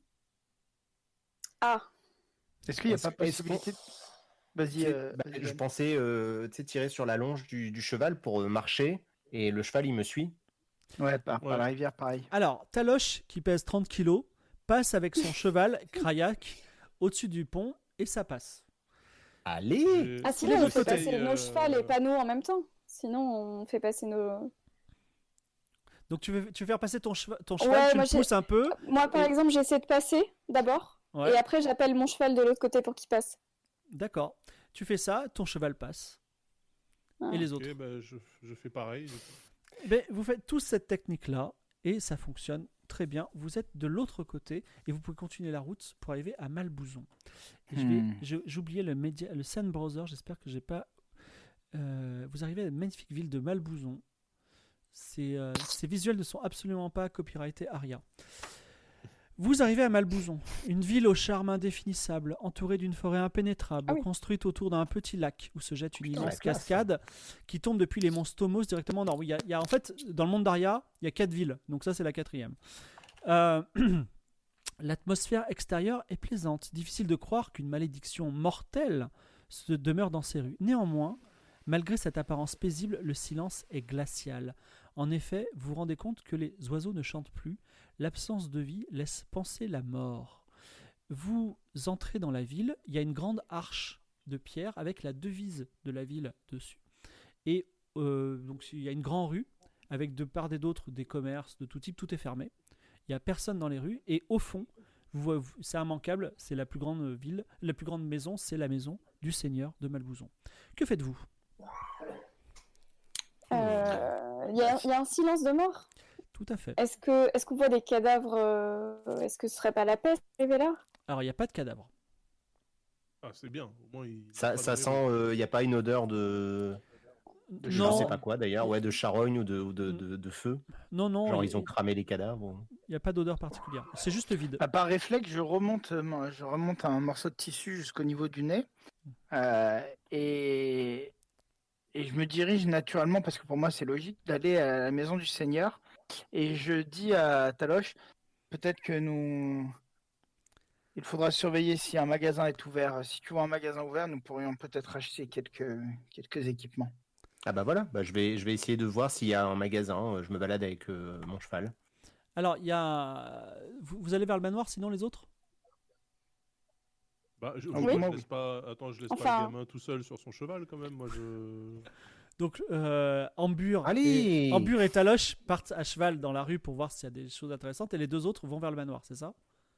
Ah, Est-ce qu'il n'y a Est-ce- pas est-ce possibilité de... Vas-y, C'est- euh, bah, vas-y, je Ben. pensais euh, tu sais, tirer sur la longe du, du cheval pour euh, marcher, et le cheval, il me suit. Ouais, par, par Ouais. la rivière, pareil. Alors, Taloche, qui pèse trente kilos, passe avec son cheval, Krayak, au-dessus du pont, et ça passe. Allez! J'ai- ah sinon on j'ai fait sauté, passer euh, nos chevals et pas nous en même temps. Sinon on fait passer nos. Donc tu veux, tu veux faire passer ton, cheva- ton Ouais, cheval, tu moi, le j'ai- pousses un peu. Moi par Et- exemple j'essaie de passer d'abord Ouais. et après j'appelle mon cheval de l'autre côté pour qu'il passe. D'accord. Tu fais ça, ton cheval passe. Ah. Et les autres. Ok, bah, je, je fais pareil. Ben, vous faites tous cette technique-là et ça fonctionne très bien. Vous êtes de l'autre côté et vous pouvez continuer la route pour arriver à Malbouzon. Et je vais, Hmm. je- j'ai oublié le, média, le Sun Browser, j'espère que j'ai pas. Euh, vous arrivez à la magnifique ville de Malbouzon. Ces, euh, ces visuels ne sont absolument pas copyrightés Aria. Vous arrivez à Malbouzon, une ville au charme indéfinissable, entourée d'une forêt impénétrable, Ah oui. construite autour d'un petit lac où se jette une Putain, immense la classe. cascade qui tombe depuis les monts Stomos directement au nord. Oui, il y a, il y a- en fait, dans le monde d'Aria, il y a quatre villes, donc ça c'est la quatrième. Euh, L'atmosphère extérieure est plaisante, difficile de croire qu'une malédiction mortelle se demeure dans ces rues. Néanmoins, malgré cette apparence paisible, le silence est glacial. En effet, vous vous rendez compte que les oiseaux ne chantent plus, l'absence de vie laisse penser la mort. Vous entrez dans la ville, il y a une grande arche de pierre avec la devise de la ville dessus. Et euh, donc il y a une grande rue avec de part et d'autre des commerces de tout type, tout est fermé. Il n'y a personne dans les rues et au fond, vous voyez, c'est immanquable, c'est la plus grande ville, la plus grande maison, c'est la maison du seigneur de Malbouzon. Que faites-vous ? Il euh, y, y a un silence de mort. Tout à fait. Est-ce que, est-ce qu'on voit des cadavres euh, Est-ce que ce serait pas la peste d'arriver là ? Alors il n'y a pas de cadavre. Ah, c'est bien. Au moins, il... Ça, ça sent. Il euh, n'y a pas une odeur de. de je ne sais pas quoi d'ailleurs, ouais, de charogne ou de, ou de, de, de feu. Non, non. Genre ils ont cramé les cadavres. Il n'y a pas d'odeur particulière. C'est juste vide. À part réflexe, je remonte, je remonte un morceau de tissu jusqu'au niveau du nez. Euh, et... et je me dirige naturellement, parce que pour moi c'est logique, d'aller à la maison du Seigneur. Et je dis à Taloche, peut-être que nous... Il faudra surveiller si un magasin est ouvert. Si tu vois un magasin ouvert, nous pourrions peut-être acheter quelques, quelques équipements. Ah bah voilà, bah je, vais, je vais essayer de voir s'il y a un magasin. Je me balade avec euh, mon cheval. Alors, il y a... Vous, vous allez vers le manoir, sinon les autres ? Bah, je, oui. je, je moi, laisse oui. pas... Attends, je laisse Enfin... pas le gamin tout seul sur son cheval quand même. Moi, je... Donc, euh, Ambur, Allez et, Ambur et Taloche partent à cheval dans la rue pour voir s'il y a des choses intéressantes, et les deux autres vont vers le manoir, c'est ça ?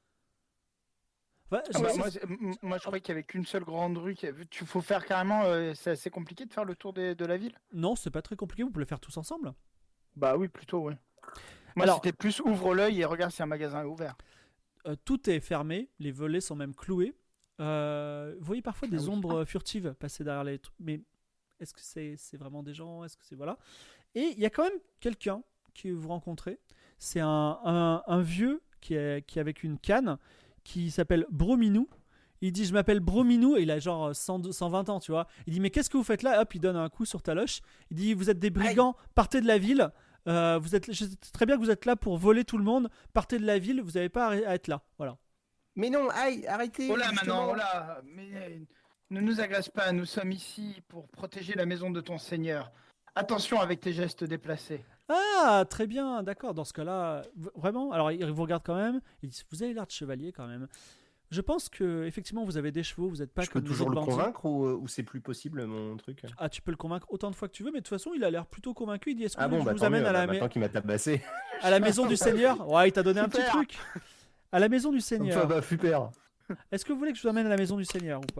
Ouais, Ah bah, je... moi, moi, je croyais qu'il n'y avait qu'une seule grande rue. Il faut faire carrément. Euh, c'est assez compliqué de faire le tour des, de la ville. Non, c'est pas très compliqué, vous pouvez le faire tous ensemble. Bah oui, plutôt, oui. Moi, Alors, c'était plus ouvre l'œil et regarde si un magasin est ouvert. Euh, tout est fermé, les volets sont même cloués. Euh, vous voyez parfois des ah oui. ombres furtives passer derrière les trucs, mais est-ce que c'est, c'est vraiment des gens ? Est-ce que c'est voilà ? Et il y a quand même quelqu'un que vous rencontrez. C'est un, un, un vieux qui est, qui est avec une canne, qui s'appelle Brominou. Il dit je m'appelle Brominou et il a genre cent, cent vingt ans, tu vois. Il dit mais qu'est-ce que vous faites là ? Hop, il donne un coup sur Taloche. Il dit vous êtes des brigands, partez de la ville. Euh, vous êtes, je sais très bien que vous êtes là pour voler tout le monde. Partez de la ville, vous n'avez pas à être là. Voilà. Mais non, aïe, arrêtez. Oh là, justement. maintenant, oh là. Mais ne nous agresse pas, nous sommes ici pour protéger la maison de ton Seigneur. Attention avec tes gestes déplacés. Ah, très bien, d'accord. Dans ce cas-là, v- vraiment. Alors, il vous regarde quand même. Il dit vous avez l'air de chevalier quand même. Je pense que effectivement, vous avez des chevaux. Vous n'êtes pas Je peux comme les toujours autres le bandits. convaincre ou, ou c'est plus possible mon truc? Ah, tu peux le convaincre autant de fois que tu veux, mais de toute façon, il a l'air plutôt convaincu. Il dit est-ce que Ah vous voulez bon, que bah je vous tant amène mieux, à, la bah, ma- maintenant qu'il m'a tabassé. à la maison du Seigneur? Ouais, il t'a donné un petit Super. truc. À la maison du Seigneur. Enfin, bah super. Est-ce que vous voulez que je vous amène à la maison du Seigneur ou pas?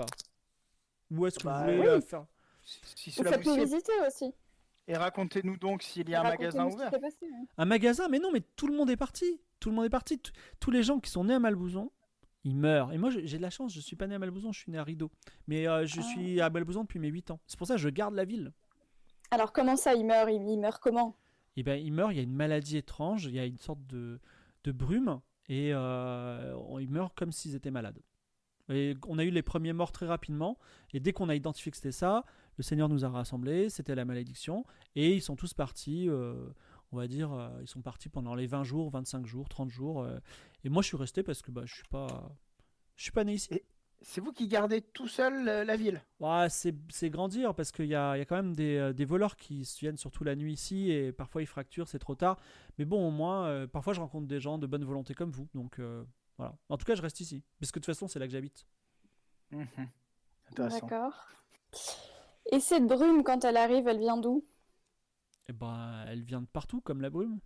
Ou est-ce que Bah, vous voulez oui. euh, faire Si, si Vous cela faites vous nous sied. visiter aussi. Et racontez-nous donc s'il y a un Racontez-nous magasin ce qui ouvert. s'est passé, hein. un magasin? Mais non, mais tout le monde est parti. Tout le monde est parti. T- Tous les gens qui sont nés à Malbouzon, ils meurent. Et moi, je- j'ai de la chance. Je suis pas né à Malbouzon, je suis né à Rideau. Mais euh, je Ah. suis à Malbouzon depuis mes huit ans. C'est pour ça que je garde la ville. Alors comment ça, il meurt il, il meurt comment? Et ben, il meurt. Il y a une maladie étrange. Il y a une sorte de, de brume. Et euh, on- ils meurent comme s'ils étaient malades. Et on a eu les premiers morts très rapidement. Et dès qu'on a identifié que c'était ça, le Seigneur nous a rassemblés. C'était la malédiction. Et ils sont tous partis. euh, on va dire, euh, ils sont partis pendant les vingt jours, vingt-cinq jours, trente jours. euh, et moi, je suis resté parce que bah, je suis pas, je suis pas né ici. Et- C'est vous qui gardez tout seul euh, la ville. Ouais, c'est, c'est grandir parce qu'il y a, il y a quand même des, euh, des voleurs qui se viennent surtout la nuit ici et parfois ils fracturent, c'est trop tard. Mais bon, au moins, euh, parfois je rencontre des gens de bonne volonté comme vous. Donc euh, voilà. En tout cas, je reste ici. Parce que de toute façon, c'est là que j'habite. Mhm. Intéressant. D'accord. Et cette brume, quand elle arrive, elle vient d'où? Et ben, elle vient de partout, comme la brume.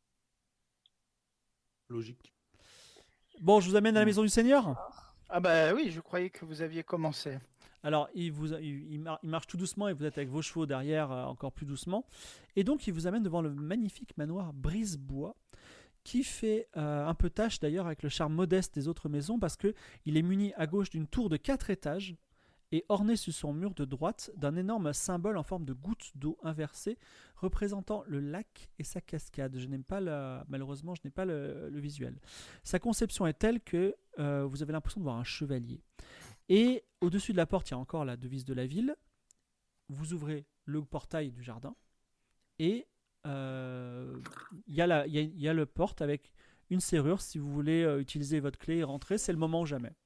Logique. Bon, je vous amène à la maison du Seigneur. Ah bah oui, je croyais que vous aviez commencé. Alors, il, vous, il, il mar- il marche tout doucement et vous êtes avec vos chevaux derrière euh, encore plus doucement. Et donc, il vous amène devant le magnifique manoir Brisebois, qui fait euh, un peu tâche d'ailleurs avec le charme modeste des autres maisons parce qu'il est muni à gauche d'une tour de quatre étages et orné sur son mur de droite d'un énorme symbole en forme de goutte d'eau inversée représentant le lac et sa cascade. Je n'aime pas la... Malheureusement, je n'ai pas le, le visuel. Sa conception est telle que euh, vous avez l'impression de voir un chevalier. Et au-dessus de la porte, il y a encore la devise de la ville. Vous ouvrez le portail du jardin et euh, il y a la, il y a, il y a le porte avec une serrure. Si vous voulez euh, utiliser votre clé et rentrer, c'est le moment ou jamais.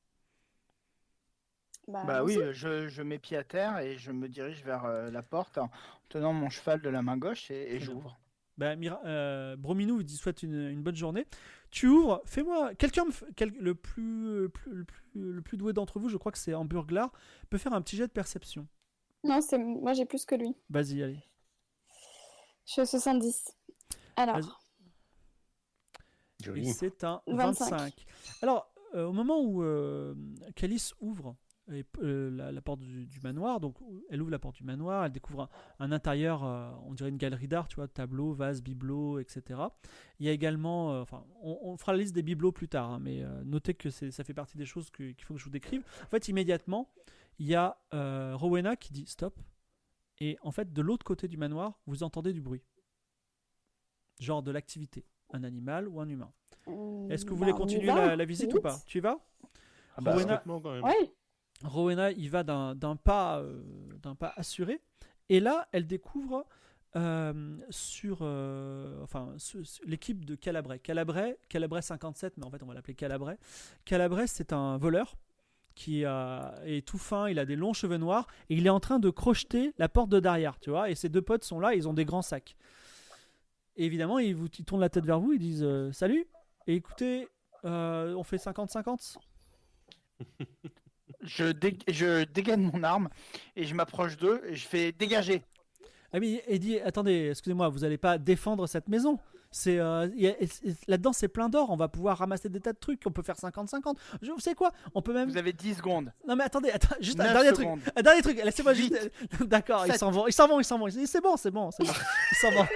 Bah oui, je, je mets pied à terre et je me dirige vers euh, la porte en tenant mon cheval de la main gauche et, et Très bien. j'ouvre. Bah, Mira- euh, Brominou vous dit souhaite une, une bonne journée. Tu ouvres, fais-moi. Quelqu'un, me f- quel- le, plus, le, plus, le, plus, le plus doué d'entre vous, je crois que c'est Hamburglar, peut faire un petit jet de perception. Non, c'est moi j'ai plus que lui. Vas-y, allez. Je suis à soixante-dix. Alors, Vas-y. Et Joli. c'est un vingt-cinq. vingt-cinq. Alors, euh, au moment où euh, Calice ouvre et, euh, la, la porte du, du manoir, donc elle ouvre la porte du manoir, elle découvre un, un intérieur, euh, on dirait une galerie d'art, tu vois, tableaux, vases, bibelots, et cetera. Il y a également, euh, enfin, on, on fera la liste des bibelots plus tard, hein, mais euh, notez que c'est, ça fait partie des choses que- qu'il faut que je vous décrive. En fait, immédiatement, il y a euh, Rowena qui dit stop, et en fait, de l'autre côté du manoir, vous entendez du bruit, genre de l'activité, un animal ou un humain. Est-ce que vous bah, voulez on y continuer va, la, la visite vite. ou pas? Tu y vas? Ah bah, Rowena- complètement, quand même. Ouais. Rowena, il va d'un, d'un pas, euh, d'un pas assuré. Et là, elle découvre euh, sur, euh, enfin, ce- ce- l'équipe de Calabret. Calabret, Calabret cinquante-sept, mais en fait, on va l'appeler Calabret. Calabret, c'est un voleur qui a- est tout fin. Il a des longs cheveux noirs et il est en train de crocheter la porte de derrière, tu vois. Et ses deux potes sont là, ils ont des grands sacs. Et évidemment, ils, vous, ils tournent la tête vers vous, ils disent euh, salut. Et écoutez, euh, on fait cinquante cinquante. Je, dé- je dégaine mon arme et je m'approche d'eux et je fais dégager. Ah oui, et dit attendez, excusez-moi, vous n'allez pas défendre cette maison. C'est euh, y a- et- et là-dedans, c'est plein d'or. On va pouvoir ramasser des tas de trucs. On peut faire cinquante cinquante. Je, vous savez quoi? On peut même. Vous avez dix secondes. Non mais attendez, attends, juste un neuf dernier secondes. truc. Un dernier truc. Laissez-moi Huit. juste. D'accord, ils Sept. s'en vont, ils s'en vont, ils s'en vont. C'est bon, c'est bon, c'est bon. Ils s'en vont.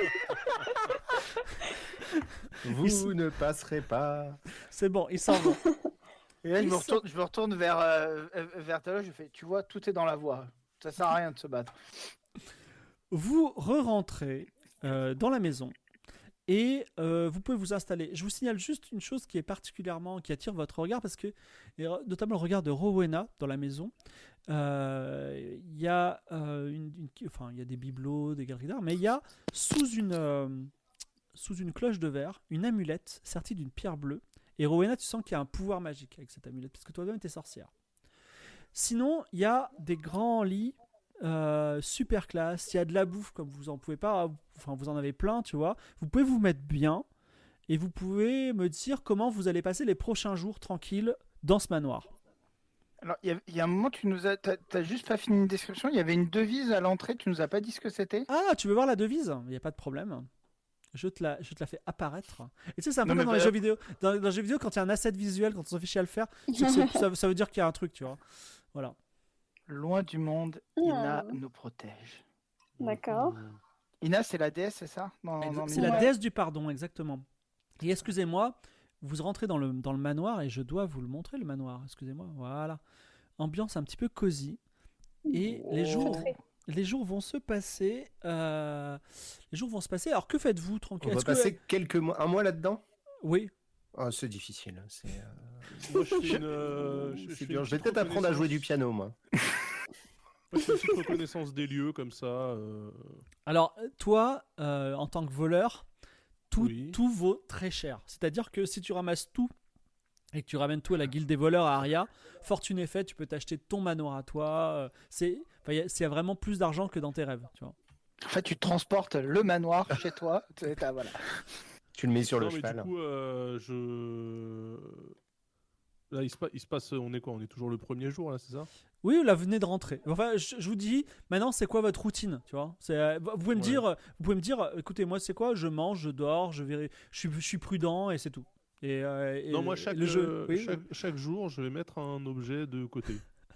Vous Ils- ne passerez pas. C'est bon, ils s'en vont. Et là, je Ils me sont- retourne, je me retourne vers, euh, euh, vers Talos, je fais, tu vois, tout est dans la voie. Ça sert à rien de se battre. Vous re-rentrez euh, dans la maison et euh, vous pouvez vous installer. Je vous signale juste une chose qui est particulièrement qui attire votre regard parce que, et notamment le regard de Rowena dans la maison. Euh, Il y a euh, une, une- enfin il y a des bibelots, des galeries d'art, mais il y a sous une euh, sous une cloche de verre une amulette sertie d'une pierre bleue. Et Rowena, tu sens qu'il y a un pouvoir magique avec cette amulette parce que toi-même t'es sorcière. Sinon, il y a des grands lits. Euh, super classe, il y a de la bouffe comme vous en pouvez pas, enfin vous en avez plein, tu vois. Vous pouvez vous mettre bien et vous pouvez me dire comment vous allez passer les prochains jours tranquilles dans ce manoir. Alors, il y, a- il y a un moment, tu nous as, t'as, t'as juste pas fini une description. Il y avait une devise à l'entrée, tu nous as pas dit ce que c'était. Ah, tu veux voir la devise? Il n'y a pas de problème. Je te, la, je te la fais apparaître. Et tu sais, c'est un peu Non, mais comme dans les bah- jeux vidéo. Dans, dans les jeux vidéo, quand il y a un asset visuel, quand on se fait chier à le faire, c'est que c'est- ça, ça veut dire qu'il y a un truc, tu vois. Voilà. Loin du monde, Ah. Ina nous protège. D'accord. Ina, c'est la déesse, c'est ça? Dans- dans C'est le- la Ouais. déesse du pardon, exactement. Et excusez-moi, vous rentrez dans le, dans le manoir et je dois vous le montrer, le manoir. Excusez-moi, voilà. Ambiance un petit peu cosy. Et les jours, Feutré. les jours vont se passer. euh, les jours vont se passer. Alors que faites-vous On tranquille? va Est-ce que- passer quelques mois, un mois là-dedans. Oui. Ah, c'est difficile. C'est euh, Moi, je fais une, euh, je- je c'est fais dur. une Je vais petite peut-être apprendre à jouer du reconnaissance- piano, moi. Moi, je fais une petite reconnaissance des lieux comme ça. euh, Alors toi, euh, en tant que voleur, tout, Oui. tout vaut très cher. C'est-à-dire que si tu ramasses tout et que tu ramènes tout à la guilde des voleurs à Aria, fortune est faite, tu peux t'acheter ton manoir à toi. euh, C'est, enfin, il y a- c'est vraiment plus d'argent que dans tes rêves, tu vois. En fait, tu transportes le manoir chez toi. t'as- t'as- voilà. Tu le mets sur non, le mais cheval. du coup, euh, je. Là, il se, pa- il se passe. On est quoi? On est toujours le premier jour, là, c'est ça? Oui, là, vous venez de rentrer. Enfin, je, je vous dis, maintenant, c'est quoi votre routine, tu vois? C'est, euh, vous pouvez me Ouais. dire, vous pouvez me dire, euh, écoutez, moi, c'est quoi? Je mange, je dors, je verrai, je suis, je suis prudent et c'est tout. Et, euh, et Non, moi, chaque, le jeu, euh, oui, chaque, chaque jour, je vais mettre un objet de côté.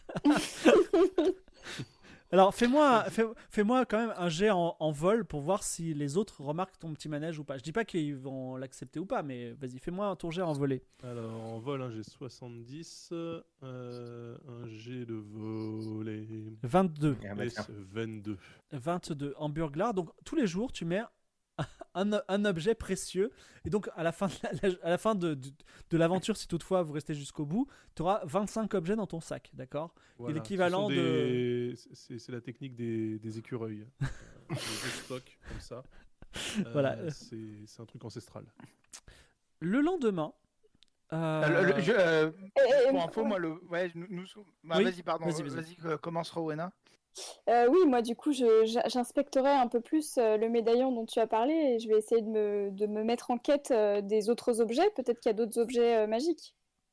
Alors, fais-moi, fais, fais-moi quand même un jet en, en vol pour voir si les autres remarquent ton petit manège ou pas. Je dis pas qu'ils vont l'accepter ou pas, mais vas-y, fais-moi un tour jet en volée. Alors, en vol, hein, j'ai soixante-dix. euh, un G de volet. vingt-deux. Ah, bah, Et tiens. c'est vingt-deux. vingt-deux en burglar. Donc, tous les jours, tu mets un, un objet précieux. Et donc, à la fin de, la- à la fin de, de, de l'aventure, si toutefois vous restez jusqu'au bout, tu auras vingt-cinq objets dans ton sac, d'accord? Voilà. l'équivalent Ce sont des- C'est c'est la technique des, des écureuils. Euh, les stocks comme ça. Euh, Voilà. C'est c'est un truc ancestral. Le lendemain... euh, Euh, le- le- je- euh, Et- et- pour info, moi, le. Ouais, nous. nous- bah, Oui, vas-y, pardon. vas-y, Vas-y, vas-y. euh, commence Rowena. Euh, oui, moi, du coup, je, j'a- j'inspecterai un peu plus euh, le médaillon dont tu as parlé et je vais essayer de me, de me mettre en quête euh, des autres objets. Peut-être qu'il y a d'autres objets euh, magiques.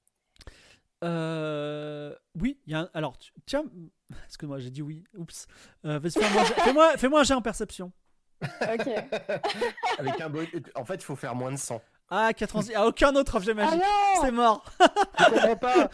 Euh, Oui, il y a un... Alors, tu- tiens... Excuse-moi, j'ai dit oui. Oups. Euh, vas-y, fais-moi un jet- fais-moi, fais-moi un jet en perception. Ok. Avec un bo- En fait, il faut faire moins de cent. Ah, quatre-vingt-dix. Ah, aucun autre objet Ah magique. non! C'est mort. Je comprends pas.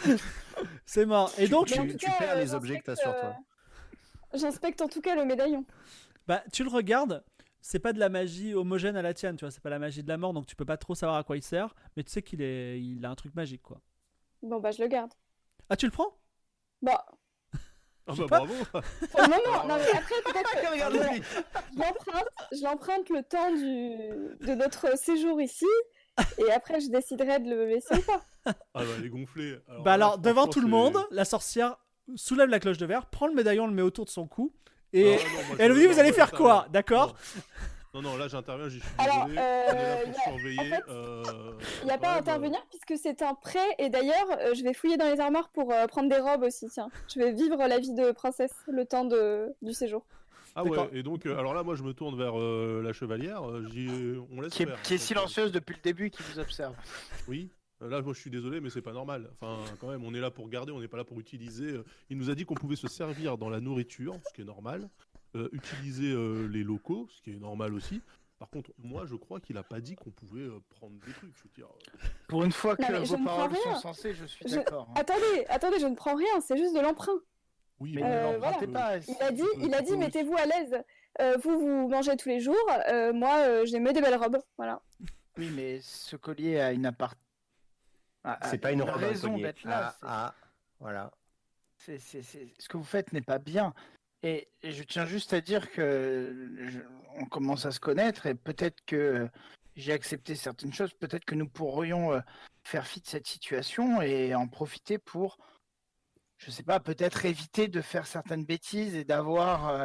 C'est mort. Et donc, Mais en tu, tout tu cas, perds euh, les objets que tu as sur j'inspecte, toi. euh, J'inspecte en tout cas le médaillon. bah, tu le regardes. C'est pas de la magie homogène à la tienne, tu vois. C'est pas la magie de la mort, donc tu peux pas trop savoir à quoi il sert. Mais tu sais qu'il est, il a un truc magique, quoi. Bon, bah, je le garde. Ah, tu le prends? Bah, Ah sais bah pas. bravo. pour le moment, non, mais après, peut-être que Regarde-le. je l'emprunte, je l'emprunte le temps du... de notre séjour ici. Et après, je déciderai de le laisser ou pas. Ah bah elle est gonflée. Alors, Bah là, alors, devant franchement, tout le c'est- monde, la sorcière soulève la cloche de verre, prend le médaillon, le met autour de son cou, et Ah, non, moi, elle je- lui dit, non, vous allez moi, faire j'interviens. quoi, d'accord? Non, non, là j'interviens, j'y suis Alors, désolé. euh, On est là y pour a- surveiller. en fait, euh, Il n'y a quand pas à même, intervenir puisque c'est un prêt. Et d'ailleurs, euh, je vais fouiller dans les armoires pour euh, prendre des robes aussi. Tiens, je vais vivre la vie de princesse le temps de... du séjour. Ah D'accord. ouais, et donc, euh, alors là, moi je me tourne vers euh, la chevalière, euh, j'y- on laisse Qui est, faire. qui est Donc, euh, silencieuse depuis le début, qui vous observe. Oui, euh, là moi je suis désolé, mais c'est pas normal. Enfin, quand même, on est là pour garder, on n'est pas là pour utiliser. euh, Il nous a dit qu'on pouvait se servir dans la nourriture, ce qui est normal, euh, utiliser euh, les locaux, ce qui est normal aussi. Par contre, moi je crois qu'il a pas dit qu'on pouvait euh, prendre des trucs, je veux dire. euh, Pour une fois que Non, mais je vos ne prends paroles rien. sont sensées, je suis Je- d'accord. hein. Attendez, attendez, je ne prends rien. C'est juste de l'emprunt. Oui, Mais bon, ne Euh, l'empruntez voilà. pas. Il a dit, Tu peux- il a tu dit, peux aussi- mettez-vous à l'aise. Euh, vous, vous mangez tous les jours. Euh, moi, euh, j'ai mis des belles robes. Voilà. Oui, mais ce collier a une appart... a- a C'est pas une robe, un raison collier. d'être là. Ah, c'est- ah, voilà. c'est- c'est- c'est- Ce que vous faites n'est pas bien. Et, et je tiens juste à dire que je- on commence à se connaître et peut-être que j'ai accepté certaines choses. Peut-être que nous pourrions euh, faire fi de cette situation et en profiter pour, je sais pas, peut-être éviter de faire certaines bêtises et d'avoir. euh,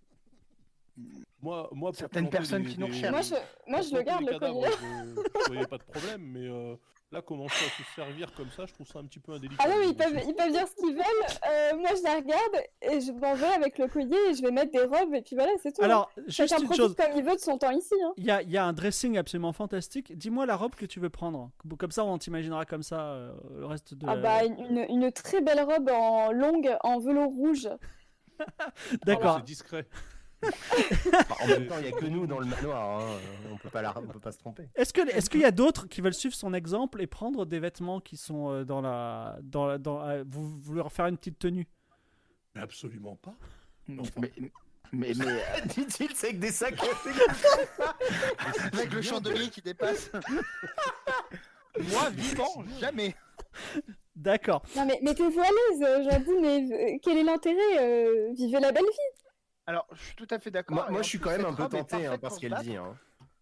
Moi, moi, pour Certaines planter personnes des- qui nous des- recherchent. Moi, je, moi, pour je le planter garde des le cadavres, collier. je- je voyais pas de problème, mais euh, là, commencer à se servir comme ça, je trouve ça un petit peu indélicat. Ah non, mais ils Donc, peuvent, ils peuvent dire ce qu'ils veulent. Euh, moi, je la regarde et je m'en vais avec le collier et je vais mettre des robes et puis voilà, c'est tout. Alors, hein. juste Chacun une profite chose, comme il veut de son temps ici. Hein. il y a, il y a un dressing absolument fantastique. Dis-moi la robe que tu veux prendre. Comme ça, on t'imaginera comme ça euh, le reste de... Ah bah, une, une très belle robe en longue, en velours rouge. D'accord. C'est discret. Bah, en même temps, il n'y a que nous dans le manoir. Hein. On peut pas la... on peut pas se tromper. Est-ce que, est-ce qu'il y a d'autres qui veulent suivre son exemple et prendre des vêtements qui sont euh, dans la... Dans, la- dans, euh, vous, vous leur faire une petite tenue? Mais absolument pas. Mais, mais, mais, euh, Dit-il, c'est avec des sacs. avec le chandelier qui dépasse. Moi, vivant, jamais. D'accord. Non mais mettez-vous à l'aise, euh, j'en dis, mais euh, quel est l'intérêt euh, Vivez la belle vie. Alors, je suis tout à fait d'accord. Moi, et moi, en je suis plus, quand même cette un peu robe est tenté hein, parfaite par pour ce qu'elle se dit. Hein.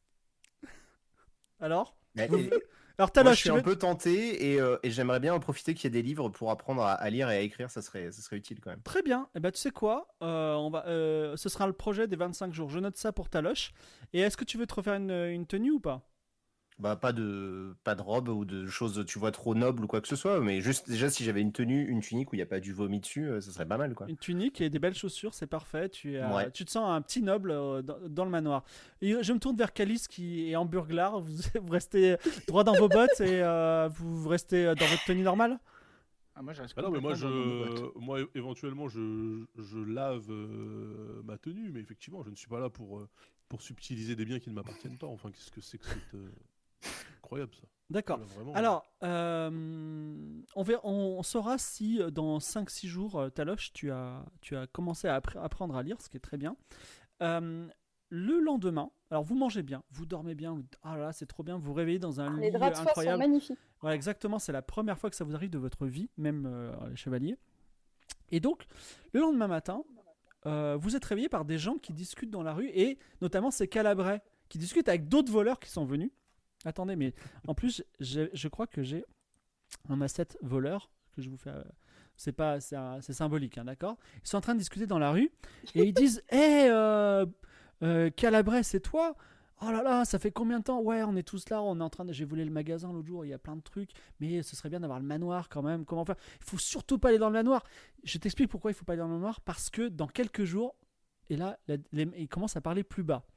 Alors Mais- Vous- et- Alors, Moi, Taloche, je suis tu un veux- peu tenté et, euh, et j'aimerais bien en profiter qu'il y ait des livres pour apprendre à, à lire et à écrire. Ça serait, ça serait utile quand même. Très bien. Eh ben, tu sais quoi Euh, on va, euh, ce sera le projet des vingt-cinq jours. Je note ça pour Taloche. Et est-ce que tu veux te refaire une, une tenue ou pas? Bah, pas de, pas de robe ou de choses, tu vois, trop nobles ou quoi que ce soit. Mais juste, déjà, si j'avais une tenue, une tunique où il n'y a pas du vomi dessus, euh, ça serait pas mal, quoi. Une tunique et des belles chaussures, c'est parfait. Tu, es, euh, Ouais. tu te sens un petit noble euh, dans, dans le manoir. Et je me tourne vers Calice qui est en burglar. Vous, vous restez droit dans vos bottes et euh, vous restez dans votre tenue normale? Ah, moi, je reste Ah non, mais moi, complètement dans mon boîte. je, moi, é- éventuellement, je, je lave euh, ma tenue, mais effectivement, je ne suis pas là pour, euh, pour subtiliser des biens qui ne m'appartiennent pas. Enfin, qu'est-ce que c'est que cette. euh, Incroyable ça. D'accord. Là, vraiment. Alors, euh, on, verra- on saura si euh, dans cinq six jours, euh, Taloche, tu as, tu as commencé à appre- apprendre à lire, ce qui est très bien. Euh, le lendemain, alors vous mangez bien, vous dormez bien, vous... ah là là, c'est trop bien, vous vous réveillez dans un Les lit draps de soie sont incroyable. magnifiques. Voilà, exactement, c'est la première fois que ça vous arrive de votre vie, même euh, les chevaliers. Et donc, le lendemain matin, euh, vous êtes réveillé par des gens qui discutent dans la rue, et notamment ces calabrais qui discutent avec d'autres voleurs qui sont venus. Attendez, mais en plus, j'ai- je crois que j'ai un asset voleur que je vous fais. euh, C'est pas, c'est, un- c'est symbolique, hein, d'accord? Ils sont en train de discuter dans la rue et ils disent, hé, euh, euh, Calabrais, c'est toi? Oh là là, ça fait combien de temps? Ouais, on est tous là, on est en train de... J'ai volé le magasin l'autre jour, il y a plein de trucs, mais ce serait bien d'avoir le manoir quand même. Comment faire? Il faut surtout pas aller dans le manoir. Je t'explique pourquoi il faut pas aller dans le manoir. Parce que dans quelques jours, et là, la- les- il commence à parler plus bas.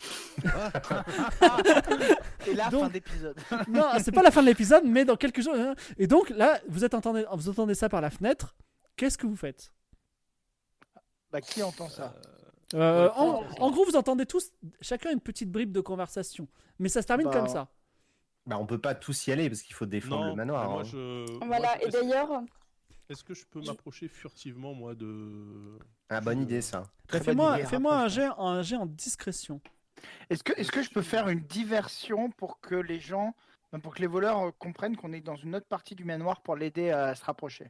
Et là, Donc- fin d'épisode. Non, c'est pas la fin de l'épisode, mais dans quelques jours. hein. Et donc là, vous, êtes entendez, vous entendez ça par la fenêtre. Qu'est-ce que vous faites? Bah, qui entend ça? Euh, Ouais, en, c'est- en gros, vous entendez tous, chacun une petite bribe de conversation. Mais ça se termine Bah, comme ça. Bah, on peut pas tous y aller parce qu'il faut défendre Non, le manoir. mais moi hein. je. moi, Voilà, je- et d'ailleurs, Est-ce que je peux m'approcher furtivement, moi, de. Ah, bonne je- idée ça. Bah, Très bonne fais-moi idée, fais-moi un, rapproche-toi. jet, un jet en discrétion. Est-ce que, est-ce que je peux faire une diversion pour que les gens, enfin, pour que les voleurs euh, comprennent qu'on est dans une autre partie du manoir pour l'aider à se rapprocher?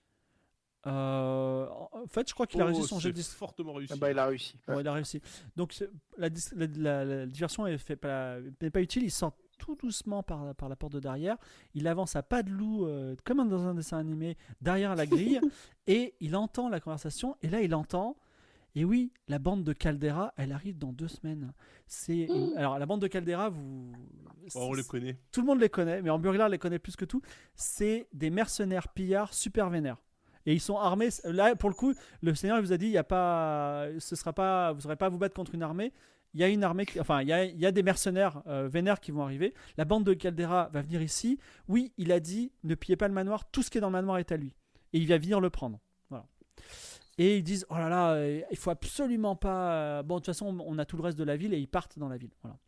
Euh, en fait, je crois qu'il a Oh, réussi son jet c'est de dis- fortement réussi. Ah bah, il a réussi. Ouais, il a réussi. Donc c'est- la, dis- la, la- la diversion est fait pas, n'est pas utile. Il sort tout doucement par, par la porte de derrière. Il avance à pas de loup, euh, comme dans un dessin animé, derrière la grille. Et il entend la conversation. Et là, il entend. Et oui, la bande de Caldera, elle arrive dans deux semaines. C'est une- alors la bande de Caldera, vous, Oh, on les connaît. tout le monde les connaît, mais en Burglar les connaît plus que tout. C'est des mercenaires pillards super vénères. Et ils sont armés. Là, pour le coup, le Seigneur il vous a dit, il y a pas, ce sera pas, vous n'aurez pas à vous battre contre une armée. Il y a une armée, qui- enfin, il y a, il y a des mercenaires euh, vénères qui vont arriver. La bande de Caldera va venir ici. Oui, il a dit, ne pillez pas le manoir. Tout ce qui est dans le manoir est à lui. Et il va venir le prendre. Voilà. Et ils disent, oh là là, euh, il faut absolument pas. euh, Bon, de toute façon, on a tout le reste de la ville et ils partent dans la ville. Voilà.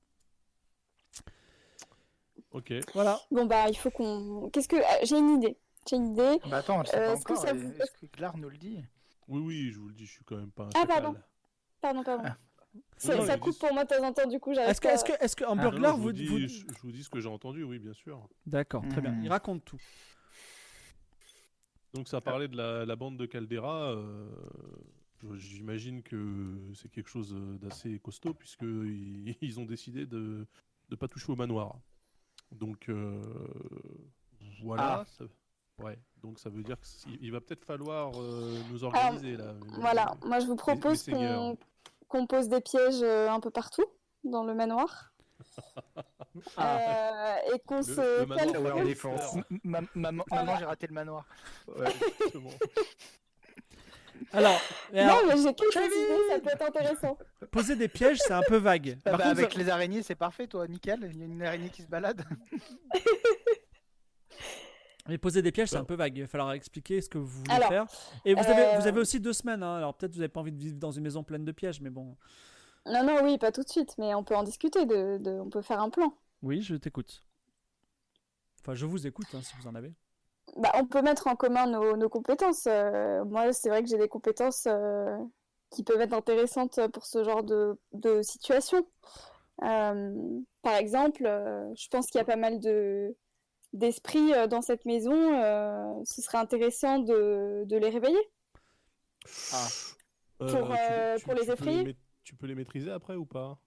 Ok. Voilà. bon bah il faut qu'on. Qu'est-ce que ah, j'ai une idée. J'ai une idée. Bah attends, on le sait Euh, pas est-ce que encore. ça et- vous- Est-ce que Glar nous le dit? Oui, oui, je vous le dis, je suis quand même pas un Ah, chacal. pardon. Pardon, pardon. Ah. Ça, Non, ça je coupe dis- pour moi de temps en temps, du coup j'arrive Est-ce que, pas- est-ce que, est-ce que en Ah, Non, non, Burglar, je, vous, vous dis, vous- je, je vous dis ce que j'ai entendu, oui, bien sûr. D'accord, très bien. Mhm. Il raconte tout. Donc ça parlait de la, la bande de Caldera. euh, je- J'imagine que c'est quelque chose d'assez costaud puisqu'ils ils ont décidé de ne pas toucher au manoir. Donc euh, voilà. Ah. Ça, ouais. Donc ça veut dire qu'il va peut-être falloir euh, nous organiser là. Voilà, moi je vous propose les seigneurs. qu'on qu'on pose des pièges euh, un peu partout dans le manoir. Ah. Euh, et qu'on Le- se le manoir calme- Tower Tower Defense. Defense. M- ma- maman, maman, j'ai raté le manoir. Ouais, exactement. Alors, Non, alors, mais j'ai quelques idées, ça peut être intéressant. poser des pièges, c'est un peu vague. Ah Par bah, contre, avec les araignées, c'est parfait, toi, nickel. Il y a une araignée qui se balade. mais poser des pièges, c'est Bah. un peu vague. Il va falloir expliquer ce que vous voulez Alors, faire. Et vous avez, euh, vous avez aussi deux semaines. hein. Alors peut-être vous n'avez pas envie de vivre dans une maison pleine de pièges, mais bon. Non, non, oui, pas tout de suite, mais on peut en discuter, de, de- on peut faire un plan. Oui, je t'écoute. Enfin, je vous écoute hein, si vous en avez. Bah, on peut mettre en commun nos, nos compétences. Euh, moi, c'est vrai que j'ai des compétences euh, qui peuvent être intéressantes pour ce genre de, de situation. Euh, par exemple, euh, je pense qu'il y a pas mal de d'esprits euh, dans cette maison. Euh, ce serait intéressant de, de les réveiller. Ah. Pour, euh, pour les peux effrayer maît- Tu peux les maîtriser après ou pas?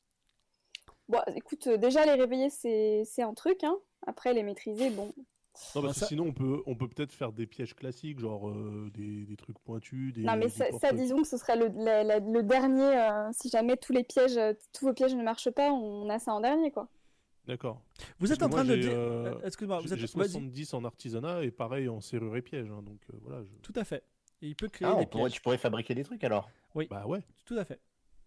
Bon, écoute, euh, déjà les réveiller, c'est c'est un truc, hein. Après, les maîtriser, bon. Non, Bah, parce que ça- sinon on peut on peut peut-être faire des pièges classiques, genre euh, des, des trucs pointus, des. Non, mais des ça, ça, porte- disons que ce serait le, la- la- le dernier. euh, si jamais tous les pièges, euh, tous vos pièges ne marchent pas, on a ça en dernier, quoi. D'accord. Vous êtes Parce en que train moi, de j'ai, dire. euh, euh, Excuse-moi, vous J'ai êtes. j'ai Vas-y. soixante-dix en artisanat et pareil en serrure et piège, hein, donc euh, voilà. je- Tout à fait. Et il peut créer Ah, des on pourrait- pièges. tu pourrais fabriquer des trucs alors. Bah ouais. Tout à fait.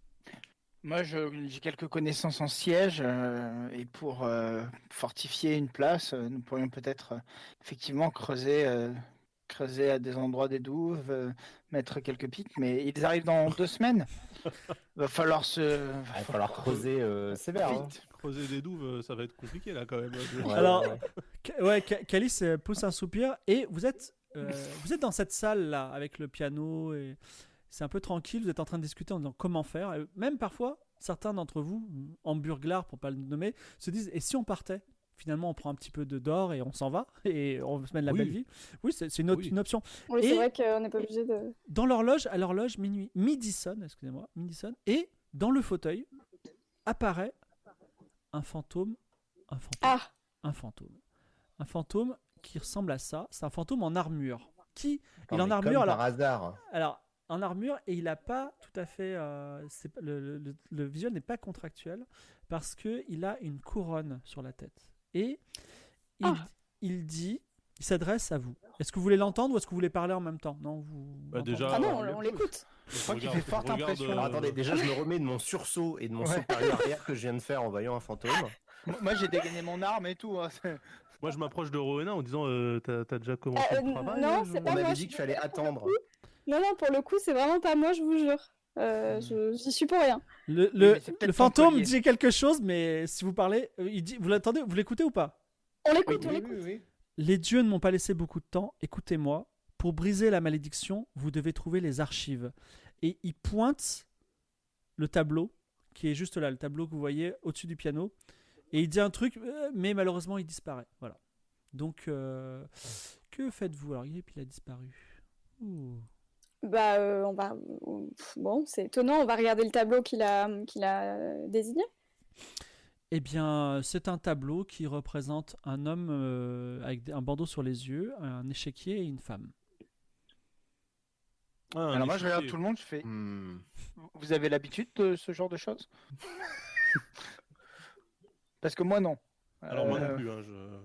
Moi, je- j'ai quelques connaissances en siège euh, et pour euh, fortifier une place, euh, nous pourrions peut-être euh, effectivement creuser, euh, creuser à des endroits des douves, euh, mettre quelques pics, mais ils arrivent dans deux semaines. Va falloir se. Il va falloir creuser euh, sévère. hein. Vite. Creuser des douves, euh, ça va être compliqué là quand même. Je- Ouais, Alors- ouais, ouais. Ca- Ouais, Ca- Calice euh, pousse un soupir et vous êtes, euh, vous êtes dans cette salle là avec le piano et c'est un peu tranquille. Vous êtes en train de discuter en disant comment faire. Et même parfois, certains d'entre vous, en burglar pour pas le nommer, se disent et si on partait? Finalement, on prend un petit peu de d'or et on s'en va et on se mène la Oui. belle vie. Oui, c'est c'est une, autre- Oui. une option. Oui, Et- c'est vrai qu'on n'est pas obligé de. Dans l'horloge, à l'horloge, minuit, midi sonne, excusez-moi, midi sonne, et dans le fauteuil apparaît un fantôme, un fantôme, Ah, un fantôme, un fantôme qui ressemble à ça. C'est un fantôme en armure. Qui il Non, est en mais armure comme alors, par hasard. alors en armure et il a pas tout à fait, euh, c'est pas- le, le- le- le visuel n'est pas contractuel parce qu'il a une couronne sur la tête. Et il, Ah. il dit, il s'adresse à vous. Est-ce que vous voulez l'entendre ou est-ce que vous voulez parler en même temps? Non, vous. Bah, l'entendez. déjà, Ah non, euh, on, même on chose. l'écoute. Je crois qu'il Regarde- fait forte regarde, impression. euh, Alors attendez, déjà je me remets de mon sursaut et de mon Ouais. saut par arrière que je viens de faire en voyant un fantôme. Moi, j'ai dégainé mon arme et tout. hein, c'est- Moi, je m'approche de Rowena en disant euh, t'as, t'as déjà commencé Euh, le travail non, je- c'est On pas moi. avait je- dit qu'il fallait attendre. Non, non, pour le coup, c'est vraiment pas moi, je vous jure. Euh, Hmm. je, j'y suis pour rien. Le, Oui, le, mais c'est peut-être le ton fantôme collier. dit quelque chose, mais si vous parlez, euh, il dit, vous l'attendez, vous l'écoutez ou pas? On Oui, l'écoute, on oui, l'écoute. oui, oui. Les dieux ne m'ont pas laissé beaucoup de temps. Écoutez-moi. Pour briser la malédiction, vous devez trouver les archives. Et il pointe le tableau, qui est juste là, le tableau que vous voyez au-dessus du piano. Et il dit un truc, euh, mais malheureusement, il disparaît. Voilà. Donc, euh, que faites-vous? Alors, il est, puis il a disparu. Ouh. Bah, euh, on va. Bon, c'est étonnant, on va regarder le tableau qu'il a, qu'il a euh, désigné. Eh bien, c'est un tableau qui représente un homme euh, avec un bandeau sur les yeux, un échiquier et une femme. Ah, un Alors moi, je échiquier. regarde tout le monde, je fais. Hmm. Vous avez l'habitude de ce genre de choses? Parce que moi, non. Alors moi Euh, non plus. Hein, je...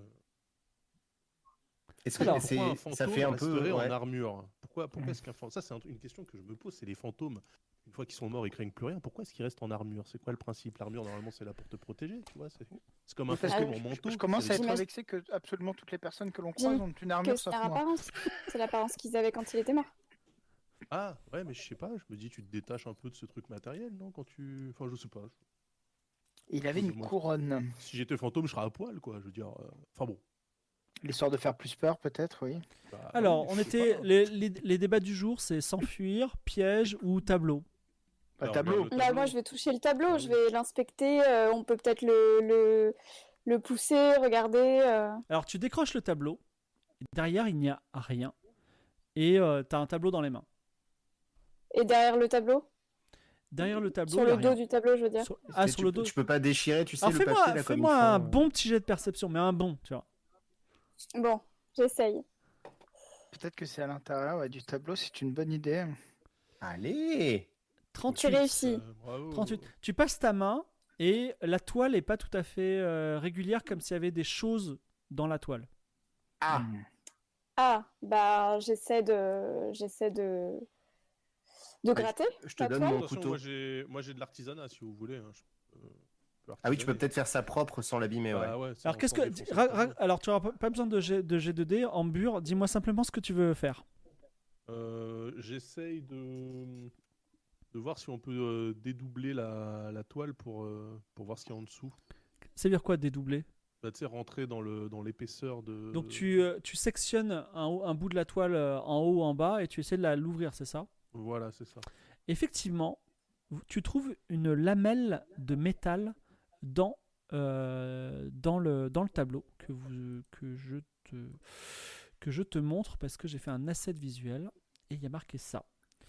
Est-ce que Alors, c'est- Pourquoi un ça fantôme fait un peu resterait ouais. en armure? Pourquoi, pourquoi est-ce qu'un fantôme... Ça, c'est un- une question que je me pose. C'est les fantômes. Une fois qu'ils sont morts, ils craignent plus rien. Pourquoi est-ce qu'ils restent en armure? C'est quoi le principe? L'armure, normalement, c'est là pour te protéger. Tu vois, c'est... c'est comme un Parce fantôme que en je- manteau. Je commence à être J'imagine- vexé que absolument toutes les personnes que l'on croise ont une Que armure c'est sauf leur moi. apparence. C'est l'apparence qu'ils avaient quand il était mort. Ah, ouais, mais je sais pas. Je me dis, tu te détaches un peu de ce truc matériel, non? Quand tu... Enfin, je sais pas. Il avait une Excusez-moi. couronne. Si j'étais fantôme, je serais à poil, quoi. Je veux dire... euh, Enfin bon. L'histoire de faire plus peur, peut-être, oui. Bah, Alors, oui, on je sais était pas. les, les, les débats du jour, c'est s'enfuir, piège ou tableau. Bah, Alors, tableau. regarde le Bah, tableau. moi, je vais toucher le tableau, Ah je oui. vais l'inspecter. euh, on peut peut-être le, le, le pousser, regarder. euh. Alors, tu décroches le tableau. Derrière, il n'y a rien. Et euh, tu as un tableau dans les mains. Et derrière le tableau, Derrière le tableau, sur il y a le dos rien. du tableau, je veux dire. Sur- Est-ce Ah, que sur tu, le dos. tu peux pas déchirer, tu sais, Alors, le papier fais-moi là comme fais-moi ils un font, euh. bon petit jet de perception, mais un bon, tu vois. Bon, j'essaye. Peut-être que c'est à l'intérieur ouais, du tableau, c'est une bonne idée. Allez. trente-huit. Tu réussis. Euh, bravo. trente-huit. Tu passes ta main et la toile est pas tout à fait euh, régulière, comme s'il y avait des choses dans la toile. Ah. Hmm. Ah, bah, j'essaie de. J'essaie de. De Ouais, gratter. Je te la donne toile. mon Attention, couteau. moi j'ai, moi j'ai de l'artisanat si vous voulez. hein, je peux- je peux Ah oui, tu peux artisaner. peut-être faire ça propre sans l'abîmer, ouais. Bah ouais, c'est Alors, qu'est-ce encore que. défoncer ra- le ra- tableau. alors, tu n'auras pas besoin de G, de G deux D en bure. Dis-moi simplement ce que tu veux faire. Euh, j'essaye de... de voir si on peut euh, dédoubler la, la toile pour, euh, pour voir ce qu'il y a en dessous. Ça veut dire quoi, dédoubler? Bah, tu sais, rentrer dans, le, dans l'épaisseur de. Donc, tu, euh, tu sectionnes un, haut- un bout de la toile euh, en haut ou en bas et tu essaies de la- l'ouvrir, c'est ça? Voilà, c'est ça. Effectivement, tu trouves une lamelle de métal dans, euh, dans, le, dans le tableau que, vous, que, je te, que je te montre parce que j'ai fait un asset visuel et il y a marqué ça.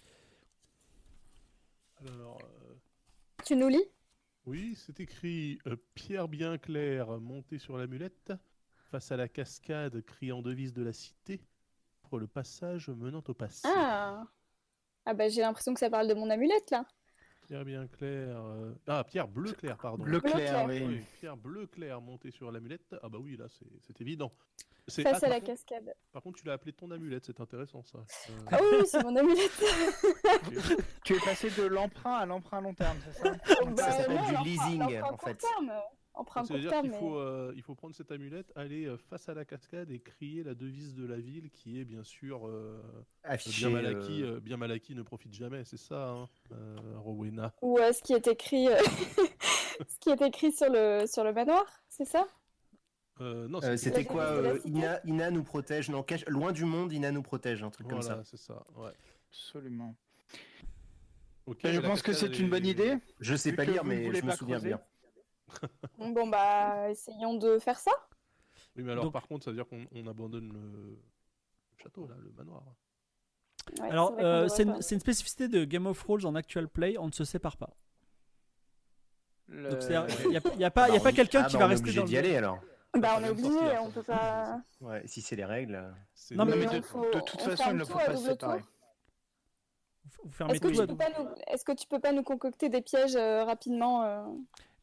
Alors, euh, Tu nous lis? oui, c'est écrit euh, Pierre bien clair monté sur l'amulette, face à la cascade criant devise de la cité, pour le passage menant au passé. Ah. Ah, bah, j'ai l'impression que ça parle de mon amulette, là. Pierre bien clair. euh, Ah, Pierre bleu clair, pardon. Bleu Bleu clair, clair. oui. Oui, Pierre bleu clair monté sur l'amulette. Ah bah oui, là c'est, c'est évident. C'est... Face ah, à par la contre- cascade. Par contre, tu l'as appelé ton amulette, c'est intéressant ça. Euh, Ah oui, oui, c'est mon amulette. Tu es passé de l'emprunt à l'emprunt long terme, c'est ça? Bah, s'appelle non, du l'emprunt- leasing, l'emprunt en fait. court terme. Emprunt Ça veut court dire terme, qu'il mais... faut, euh, il faut prendre cette amulette, aller euh, face à la cascade et crier la devise de la ville qui est bien sûr euh, Affiché, bien, mal acquis, euh, euh, bien mal acquis ne profite jamais, c'est ça, hein, euh, Rowena. Ou euh, ce qui est écrit, euh, ce qui est écrit sur le, sur le manoir, c'est ça? Euh, non, euh, C'était La quoi devise de la euh, cité. Ina, Ina nous protège. Non, cache- loin du monde, Ina nous protège. Un truc comme Voilà, ça. c'est ça. Ouais. Absolument. Ok, Je mais la pense que cascade, c'est une elle bonne est- idée. Je sais Vu pas que lire, vous ne mais voulez je me pas souviens creuser. bien. Bon, bah, essayons de faire ça. Oui, mais alors Donc- par contre, ça veut dire qu'on on abandonne le... le château, là, le manoir. Ouais, Alors, c'est vrai qu'on euh, devrait c'est une, pas. c'est une spécificité de Game of Thrones en actual play, on ne se sépare pas. Le- Donc, il n'y a, y a pas, y a Bah, pas on- quelqu'un ah, qui bah, va on est rester obligé dans le d'y aller alors. Bah, on Pas est même obligé, sortir, on ça, peut ça, pas... Ouais, si c'est les règles. C'est Non, mais une- Mais de, il faut- de toute on façon, ferme il ne tout faut à pas se double séparer. tour. Vous fermez Est-ce que, tout tu à peux double. pas nous... Est-ce que tu peux pas nous concocter des pièges euh, rapidement euh,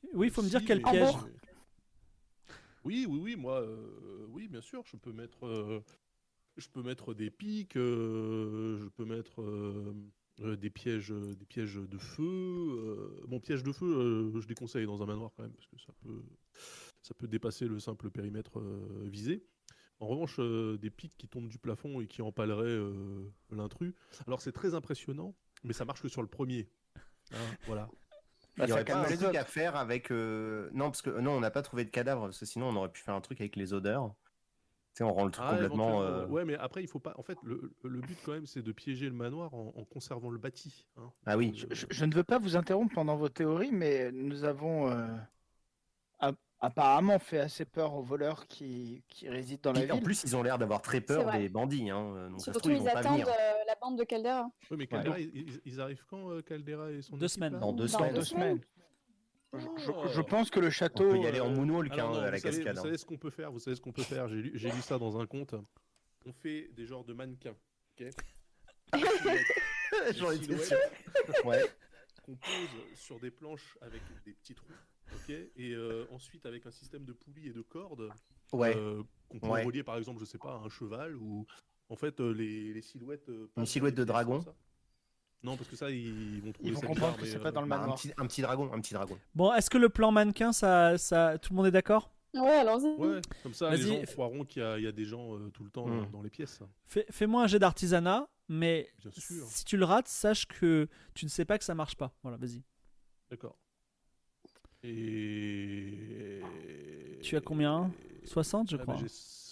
Oui, il faut me dire Si, quel mais- piège. Oui, oui, oui, moi, euh, oui, bien sûr, je peux mettre, euh, je peux mettre des pics, euh, je peux mettre euh, euh, des pièges, euh, des pièges de feu. euh, Bon, piège de feu, euh, je déconseille dans un manoir quand même parce que ça peut, ça peut dépasser le simple périmètre euh, visé. En revanche, euh, des pics qui tombent du plafond et qui empaleraient euh, l'intrus. Alors c'est très impressionnant, mais ça marche que sur le premier. Hein, voilà. Bah, Il n'y ça aurait pas calme un les truc autres. à faire avec. euh, Non, parce que non, on n'a pas trouvé de cadavre, parce que sinon on aurait pu faire un truc avec les odeurs. Tu sais, on rend le truc Ah, complètement. éventuellement, euh, ouais, mais après il faut pas. En fait, le, le but quand même, c'est de piéger le manoir en, en conservant le bâti. Hein. Ah oui. Euh, Je, je- je ne veux pas vous interrompre pendant vos théories, mais nous avons euh, a- apparemment fait assez peur aux voleurs qui, qui résident dans la Puis, en ville. plus, ils ont l'air d'avoir très peur C'est vrai. des bandits. Hein. Donc ça se Surtout, trouve, ils ils vont pas attendent venir. euh, la bande de Caldera. Oui, mais Caldera, ils, ils- ils arrivent quand, euh, Caldera et son Deux équipe, semaines. là Dans deux Dans semaines. deux Deux semaines. Je, je- Oh. je pense que le On château. peut y aller en euh, moonwalk Alors hein, non, à la vous savez, cascade. vous hein. savez ce qu'on peut faire. Vous savez ce qu'on peut faire. J'ai lu, j'ai lu ça dans un conte. On fait des genres de mannequins, ok. J'en Des étais silhouettes sûr. Ouais. qu'on pose sur des planches avec des petits trous, ok. Et euh, ensuite avec un système de poulies et de cordes Ouais. euh, qu'on peut Ouais. relier par exemple, je sais pas, à un cheval ou en fait euh, les, les silhouettes. euh, passent silhouette dans de des pièces dragon. comme ça. Non, parce que ça ils vont trouver Ils vont ça comprendre bizarre, que c'est mais, pas euh, dans le Bah, un, manoir. petit, un petit dragon, un petit dragon. Bon, est-ce que le plan mannequin, ça, ça, tout le monde est d'accord? Ouais, allons-y. Ouais, comme ça les Vas-y, gens f- croiront qu'il y a, il y a des gens euh, tout le temps Mm. dans, dans les pièces. Fais- Fais-moi un jet d'artisanat, mais Bien sûr. si tu le rates, sache que tu ne sais pas que ça marche pas. Voilà, vas-y. D'accord. Et. Tu as combien? soixante, je Ah, bah, crois. J'ai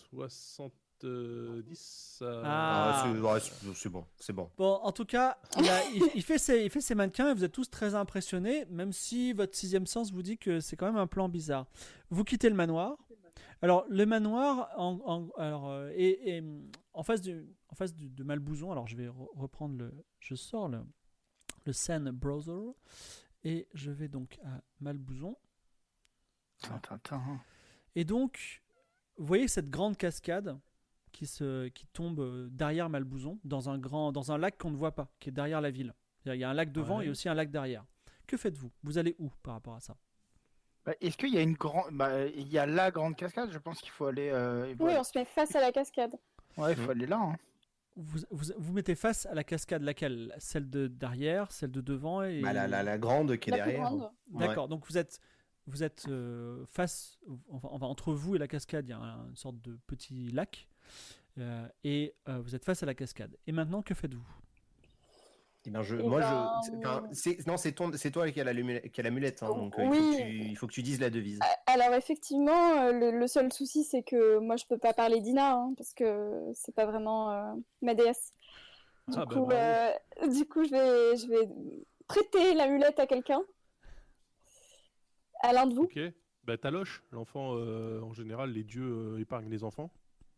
soixante-dix. euh, Ah. Ah, c'est ouais, c'est- c'est bon, c'est bon. Bon, en tout cas, il, a- il- il fait ses, il fait ses mannequins et vous êtes tous très impressionnés, même si votre sixième sens vous dit que c'est quand même un plan bizarre. Vous quittez le manoir. Alors, le manoir, en, en- alors, euh, est, est, hum, en face, du, en face du- de Malbouzon. Alors, je vais re- reprendre le. Je sors le, le scène browser et je vais donc à Malbouzon. Tintin, tintin. Et donc, vous voyez cette grande cascade qui, se, qui tombe euh, derrière Malbouzon, dans un, grand, dans un lac qu'on ne voit pas, qui est derrière la ville. C'est-à-dire, il y a un lac devant Ouais. et aussi un lac derrière. Que faites-vous? Vous allez où par rapport à ça? Bah, est-ce qu'il y a une grande. Bah, il y a la grande cascade, je pense qu'il faut aller. euh, il faut Oui, aller- on se met face à la cascade. Ouais, il faut aller là. hein. vous, vous, vous mettez face à la cascade, laquelle? Celle de derrière, celle de devant et... Bah, la, la, la grande qui est La plus derrière. grande. D'accord, donc vous êtes, vous êtes euh, face, enfin, enfin, entre vous et la cascade, il y a un- une sorte de petit lac, euh, et euh, vous êtes face à la cascade. Et maintenant, que faites-vous? Eh ben, je, Eh moi, ben, je, c'est- enfin, c'est, non, c'est ton, c'est toi qui as la, lumé- qui a l'amulette, hein, donc euh, Oui. il, faut que tu, il faut que tu dises la devise. Alors effectivement, euh, le, le seul souci c'est que moi je peux pas parler d'Ina hein, parce que c'est pas vraiment euh, ma déesse. Du Ah, bah, coup, bravo. euh, du coup, je vais, je vais prêter l'amulette à quelqu'un, à l'un de vous. Ok. Bah, Taloche, l'enfant, euh, en général, les dieux euh, épargnent les enfants.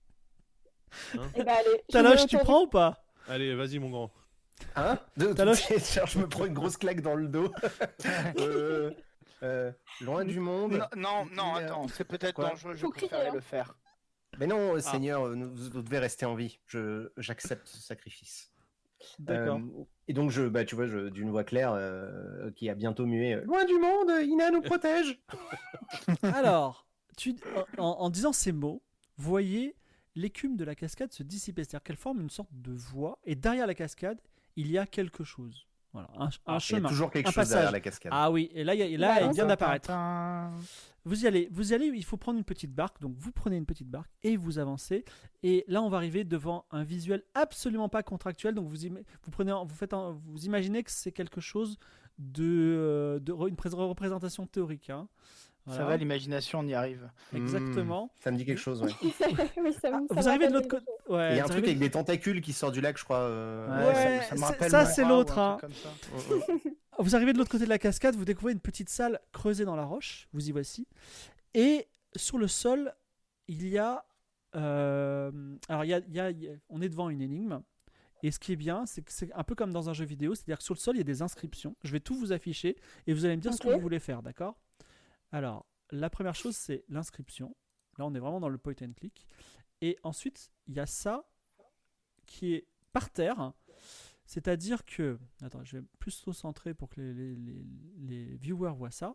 Et bah allez. je Taloche, vais tu autoriser- prends ou pas? Allez, vas-y, mon grand. Hein de, Taloche. Genre, je me prends une grosse claque dans le dos. euh, euh, loin du monde. Non, non, non, Il- attends, c'est peut-être Quoi dangereux, je Faut crier, préférais hein. le faire. Mais non, Seigneur, vous, vous devez rester en vie. Je, j'accepte ce sacrifice. D'accord. Euh, et donc, je, bah, tu vois, je, d'une voix claire, euh, qui a bientôt mué. euh, Loin du monde, Ina nous protège. Alors, tu, en, en disant ces mots, vous voyez l'écume de la cascade se dissiper, c'est-à-dire qu'elle forme une sorte de voie, et derrière la cascade, il y a quelque chose. Voilà, un, un Il y a chemin. toujours quelque un chose passage. derrière la cascade. Ah oui, et là, il y a- et là Bah, elle non, vient ça- d'apparaître. Tintin. Vous y allez, vous y allez, il faut prendre une petite barque, donc vous prenez une petite barque et vous avancez. Et là, on va arriver devant un visuel absolument pas contractuel. Donc vous, im- vous prenez, en- vous faites, en- vous imaginez que c'est quelque chose de, euh, de re- une pré- représentation théorique. hein. Ça Voilà. va, l'imagination, on y arrive. Exactement. Ça me dit quelque chose, ouais. oui, ça, me- ça Ah, me vous arrivez de rappelle l'autre quelque côté. chose. Ouais, Il y a un vous truc arrivez avec des tentacules qui sort du lac, je crois. euh, Ouais, ça, ça me c'est- rappelle ça, Mora c'est ou un l'autre, truc hein. comme ça. Vous arrivez de l'autre côté de la cascade, vous découvrez une petite salle creusée dans la roche, vous y voici. Et sur le sol, il y a... euh, alors, il y a, il y a- il y a- on est devant une énigme. Et ce qui est bien, c'est que c'est un peu comme dans un jeu vidéo, c'est-à-dire que sur le sol, il y a des inscriptions. Je vais tout vous afficher et vous allez me dire ce que Ok. vous voulez faire, d'accord? Alors, la première chose, c'est l'inscription. Là, on est vraiment dans le point and click. Et ensuite, il y a ça qui est par terre. C'est-à-dire que... Attends, je vais plus au centrer pour que les, les, les- les viewers voient ça.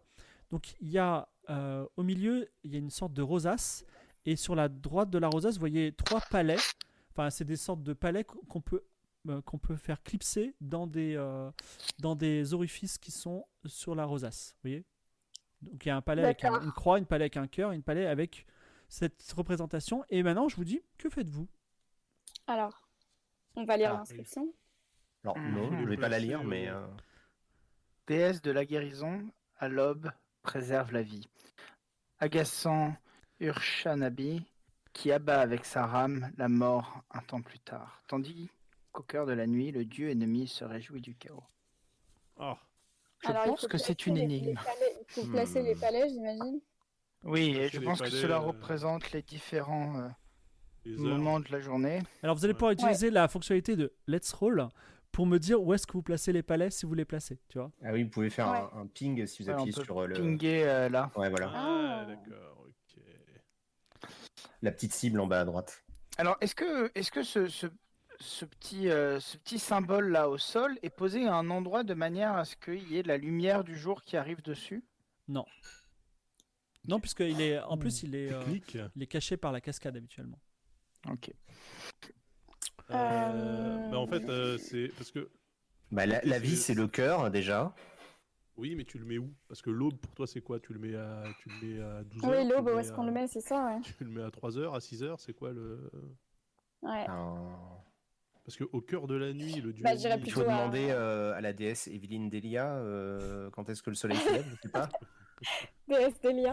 Donc il y a euh, au milieu, il y a une sorte de rosace. Et sur la droite de la rosace, vous voyez trois palais. Enfin, c'est des sortes de palais qu'on peut, euh, qu'on peut faire clipser dans des, euh, dans des orifices qui sont sur la rosace. Vous voyez ? Donc il y a un palais avec un- D'accord. une croix, une palais avec un cœur, une palais avec cette représentation. Et maintenant, je vous dis, que faites-vous ? Alors, on va lire Ah, l'inscription. Alors, Mhm. non, je vais pas la lire, mais. euh, Déesse de la guérison, à l'aube, préserve la vie. Agaçant Urshanabi, qui abat avec sa rame la mort un temps plus tard. Tandis qu'au cœur de la nuit, le dieu ennemi se réjouit du chaos. Ah, Je Alors, il pense faut que c'est placer une les- les énigme. palais- Il faut placer Hmm. les palais, j'imagine. Oui, et Placer je les pense que palais, cela euh, représente les différents euh, les heures. moments de la journée. Alors vous allez Ouais. pouvoir utiliser la fonctionnalité de Let's Roll pour me dire où est-ce que vous placez les palais si vous les placez, tu vois. Ah oui, vous pouvez faire Ouais. un, un ping si vous Ouais, on appuyez peut sur euh, le. pinguer euh, là. Ouais, voilà. Ah, Ah. d'accord, ok. La petite cible en bas à droite. Alors, est-ce que, est-ce que ce, ce, ce petit, euh, ce petit symbole là au sol est posé à un endroit de manière à ce qu'il y ait de la lumière du jour qui arrive dessus? Non. Non, puisqu'il est, en plus, il est, euh, Technique. il est caché par la cascade habituellement. Ok. Euh, Euh, bah, en fait, euh, c'est parce que Bah, la, la C'est- vie, c'est le cœur, déjà. oui, mais tu le mets où? Parce que l'aube pour toi c'est quoi? Tu le mets à tu le mets à douze heures? Oui, tu l'aube, le où mets est-ce qu'on à- le met, c'est ça, ouais. Tu le mets à trois heures, à six heures, c'est quoi le Ouais. Un- Parce que au cœur de la nuit, le dieu Bah, je dirais ennemi- Il faut Plutôt à- demander euh, à la déesse Evelyne Delia euh, quand est-ce que le soleil se lève, je sais pas. Déesse Delia.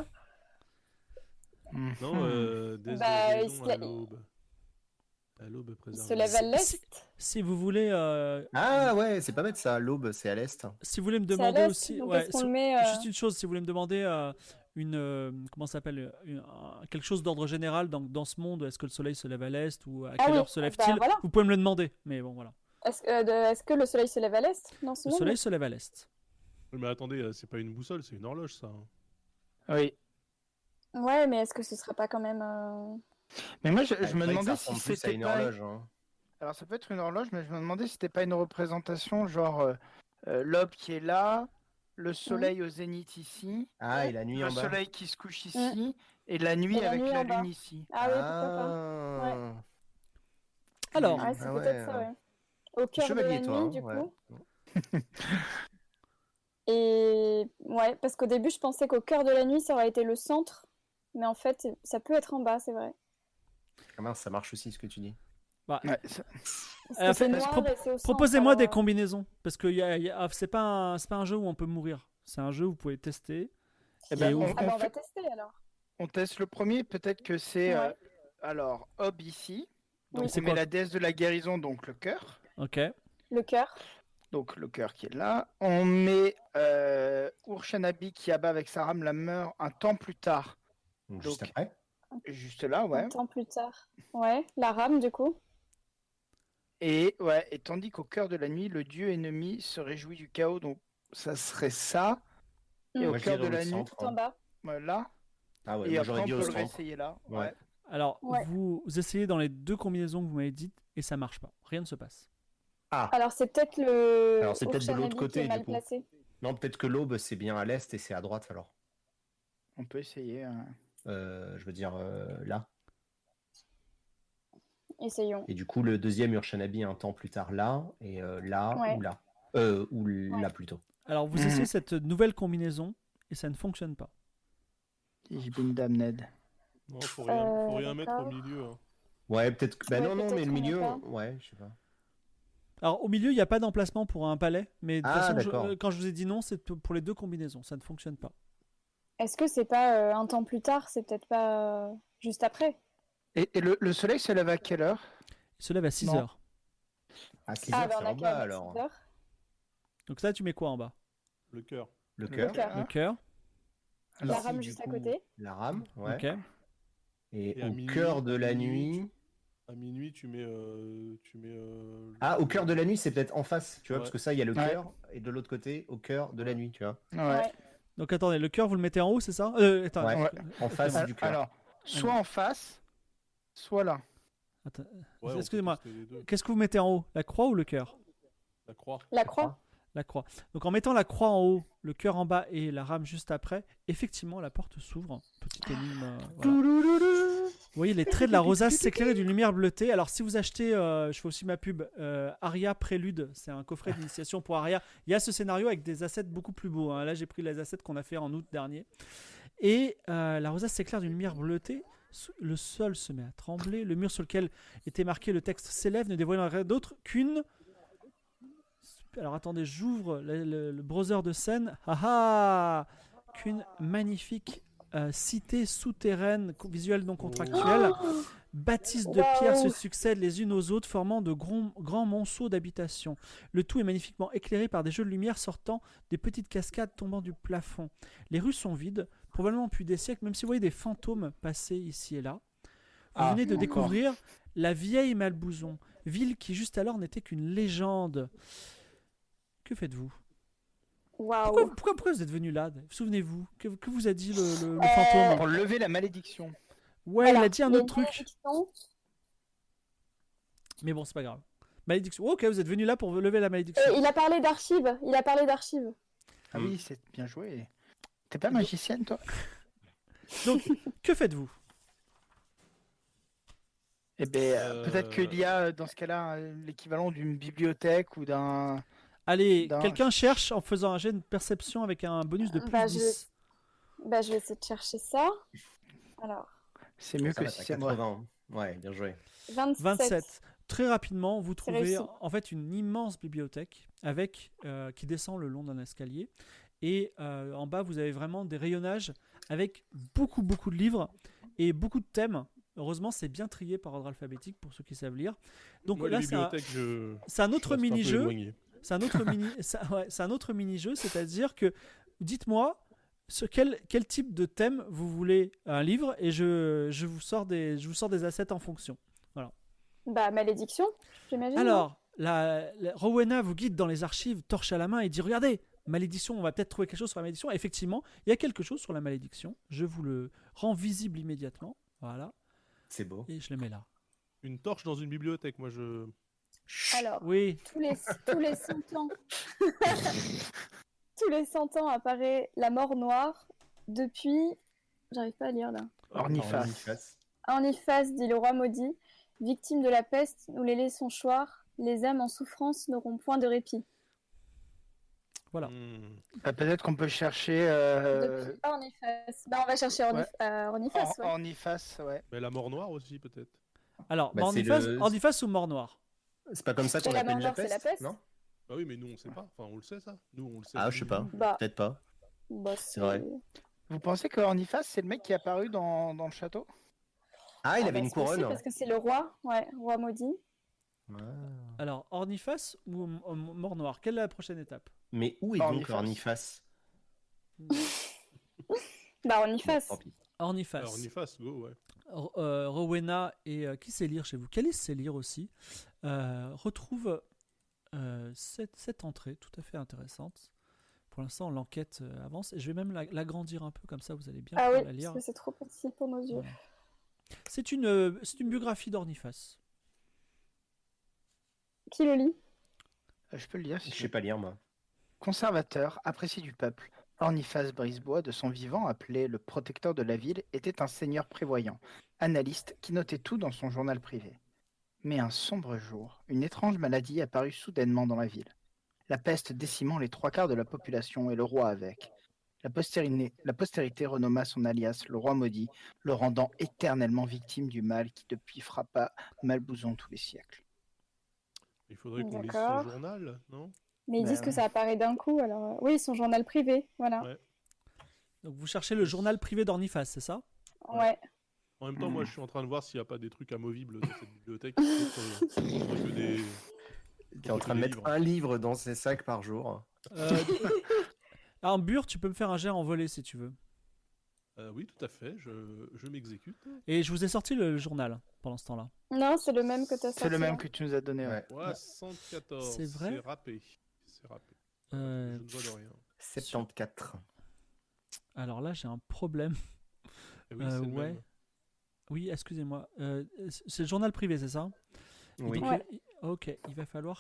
Non, euh, déesse Bah, de la il guérison se à lève- l'aube. À l'aube Il préserve. se lève à Si- l'est. Si vous voulez, euh, Ah ouais, c'est pas bête ça, l'aube, c'est à l'est. si vous voulez me C'est à demander l'est, aussi, donc ouais, est-ce qu'on si- le met, euh, juste une chose, si vous voulez me demander euh, une, euh, comment ça s'appelle, une- un- quelque chose d'ordre général dans, dans ce monde, est-ce que le soleil se lève à l'est ou à Ah quelle oui, heure se bah, lève-t-il voilà. Vous pouvez me le demander, mais bon voilà. Est-ce euh, de- est-ce que le soleil se lève à l'est dans ce Le monde? soleil se lève à l'est. Oui, mais attendez, euh, c'est pas une boussole, c'est une horloge ça. hein. Oui. Ouais, mais est-ce que ce serait pas quand même... euh, Mais moi, je, Ah, je il me paraît que demandais ça si ressemble plus à c'était une pas. horloge. hein. Alors, ça peut être une horloge, mais je me demandais si c'était pas une représentation, genre euh, euh, l'aube qui est là, le soleil au zénith ici, Ah, et la nuit le en bas. soleil qui se couche ici, et la nuit Et la avec nuit la en bas. lune ici. Ah oui, pourquoi pas. Ah. Alors, Ouais, c'est Ah peut-être ouais. ça, ouais. Au cœur de Chevalier, la toi. nuit, hein, du ouais. coup. Et ouais, parce qu'au début, je pensais qu'au cœur de la nuit, ça aurait été le centre. Mais en fait, ça peut être en bas, c'est vrai. Ah mince, ça marche aussi ce que tu dis. bah, Ouais, ça- Parce Euh, que c'est fait- noir pro- et c'est au centre, proposez-moi alors, des euh, combinaisons, parce que y a, y a- c'est pas, un- c'est pas un jeu où on peut mourir. C'est un jeu où vous pouvez tester. Eh ben, Et on, où- Ah bah, on on fait- va tester alors. on teste le premier, peut-être que c'est euh, Ouais. alors Ob ici. Donc Oui. C'est on met quoi la déesse de la guérison, donc le cœur. Ok. Le cœur. Donc le cœur qui est là. On met euh, Urshanabi qui abat avec sa rame la meurt un temps plus tard. Donc, juste Donc, après. Juste là, ouais. Un temps plus tard. Ouais, la rame, du coup. Et ouais, et tandis qu'au cœur de la nuit, le dieu ennemi se réjouit du chaos. Donc ça serait ça. Et Mm. au Moi, je cœur dirais de au la nuit, centre. Tout en bas. voilà. Ah ouais, et moi après j'aurais on dit peut au le centre. réessayer là. Ouais. Ouais. Alors, Ouais. vous, vous essayez dans les deux combinaisons que vous m'avez dites et ça marche pas. Rien ne se passe. Ah, Alors, c'est peut-être le. Alors, c'est peut-être de l'autre Urshanabi côté, qui est mal du coup. placé. non, peut-être que l'aube c'est bien à l'est et c'est à droite alors. On peut essayer. hein. Euh, je veux dire euh, là. Essayons. Et du coup, le deuxième Urshanabi un temps plus tard là, et euh, là Ouais. ou là. Euh, ou là plutôt. Alors, vous Mhm. essayez cette nouvelle combinaison et ça ne fonctionne pas. Ich bin damned. Non, faut rien, Euh, faut rien mettre au d'accord. milieu. hein. Ouais, peut-être que. Bah Ouais, non, non, peut-être mais le qu'on milieu. a pas. Ouais, je sais pas. Alors, au milieu, il n'y a pas d'emplacement pour un palais, mais de toute Ah, façon, je- d'accord. euh, quand je vous ai dit non, c'est p- pour les deux combinaisons. Ça ne fonctionne pas. Est-ce que c'est pas euh, un temps plus tard? C'est peut-être pas euh, juste après? Et, et le, le soleil se lève à quelle heure? Il se lève à six Non. heures. À six Ah, heures, bah, c'est on a en qu'à bas mettre alors. six heures. Donc là, tu mets quoi en bas? Le cœur. Le Le cœur. cœur. Le cœur. La Alors, rame du juste à coup, côté. La rame, ouais. Ok. Et, Et à au minuit, cœur de à la minuit, nuit. À minuit, tu mets. euh, tu mets euh, le- Ah, au cœur de la nuit, c'est peut-être en face, tu vois, Ouais. parce que ça, il y a le Ouais. cœur, et de l'autre côté, au cœur de la nuit, tu vois. ouais. Ouais. Donc attendez, le cœur, vous le mettez en haut, c'est ça euh, attends, Ouais. Ouais. En face Al- du cœur. Alors, soit en face, soit là. attends. Ouais, on peut Excusez-moi. tester les deux. Qu'est-ce que vous mettez en haut? La croix ou le cœur? La croix. La croix. La croix. Donc en mettant la croix en haut, le cœur en bas et la rame juste après, effectivement la porte s'ouvre. Petite énigme. euh, voilà. Vous voyez les traits de la rosace s'éclairer d'une lumière bleutée. Alors si vous achetez, euh, je fais aussi ma pub, euh, Aria Prélude, c'est un coffret d'initiation pour Aria. Il y a ce scénario avec des assets beaucoup plus beaux. Hein. Là j'ai pris les assets qu'on a fait en août dernier. Et euh, la rosace s'éclaire d'une lumière bleutée. Le sol se met à trembler. Le mur sur lequel était marqué le texte s'élève, ne dévoilant rien d'autre qu'une... Alors attendez, j'ouvre le, le, le browser de scène. Ah ah, qu'une magnifique euh, cité souterraine, visuelle non contractuelle. Oh Bâtisses de Wow. pierre se succèdent les unes aux autres, formant de grands, grands monceaux d'habitation. Le tout est magnifiquement éclairé par des jeux de lumière sortant des petites cascades tombant du plafond. Les rues sont vides, probablement depuis des siècles, même si vous voyez des fantômes passer ici et là. Vous Ah, venez de encore. découvrir la vieille Malbouzon, ville qui juste alors n'était qu'une légende. Que faites-vous? Pourquoi, Waouh. pourquoi, pourquoi vous êtes venu là? Souvenez-vous, que, que vous a dit le, le- le Euh, fantôme? Pour lever la malédiction. Ouais, il Voilà, a dit un il y a autre une truc, malédiction. mais bon, c'est pas grave. Malédiction. Ok, vous êtes venu là pour lever la Euh, malédiction. il a parlé d'archives. Il a parlé d'archives. Ah Mm. oui, c'est bien joué. T'es pas magicienne, toi? Donc, que faites-vous? Eh ben, euh, peut-être Euh. qu'il y a dans ce cas-là euh, l'équivalent d'une bibliothèque ou d'un. Allez, D'un- quelqu'un cherche en faisant un jet de perception avec un bonus de plus Bah, je- dix. Bah, je vais essayer de chercher ça. Alors, C'est mieux Ça que va, si t'as c'est moi. quatre-vingts. Ouais, bien joué. vingt-sept. vingt-sept. Très rapidement, vous trouvez réussi. en fait une immense bibliothèque avec, euh, qui descend le long d'un escalier. Et euh, en bas, vous avez vraiment des rayonnages avec beaucoup, beaucoup de livres et beaucoup de thèmes. Heureusement, c'est bien trié par ordre alphabétique pour ceux qui savent lire. Donc Moi, là, les c'est un, bibliothèques, je... c'est un je autre reste un peu mini-jeu. éloigné. C'est un autre mini, c'est- ouais, c'est un autre mini-jeu, c'est-à-dire que dites-moi ce, quel, quel type de thème vous voulez un livre et je, je, vous sors des, je vous sors des assets en fonction. Bah, malédiction, j'imagine. Alors, la, la- Rowena vous guide dans les archives, torche à la main, et dit regardez, malédiction, on va peut-être trouver quelque chose sur la malédiction. Effectivement, il y a quelque chose sur la malédiction. Je vous le rends visible immédiatement. Voilà, C'est beau. et je le mets là. Une torche dans une bibliothèque, moi je. Alors, Oui, tous les, tous les cent ans. tous les cent ans apparaît la mort noire depuis. J'arrive pas à lire là. Ornifas. Ornifas. Ornifas, dit le roi maudit, victime de la peste, nous les laissons choir, les âmes en souffrance n'auront point de répit. voilà. Hmm. Bah, peut-être qu'on peut chercher. Euh... Depuis Ornifas. Bah, on va chercher Ornif- Ouais. euh, Ornifas, Or- ouais. Ornifas, ouais. Mais la mort noire aussi, peut-être. Alors, Bah, c'est Ornifas, le- Ornifas ou mort noire? C'est pas comme ça qu'on C'est la appelle la mort, c'est peste, la peste. non? Bah oui, mais nous on sait pas. Enfin, on le sait ça. Nous on le sait. Ah, je sais pas. Bah, Peut-être pas. bah, C'est vrai. Vous pensez que Ornifas, c'est le mec qui est apparu dans, dans le château? Ah, il Ah, avait bah, une c'est possible, couronne. Parce que c'est le roi, ouais, roi maudit. Ah. Alors, Ornifas ou m- m- mort noire? Quelle est la prochaine étape? Mais où est Ornifas. donc Ornifas? Bah, Bon, Ornifas. tant pis. Ornifas. Alors, Nifas, go, ouais. R- euh, Rowena et euh, qui sait lire chez vous? Quelle est sait lire aussi? Euh, retrouve euh, cette, cette entrée tout à fait intéressante. Pour l'instant, l'enquête euh, avance et je vais même la- l'agrandir un peu comme ça, vous allez bien Ah pouvoir oui, la lire. parce que c'est trop petit pour nos yeux. Voilà. C'est une, euh, c'est une biographie d'Ornifas. Qui le lit? Euh, Je peux le dire si Je tu sais pas lire, moi. Conservateur, apprécié du peuple, Ornifas Brisebois, de son vivant appelé le protecteur de la ville, était un seigneur prévoyant, analyste qui notait tout dans son journal privé. Mais un sombre jour, une étrange maladie apparut soudainement dans la ville. La peste décimant les trois quarts de la population et le roi avec. La postérité, la postérité renomma son alias le roi maudit, le rendant éternellement victime du mal qui depuis frappa Malbouzon tous les siècles. Il faudrait qu'on lise D'accord. son journal, non? Mais ils Bah, disent que ça apparaît d'un coup, alors... euh, Oui, son journal privé, voilà. Ouais. Donc vous cherchez le journal privé d'Ornifas, c'est ça? Ouais. En même temps, moi je suis en train de voir s'il n'y a pas des trucs amovibles dans cette bibliothèque. Peut-être, euh, que des... T'es en train de des mettre livres. un livre dans ses sacs par jour. Euh, en bure, tu peux me faire un jet en volée si tu veux. Euh, oui, tout à fait, je, je m'exécute. Et je vous ai sorti le journal pendant ce temps-là. Non, c'est le même que t'as sorti. C'est le même hein. que tu nous as donné. Ouais. Ouais. Ouais, soixante-quatorze. C'est vrai C'est râpé. C'est râpé. Euh, Je ne vois de rien. soixante-quatorze. alors là, j'ai un problème. Eh oui, Euh, c'est le ouais. même. Oui, excusez-moi. Euh, c'est le journal privé, c'est ça? Et Oui. donc, Ouais. il- ok, il va falloir que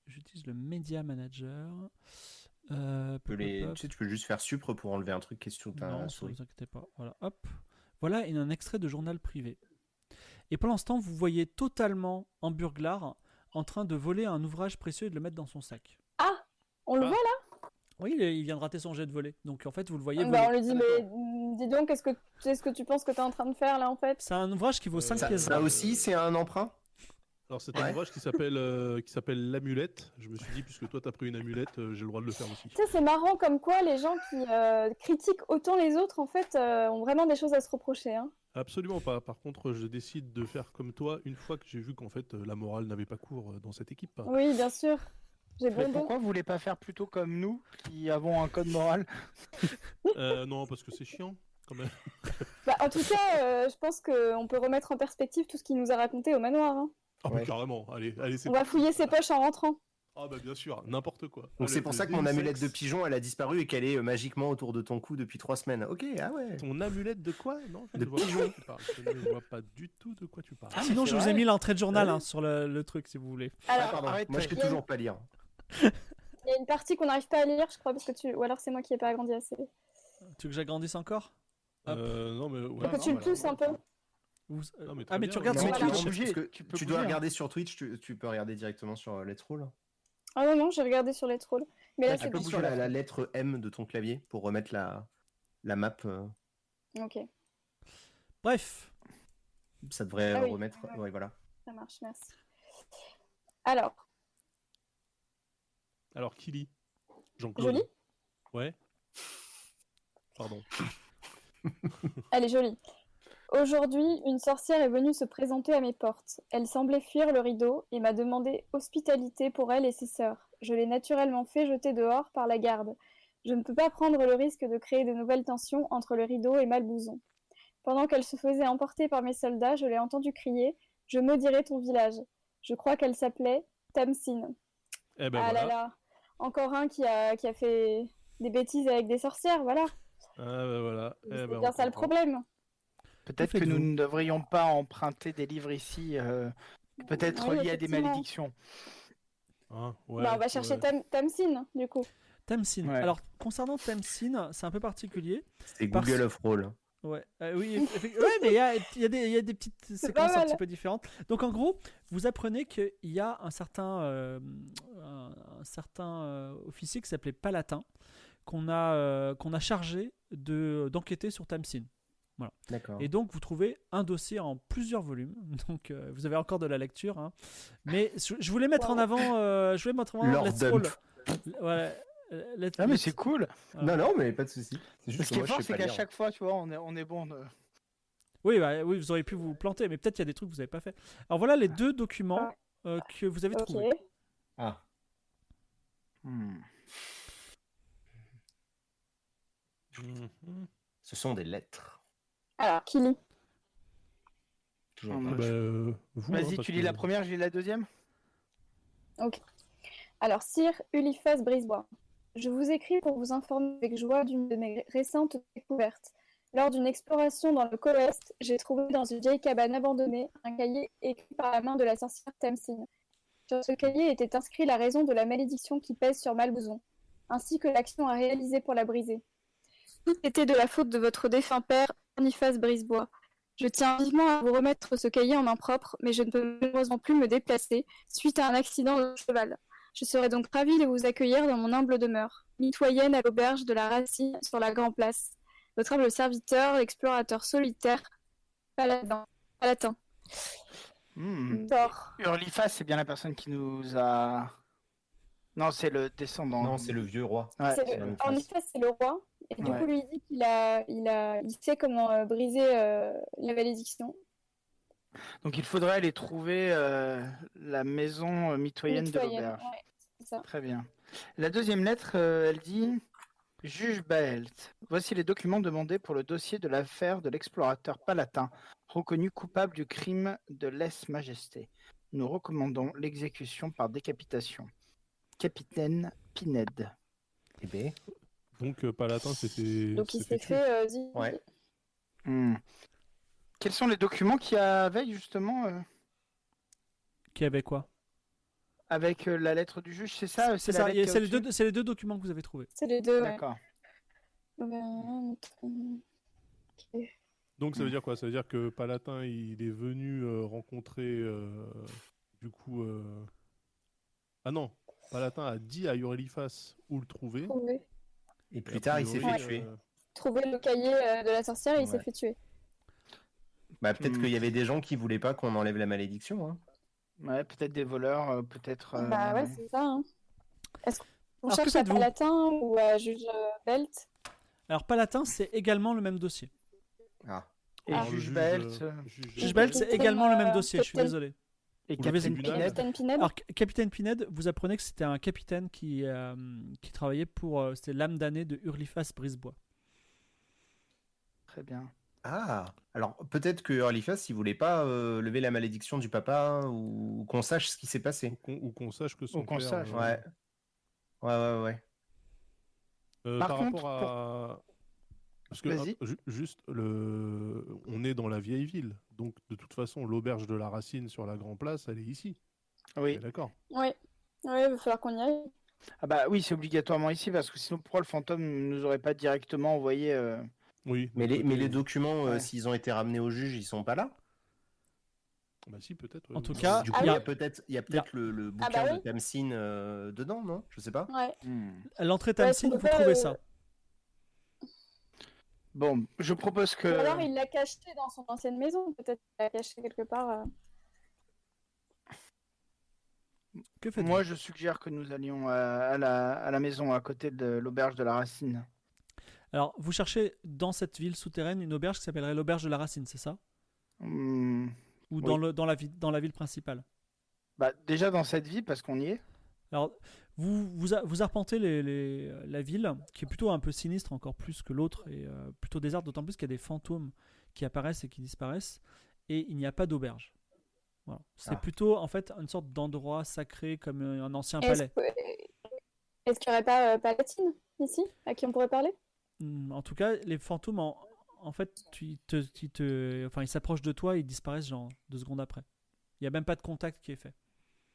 j'utilise le Media Manager. Euh, Tu peux, les... tu sais, tu peux juste faire supre pour enlever un truc qui est sur ta non, souris. ne vous inquiétez pas. Voilà, hop. Voilà un extrait de journal privé. Et pour l'instant, vous voyez totalement en burglare en train de voler un ouvrage précieux et de le mettre dans son sac. Ah, on le Ah. voit là. Oui, il il vient de rater son jet de voler. Donc en fait, vous le voyez Bah, on voler. lui dit, mais mm, dis donc, qu'est-ce que, qu'est-ce que tu penses que t'es en train de faire là en fait? C'est un ouvrage qui vaut Euh, cinq Ça, pièces ça d'or. aussi, c'est un emprunt. Alors c'est un Ouais. ouvrage qui s'appelle euh, qui s'appelle l'amulette. Je me suis dit puisque toi t'as pris une amulette, euh, j'ai le droit de le faire aussi. Tu sais, c'est marrant comme quoi les gens qui euh, critiquent autant les autres en fait euh, ont vraiment des choses à se reprocher. Hein. Absolument pas. Par contre, je décide de faire comme toi une fois que j'ai vu qu'en fait euh, la morale n'avait pas cours euh, dans cette équipe. Oui, bien sûr. J'ai Mais bon dos. pourquoi vous voulez pas faire plutôt comme nous, qui avons un code moral? Euh, non, parce que c'est chiant quand même. Bah, en tout cas, euh, je pense qu'on peut remettre en perspective tout ce qu'il nous a raconté au manoir. Hein. Ah bah Ouais. carrément. Allez, allez, c'est On va parti. fouiller ses poches en rentrant. Ah bah bien sûr, n'importe quoi. Donc Allez, c'est pour ça que le mon sexe. amulette de pigeon, elle a disparu et qu'elle est euh, magiquement autour de ton cou depuis trois semaines. Ok, ah ouais. Ton amulette de quoi? Non, je De ne vois pas de quoi tu parles. Je ne vois pas du tout de quoi tu parles. Ah, mais Sinon, c'est je vous ai vrai. mis l'entrée de journal Ouais. hein, sur le, le truc si vous voulez. Ah, Alors, pardon, arrête, moi je sais il y a toujours pas lire. il y a une partie qu'on n'arrive pas à lire, je crois, parce que tu... ou alors c'est moi qui n'ai pas agrandi assez. Tu veux que j'agrandisse encore? Hop. Euh, non mais ouais, Faut que non, tu le voilà. pousses un peu. Vous- Non, mais Ah, très mais bien, tu regardes Non, sur mais Voilà. tu, Twitch. bouger, parce que tu peux tu dois bouger, hein. regarder sur Twitch, tu, tu peux regarder directement sur euh, Let's Roll. Ah non, non, j'ai regardé sur les trolls. Mais là, Ouais, tu c'est peux bon. bouger Sur la, la la lettre M de ton clavier pour remettre la, la map. euh, Ok, Bref, ça devrait Ah euh, oui. remettre. Ouais, voilà. ça marche, merci. Alors, Alors qui lit? Jean-Claude. jolie. Ouais. Pardon. Elle est jolie. Aujourd'hui, une sorcière est venue se présenter à mes portes. Elle semblait fuir le rideau et m'a demandé hospitalité pour elle et ses sœurs. Je l'ai naturellement fait jeter dehors par la garde. Je ne peux pas prendre le risque de créer de nouvelles tensions entre le rideau et Malbouzon. Pendant qu'elle se faisait emporter par mes soldats, je l'ai entendue crier « Je maudirai ton village ». Je crois qu'elle s'appelait Tamsin. Eh ben ah voilà. là là, encore un qui a, qui a fait des bêtises avec des sorcières, voilà. Ah ben voilà. Eh C'est ben, bien on ça le comprend. problème. Peut-être Que que nous faites-vous ne devrions pas emprunter des livres ici, euh, peut-être Oui, liés à des effectivement. malédictions. Hein, ouais, Bah, on va chercher ouais. Tam- Tamsin, du coup. Tamsin. Ouais. Alors, concernant Tamsin, c'est un peu particulier. C'est Parce- Google of Roll. Ouais, euh, oui, eff- eff- ouais, mais il y a, il y a des, il y a des petites séquences un mal. petit peu différentes. Donc en gros, vous apprenez qu'il y a un certain, euh, un, un certain euh, officier qui s'appelait Palatin, qu'on a, euh, qu'on a chargé de, d'enquêter sur Tamsin. D'accord. Et donc vous trouvez un dossier en plusieurs volumes. Donc euh, vous avez encore de la lecture. Hein. Mais je, je voulais mettre en Wow. avant, euh, je voulais mettre en avant Lord Let's Dump. Roll. Ouais, euh, Let's- Ah mais Let's- c'est cool. Non, non, mais pas de souci. C'est Ce juste qui que est moi, je fort, sais c'est pas qu'à lire. chaque fois, tu vois, on est, on est bon. de- Oui, bah, oui, vous auriez pu vous planter, mais peut-être qu'il y a des trucs que vous n'avez pas fait. Alors voilà les deux documents euh, que vous avez Ok. trouvés. Ah, Hmm. Mhm. ce sont des lettres. Alors, qui lit? Toujours Ah, pas. Ah bah, euh, vous, hein, Vas-y, parce tu lis que- la première, je lis la deuxième. Alors, Sire Ulyphas Brisebois, je vous écris pour vous informer avec joie d'une de mes récentes découvertes. Lors d'une exploration dans le Coest, j'ai trouvé dans une vieille cabane abandonnée un cahier écrit par la main de la sorcière Tamsin. Sur ce cahier était inscrit la raison de la malédiction qui pèse sur Malbouzon, ainsi que l'action à réaliser pour la briser. Tout était de la faute de votre défunt père, Ulyphas Brisebois. Je tiens vivement à vous remettre ce cahier en main propre, mais je ne peux malheureusement plus me déplacer suite à un accident de cheval. Je serais donc ravie de vous accueillir dans mon humble demeure, mitoyenne à l'auberge de la Racine sur la Grand Place. Votre humble serviteur, explorateur solitaire, Paladin. Palatin. Hmm. Thor. Hurlifas, c'est bien la personne qui nous a. Non, c'est le descendant. Non, c'est le vieux roi. Ouais. C'est c'est le- la même En classe. effet, c'est le roi. Et du Ouais. coup, lui il dit qu'il a, il a, il sait comment euh, briser euh, la malédiction. Donc il faudrait aller trouver euh, la maison euh, mitoyenne, de Mitoyenne, l'auberge. ouais, c'est ça. Très bien. La deuxième lettre, euh, elle dit Juge Baelt, voici les documents demandés pour le dossier de l'affaire de l'explorateur Palatin, reconnu coupable du crime de lèse-majesté. Nous recommandons l'exécution par décapitation. Capitaine Pined. Eh ben, Donc euh, Palatin s'est fait. Donc il s'est s'est tuer. fait euh, zi- Ouais. Hmm. Quels sont les documents qu'il y avait justement euh Qui avait quoi? Avec euh, la lettre du juge, c'est ça C'est la ça, lettre et qui est c'est les, au-dessus deux, c'est les deux documents que vous avez trouvés. C'est les deux. Ouais. D'accord. Euh, ok. Donc ça veut dire quoi? Ça veut dire que Palatin il est venu euh, rencontrer euh, du coup. euh, Ah non, Palatin a dit à Eurelifas où le trouver. Trouver. Et Et plus a tard, il s'est priori, fait tuer. euh, Trouver le cahier euh, de la sorcière et il s'est Ouais. fait tuer. Bah, peut-être Hmm. qu'il y avait des gens qui voulaient pas qu'on enlève la malédiction. Hein. Ouais, peut-être des voleurs, euh, peut-être. euh, Bah ouais, c'est ça. Hein. Est-ce qu'on Alors, que cherche à faites-vous? Palatin ou à Juge euh, Belt? Alors, Palatin, c'est également le même dossier. Ah. Et Ah. le juge juge, Belt. euh, euh, juge- Juge Belt, c'est Capitaine, également le même euh, dossier, je suis Capitaine- désolé. Et Vous Capitaine l'avez- Pinel. Capitaine Pinel? Alors, C- Capitaine Pined, vous apprenez que c'était un capitaine qui, euh, qui travaillait pour. euh, c'était l'âme damnée de Hurlifas Brisebois. Très bien. Ah. Alors, peut-être que Hurlifas, il voulait pas euh, lever la malédiction du papa ou qu'on sache ce qui s'est Ou passé. qu'on ou qu'on sache que son Ou qu'on père. sache, euh, Ouais. Ouais, ouais, ouais. euh, Par par contre, rapport à. Parce que Vas-y. hop, ju- juste le, on est dans la vieille ville, donc de toute façon l'auberge de la Racine sur la Grand Place, elle est ici. Oui. On est D'accord. Oui. Ouais, il va falloir qu'on y aille. Ah bah oui, c'est obligatoirement ici parce que sinon pourquoi le fantôme nous aurait pas directement envoyé euh, Oui. Mais de les, côté, mais les oui. documents, euh, Ouais. s'ils ont été ramenés au juge, ils sont pas là. Bah si, peut-être. ouais, En oui. tout cas, Du Ah coup, il y oui. a peut-être, il y a peut-être le, le Ah bouquin bah de oui. Tamsin euh, dedans, non? Je sais pas. Ouais. À l'entrée Ouais, Tamsin, s'il vous vous plaît, trouvez euh, ça. Bon, je propose que. Ou alors il l'a caché dans son ancienne maison. Peut-être qu'il l'a caché quelque part. euh. Que faites-vous? Moi, je suggère que nous allions à, à la, à la maison à côté de l'auberge de la Racine. Alors, vous cherchez dans cette ville souterraine une auberge qui s'appellerait l'auberge de la Racine, c'est ça? Hmm, Ou Oui. dans, le, dans, la, vi- dans la ville principale? Bah, déjà dans cette vie, parce qu'on y est. Alors, vous, vous, a- vous arpentez les, les- la ville, qui est plutôt un peu sinistre, encore plus que l'autre, et euh, plutôt déserte, d'autant plus qu'il y a des fantômes qui apparaissent et qui disparaissent, et il n'y a pas d'auberge. Voilà. C'est Ah. plutôt, en fait, une sorte d'endroit sacré, comme un ancien Est-ce palais. que- est-ce qu'il n'y aurait pas euh, Palatine ici, à qui on pourrait parler? Hmm, En tout cas, les fantômes, en, en fait, tu- ils te, ils te- enfin, ils s'approchent de toi et ils disparaissent, genre, deux secondes après. Il n'y a même pas de contact qui est fait.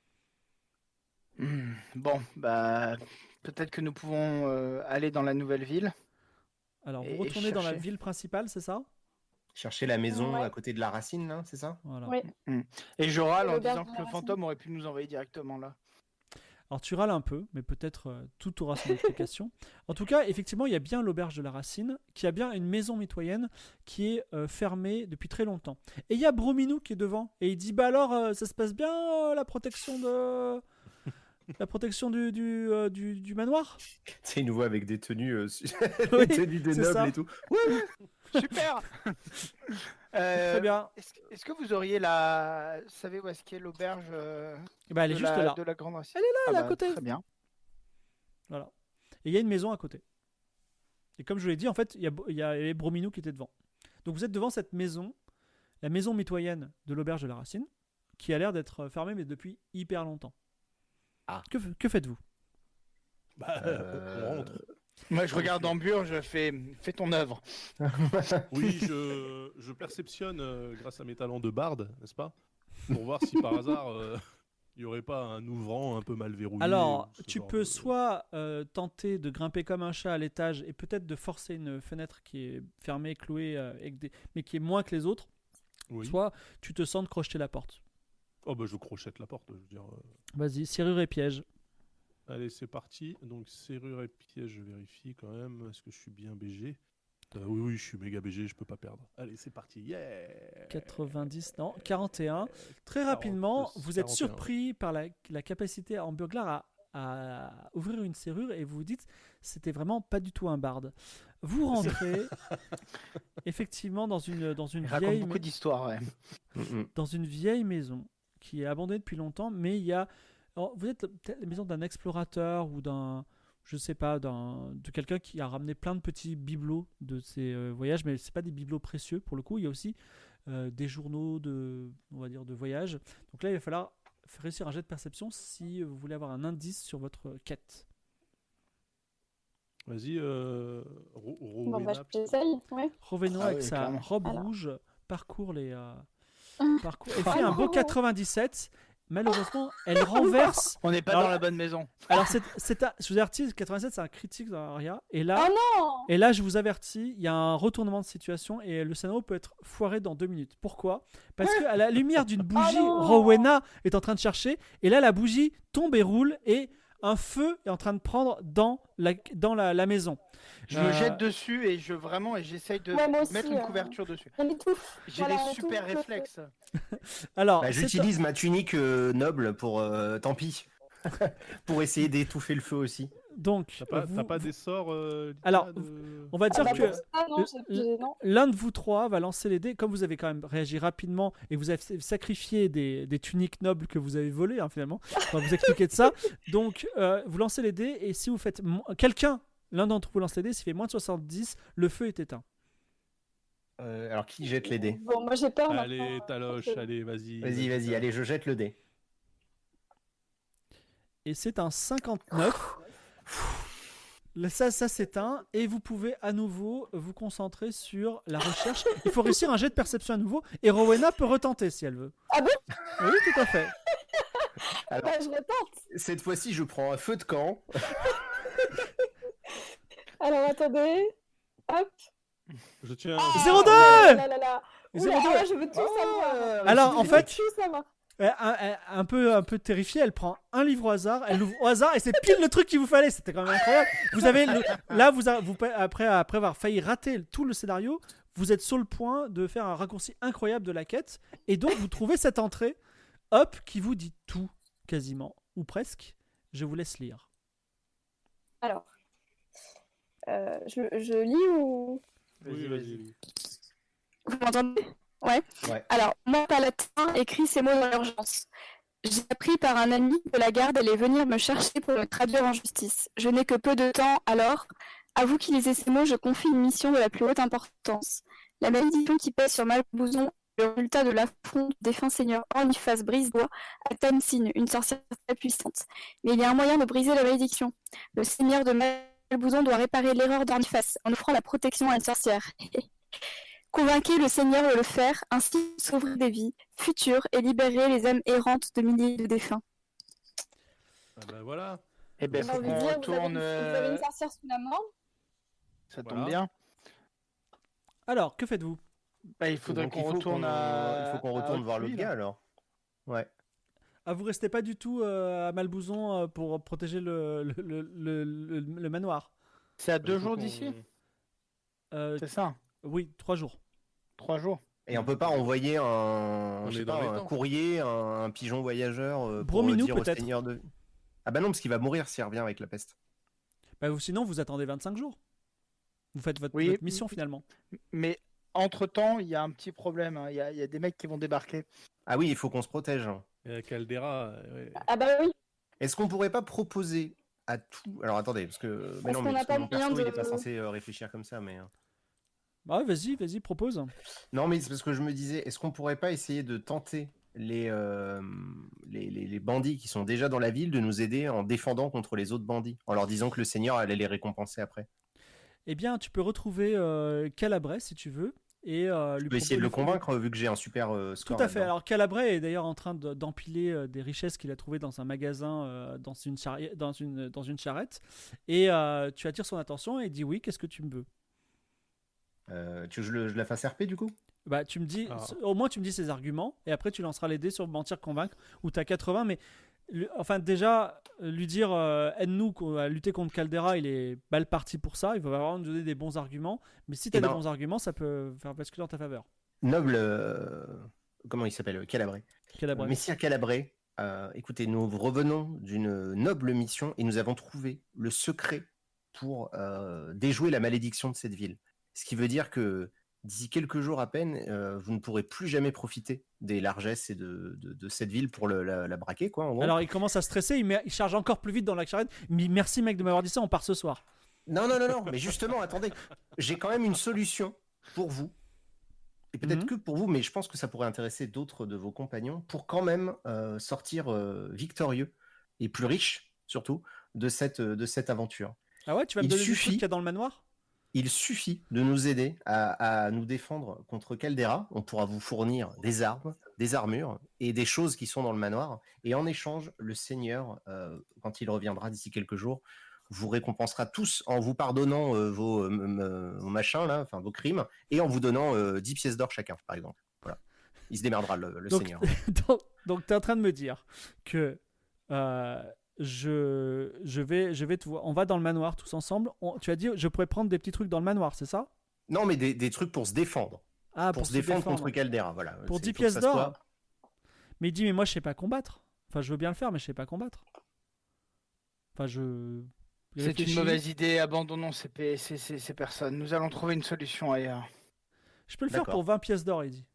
Hmm, Bon, bah, peut-être que nous pouvons euh, aller dans la nouvelle ville. Alors, vous Et- et retournez dans la chercher. ville principale, c'est ça? Chercher la maison Ouais. à côté de la Racine, là, c'est ça? Voilà. Oui. Et je râle en L'auberge disant de que la le Racine. fantôme aurait pu nous envoyer directement là. Alors tu râles un peu, mais peut-être euh, tout aura son explication. En tout cas, effectivement, il y a bien l'auberge de la Racine, qui a bien une maison mitoyenne qui est euh, fermée depuis très longtemps. Et il y a Brominou qui est devant, et il dit bah alors, euh, ça se passe bien euh, la protection de la protection du du, euh, du, du manoir. Tu sais, il nous voit avec des tenues, euh, su- Oui, des tenues de c'est nobles ça. et tout. Super. Euh, Très bien. Est-ce que- est-ce que vous auriez la, vous savez où est-ce qu'est l'auberge euh, Et bah elle est de, juste la, là. de la grande Racine? Elle est là, elle est Ah à bah, côté. Très bien. Voilà. Et il y a une maison à côté. Et comme je vous l'ai dit, en fait, il y a, il y a il y avait Brominou qui était devant. Donc vous êtes devant cette maison, la maison mitoyenne de l'auberge de la Racine, qui a l'air d'être fermée, mais depuis hyper longtemps. Ah. Que, f- que faites-vous? Bah, Euh, on rentre. Moi, je regarde en bure, je fais, fais ton œuvre. Oui, je, je perceptionne euh, grâce à mes talents de barde, n'est-ce pas? Pour voir si par hasard euh, il n'y aurait pas un ouvrant un peu mal verrouillé. Alors, ou ce tu genre peux de- soit euh, tenter de grimper comme un chat à l'étage et peut-être de forcer une fenêtre qui est fermée, clouée, euh, avec des- mais qui est moins que les autres, Oui. soit tu te sens de crocheter la porte. Oh bah je crochette la porte, je veux dire. euh. Vas-y, serrure et piège. Allez, c'est parti. Donc serrure et piège, je vérifie quand même. Est-ce que je suis bien B G? Euh, Oui, oui, je suis méga B G, je peux pas perdre. Allez, c'est parti. Yeah. quatre-vingt-dix, non, quarante et un. Très rapidement, quarante, vous êtes quarante et un. surpris par la, la capacité en burglar à, à ouvrir une serrure et vous vous dites c'était vraiment pas du tout un barde. Vous rentrez effectivement dans une, dans une Il raconte vieille beaucoup d'histoires. Ouais. Mm, mm. dans une vieille maison qui est abandonnée depuis longtemps, mais il y a. Alors, vous êtes peut-être la maison d'un explorateur ou d'un. Je sais pas, d'un, de quelqu'un qui a ramené plein de petits bibelots de ses euh, voyages, mais c'est pas des bibelots précieux pour le coup. Il y a aussi euh, des journaux de, on va dire, de voyage. Donc là, il va falloir réussir un jet de perception si vous voulez avoir un indice sur votre quête. Vas-y, euh, Ro- Bon, bah, Rowena, j'essaye. Ouais. Roveno Ah avec oui, sa clairement. robe Alors. rouge parcourt les. euh, Ah. parcours, et fait un beau quatre-vingt-dix-sept malheureusement, elle renverse. On n'est pas Alors- dans la bonne maison. Alors, c'est, c'est un- je vous avertis, quatre-vingt-sept, c'est un critique dans Aria. Et là, Oh non. et là, je vous avertis, il y a un retournement de situation et le scénario peut être foiré dans deux minutes. Pourquoi ? Parce qu'à la lumière d'une bougie, non. Rowena est en train de chercher. Et là, la bougie tombe et roule et un feu est en train de prendre dans la, dans la, la maison. Je Euh, me jette dessus et je vraiment et j'essaye de Ouais, moi aussi, mettre une euh. couverture dessus. On étouffe. J'ai Voilà, des on super étouffe le feu. réflexes. Alors, Bah, c'est- j'utilise ma tunique euh, noble pour. euh, tant pis. Pour essayer d'étouffer le feu aussi. donc, T'as pas, vous- t'as pas vous- des sorts euh, Lita, Alors, de- on va Ah dire bah que pour ça, non, j'ai- l- j'ai- non. l'un de vous trois va lancer les dés. Comme vous avez quand même réagi rapidement et vous avez sacrifié des, des tuniques nobles que vous avez volées, hein, finalement, on va vous expliquer de ça. Donc, euh, vous lancez les dés et si vous faites. mo- Quelqu'un, l'un d'entre vous lance les dés, s'il fait moins de soixante-dix, le feu est éteint. Euh, alors, qui jette les dés? Bon, moi j'ai peur Allez, maintenant. Taloche, allez, vas-y. Vas-y, vas-y, allez, je jette le dé. Et c'est un cinquante-neuf. Le- Ça, ça s'éteint et vous pouvez à nouveau vous concentrer sur la recherche. Il faut réussir un jet de perception à nouveau et Rowena peut retenter si elle veut. Ah bon? Oui, tout à fait. Alors, Bah, je retente. cette fois-ci, je prends un feu de camp. Alors attendez. Hop. Je tiens. Ah, zéro deux. là, là, là, là. Et Oula, zéro deux. ah, je veux tout savoir. Alors, en Je veux fait, tout savoir. Euh, un, un- un peu, un peu terrifiée, elle prend un livre au hasard, elle l'ouvre au hasard et c'est pile le truc qu'il vous fallait. C'était quand même incroyable. Vous avez le- là, vous, a- vous après, après avoir failli rater tout le scénario, vous êtes sur le point de faire un raccourci incroyable de la quête et donc vous trouvez cette entrée, hop, qui vous dit tout quasiment ou presque. Je vous laisse lire. Alors. Euh, je, je lis ou. Oui, vas-y. Vous m'entendez? Ouais. Ouais. Alors, moi, Palatin écrit ces mots dans l'urgence. J'ai appris par un ami que la garde allait venir me chercher pour me traduire en justice. Je n'ai que peu de temps, alors, à vous qui lisez ces mots, je confie une mission de la plus haute importance. La malédiction qui pèse sur Malbouzon est le résultat de l'affront du défunt seigneur Orniphas Brisebois à Tamsin, une sorcière très puissante. Mais il y a un moyen de briser la malédiction. Le seigneur de Malbouzon doit réparer l'erreur d'Orniphas en offrant la protection à une sorcière. Convainquez le Seigneur de le faire, ainsi sauver des vies futures et libérer les âmes errantes de milliers de défunts. Ah bah voilà. Eh ben, J'ai faut envie de qu'on dire, vous avez, retourne. vous avez euh, une sorcière sous la main. Ça tombe Voilà. bien. Alors, que faites-vous? Bah, il faudrait Donc, qu'on il faut retourne qu'on- à. Il faut qu'on à retourne voir Haute-Pluie, l'autre là. gars alors. Ouais. Ah, vous restez pas du tout euh, à Malbouzon euh, pour protéger le, le, le, le- le- le manoir. C'est à deux Il faut jours qu'on- d'ici. Euh, C'est ça. oui, trois jours. Trois jours. Et on peut pas envoyer un, On je sais est dans pas, les un temps. courrier, un, un pigeon voyageur euh, pour Brominou, dire au peut-être. seigneur de. Ah bah non, parce qu'il va mourir s'il revient avec la peste. Bah, vous, sinon, vous attendez vingt-cinq jours. Vous faites votre, Oui. votre mission finalement. Mais entre-temps, il y a un petit problème. hein. Il y, a, il y a des mecs qui vont débarquer. Ah oui, il faut qu'on se protège. Et la Caldera. euh, ouais. Ah bah oui. Est-ce qu'on pourrait pas proposer à tout. Alors attendez, parce que. Mais Est-ce non, qu'on mais n'a parce que pas mon moyen perso, il de- est pas censé euh, réfléchir comme ça, mais. euh. Bah, ouais, vas-y, vas-y, propose. Non, mais c'est parce que je me disais, est-ce qu'on pourrait pas essayer de tenter les, euh, les, les, les bandits qui sont déjà dans la ville de nous aider en défendant contre les autres bandits, en leur disant que le seigneur allait les récompenser après? Eh bien, tu peux retrouver euh, Calabret si tu veux. Et, euh, lui Je vais essayer de le proposer- convaincre vu que j'ai un super euh, Tout score. à fait. là-dedans. Alors Calabret est d'ailleurs en train de- d'empiler euh, des richesses qu'il a trouvées dans un magasin, euh, dans, une charri- dans, une, dans une charrette. Et euh, tu attires son attention et il dit oui, qu'est-ce que tu me veux? Euh, tu veux que je, le- je la fasse R P du coup? Bah, tu me dis, Ah. au moins tu me dis ses arguments et après tu lanceras les dés sur mentir convaincre où tu as quatre-vingts. Mais lui- enfin, déjà, euh, lui dire euh, aide-nous qu'on- à lutter contre Caldera, il est mal parti pour ça. Il va vraiment nous donner des bons arguments. Mais si tu as Eh des ben- bons arguments, ça peut faire basculer en ta faveur. Noble. euh, Comment il s'appelle? Calabret. Calabret. Messire Calabret, euh, écoutez, nous revenons d'une noble mission et nous avons trouvé le secret pour euh, déjouer la malédiction de cette ville. Ce qui veut dire que d'ici quelques jours à peine, euh, vous ne pourrez plus jamais profiter des largesses et de, de, de cette ville pour le- la, la braquer, quoi. En gros. Alors il commence à stresser, il, met- il charge encore plus vite dans la charrette. Mais merci mec de m'avoir dit ça, on part ce soir. Non, non, non, non, mais justement, attendez, j'ai quand même une solution pour vous. Et peut-être Mhm. que pour vous, mais je pense que ça pourrait intéresser d'autres de vos compagnons, pour quand même euh, sortir euh, victorieux et plus riche, surtout, de cette, de cette aventure. Ah ouais, tu vas me Il donner des suffit- trucs qu'il y a dans le manoir? Il suffit de nous aider à, à nous défendre contre Caldera. On pourra vous fournir des armes, des armures et des choses qui sont dans le manoir. Et en échange, le seigneur, euh, quand il reviendra d'ici quelques jours, vous récompensera tous en vous pardonnant euh, vos, euh, m- vos machins, là, enfin vos crimes, et en vous donnant euh, dix pièces d'or chacun, par exemple. Voilà. Il se démerdera, le, le Donc, seigneur. donc, donc tu es en train de me dire que euh, je, je vais, je vais te voir. On va dans le manoir tous ensemble. On- tu as dit je pourrais prendre des petits trucs dans le manoir, c'est ça? Non, mais des, des trucs pour se défendre. Ah, pour, se défendre, contre Caldera, voilà. Pour C'est- dix faut que pièces ça d'or. soit- Mais il dit mais moi je sais pas combattre. Enfin je veux bien le faire mais je sais pas combattre. Enfin je. je C'est une réfléchis. mauvaise idée, abandonnons ces, p- ces, ces, ces personnes. Nous allons trouver une solution ailleurs. Je peux le faire D'accord. pour vingt pièces d'or, il dit.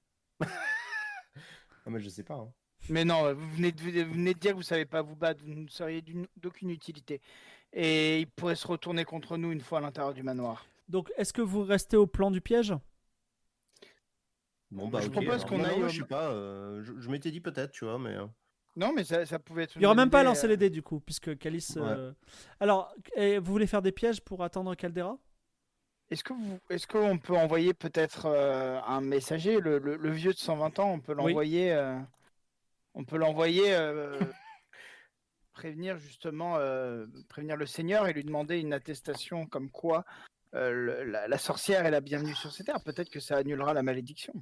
Ah, moi, je sais pas. hein. Mais non, vous venez, de, vous venez de dire que vous savez pas vous battre, vous ne seriez d'une- d'aucune utilité. Et il pourrait se retourner contre nous une fois à l'intérieur du manoir. Donc est-ce que vous restez au plan du piège? Bon, bah, Je ok, propose alors. qu'on Non, aille non, au- je sais pas. euh, je je m'étais dit peut-être, tu vois, mais. euh, Non, mais ça, ça pouvait être. Il n'y aura une bonne même pas à idée, lancer euh. les dés du coup, puisque Calice. euh, Alors, et vous voulez faire des pièges pour attendre Caldera? Est-ce que vous, est-ce qu'on peut envoyer peut-être euh, un messager, le, le, le vieux de cent vingt ans, on peut Oui. l'envoyer, euh, on peut l'envoyer euh, prévenir justement, euh, prévenir le Seigneur et lui demander une attestation comme quoi euh, le- la, la sorcière est la bienvenue sur ces terres. Peut-être que ça annulera la malédiction.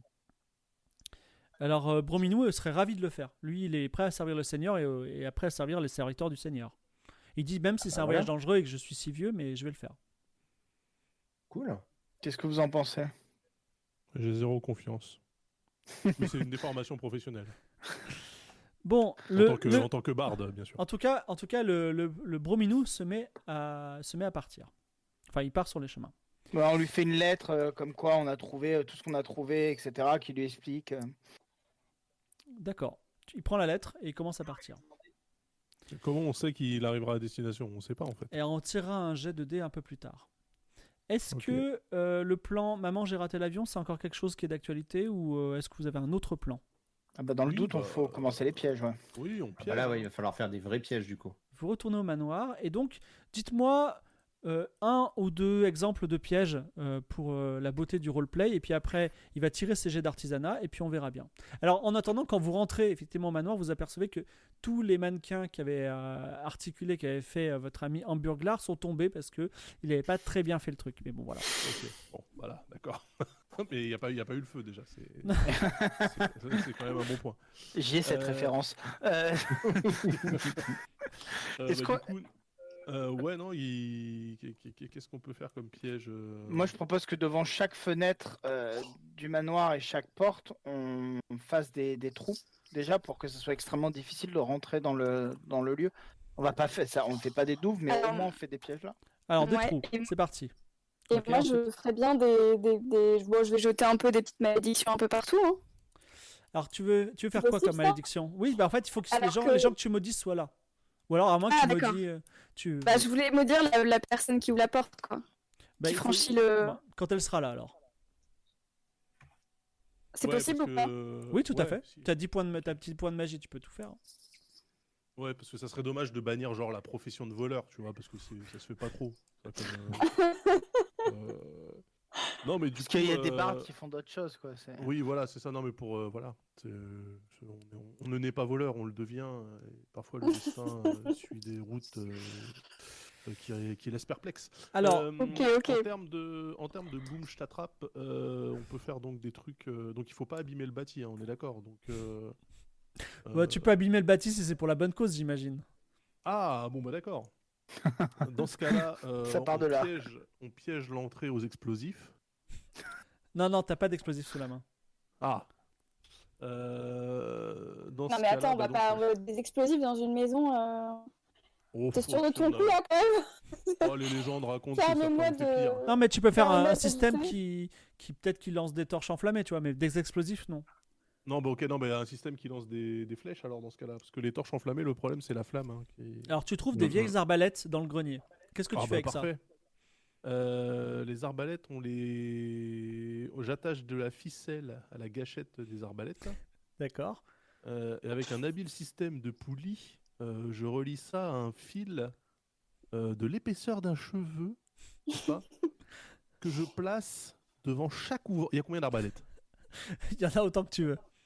Alors, euh, Brominou euh, serait ravi de le faire. Lui, il est prêt à servir le Seigneur et, euh, et après à servir les serviteurs du Seigneur. Il dit même si c'est bah un voilà. voyage dangereux et que je suis si vieux, mais je vais le faire. Cool. Qu'est-ce que vous en pensez? J'ai zéro confiance. Mais c'est une déformation professionnelle. Bon, En, le, tant que, le- en tant que barde, bien sûr. en tout cas, en tout cas le, le, le Brominou se met, à, se met à partir. Enfin, il part sur les chemins. Bon, on lui fait une lettre euh, comme quoi on a trouvé euh, tout ce qu'on a trouvé, et cetera, qui lui explique. euh. D'accord. Il prend la lettre et il commence à partir. Comment on sait qu'il arrivera à destination? On sait pas en fait. Et on tirera un jet de dés un peu plus tard. Est-ce Ok. que euh, le plan Maman, j'ai raté l'avion, c'est encore quelque chose qui est d'actualité ou euh, est-ce que vous avez un autre plan? Ah bah, dans le Oui, doute, on bah, faut commencer les pièges. Ouais. Oui, on Ah piège. bah là, ouais, il va falloir faire des vrais pièges du coup. Vous retournez au manoir et donc dites-moi euh, un ou deux exemples de pièges euh, pour euh, la beauté du roleplay et puis après il va tirer ses jets d'artisanat et puis on verra bien. Alors en attendant, quand vous rentrez effectivement au manoir, vous apercevez que tous les mannequins qui avaient euh, articulé, qui avaient fait euh, votre ami Hamburglar sont tombés parce que il n'avait pas très bien fait le truc. Mais bon voilà. Ok, bon, voilà, d'accord. Mais il n'y a, pas- y a pas eu le feu déjà. C'est c'est- c'est quand même un bon point. J'ai cette Euh, référence. Euh, Euh, Est-ce bah, qu'on- du coup, euh, ouais, non, il... qu'est-ce qu'on peut faire comme piège euh, Moi, je propose que devant chaque fenêtre euh, du manoir et chaque porte, on fasse des, des trous déjà pour que ce soit extrêmement difficile de rentrer dans le dans le lieu. On va pas faire ça, on ne fait pas des douves, mais Alors- au moins on fait des pièges là. Alors des Ouais, trous, et- c'est parti. Et Ok, moi, ensuite. je ferais bien des. des, des... Bon, je vais jeter un peu des petites malédictions un peu partout. Hein. Alors tu veux, tu veux faire C'est quoi possible, comme ça malédiction? Oui, bah en fait il faut que les Alors gens, que- les gens que tu maudisses soient là. Ou alors à moins que Ah, tu d'accord. maudis, euh, tu. Bah, je voulais me dire la, la personne qui ouvre la porte, quoi. Bah, qui il faut- franchit le- bah, quand elle sera là alors. C'est ouais, possible parce ou pas que- Oui, tout à ouais, fait. si. Tu as dix points de, t'as petit point de magie, tu peux tout faire. Ouais, parce que ça serait dommage de bannir genre la profession de voleur, tu vois, parce que c'est- ça se fait pas trop. Ça comme, euh, euh, Non, mais du Parce coup. qu'il y a des euh, bardes qui font d'autres choses, quoi. c'est- Oui, voilà, c'est ça. Non, mais pour. euh, voilà. c'est, euh, c'est- on, est- on ne naît pas voleur, on le devient. euh, et parfois, le destin euh, suit des routes euh, euh, qui, qui laissent perplexe. Alors, Euh, Ok, ok. En termes de, en termes de boom, je t'attrape, euh, on peut faire donc des trucs. euh, donc, il faut pas abîmer le bâti, hein, on est d'accord. Donc. euh, bah, euh, tu peux abîmer le bâti si c'est pour la bonne cause, j'imagine. Ah, bon, bah d'accord. Dans ce cas-là, euh, Ça part on, de là. piège, on piège l'entrée aux explosifs. Non, non, t'as pas d'explosif sous la main. Ah. Euh, dans Non, ce mais cas-là, attends, on bah va donc, pas euh, envoyer des explosifs dans une maison. Euh... oh, T'es faut- sûr de si ton on a- coup, là, quand même Oh, les légendes racontent que Ça ça peut amène-moi en fait pire. de. Non, mais tu peux faire Faire un, une un note système de qui, qui peut-être qui lance des torches enflammées, tu vois, mais des explosifs, non. Non, bah ok, non, mais un système qui lance des, des flèches alors dans ce cas-là. Parce que les torches enflammées, le problème c'est la flamme. hein, qui... Alors tu trouves Ouais, des ouais. vieilles arbalètes dans le grenier. Qu'est-ce que Ah tu fais bah, avec parfait. Euh, les arbalètes, on les. J'attache de la ficelle à la gâchette des arbalètes. là. ça? D'accord. Euh, et avec un habile système de poulies, euh, je relie ça à un fil euh, de l'épaisseur d'un cheveu, ou pas, que je place devant chaque ouvre. Il y a combien d'arbalètes? Il y en a autant que tu veux.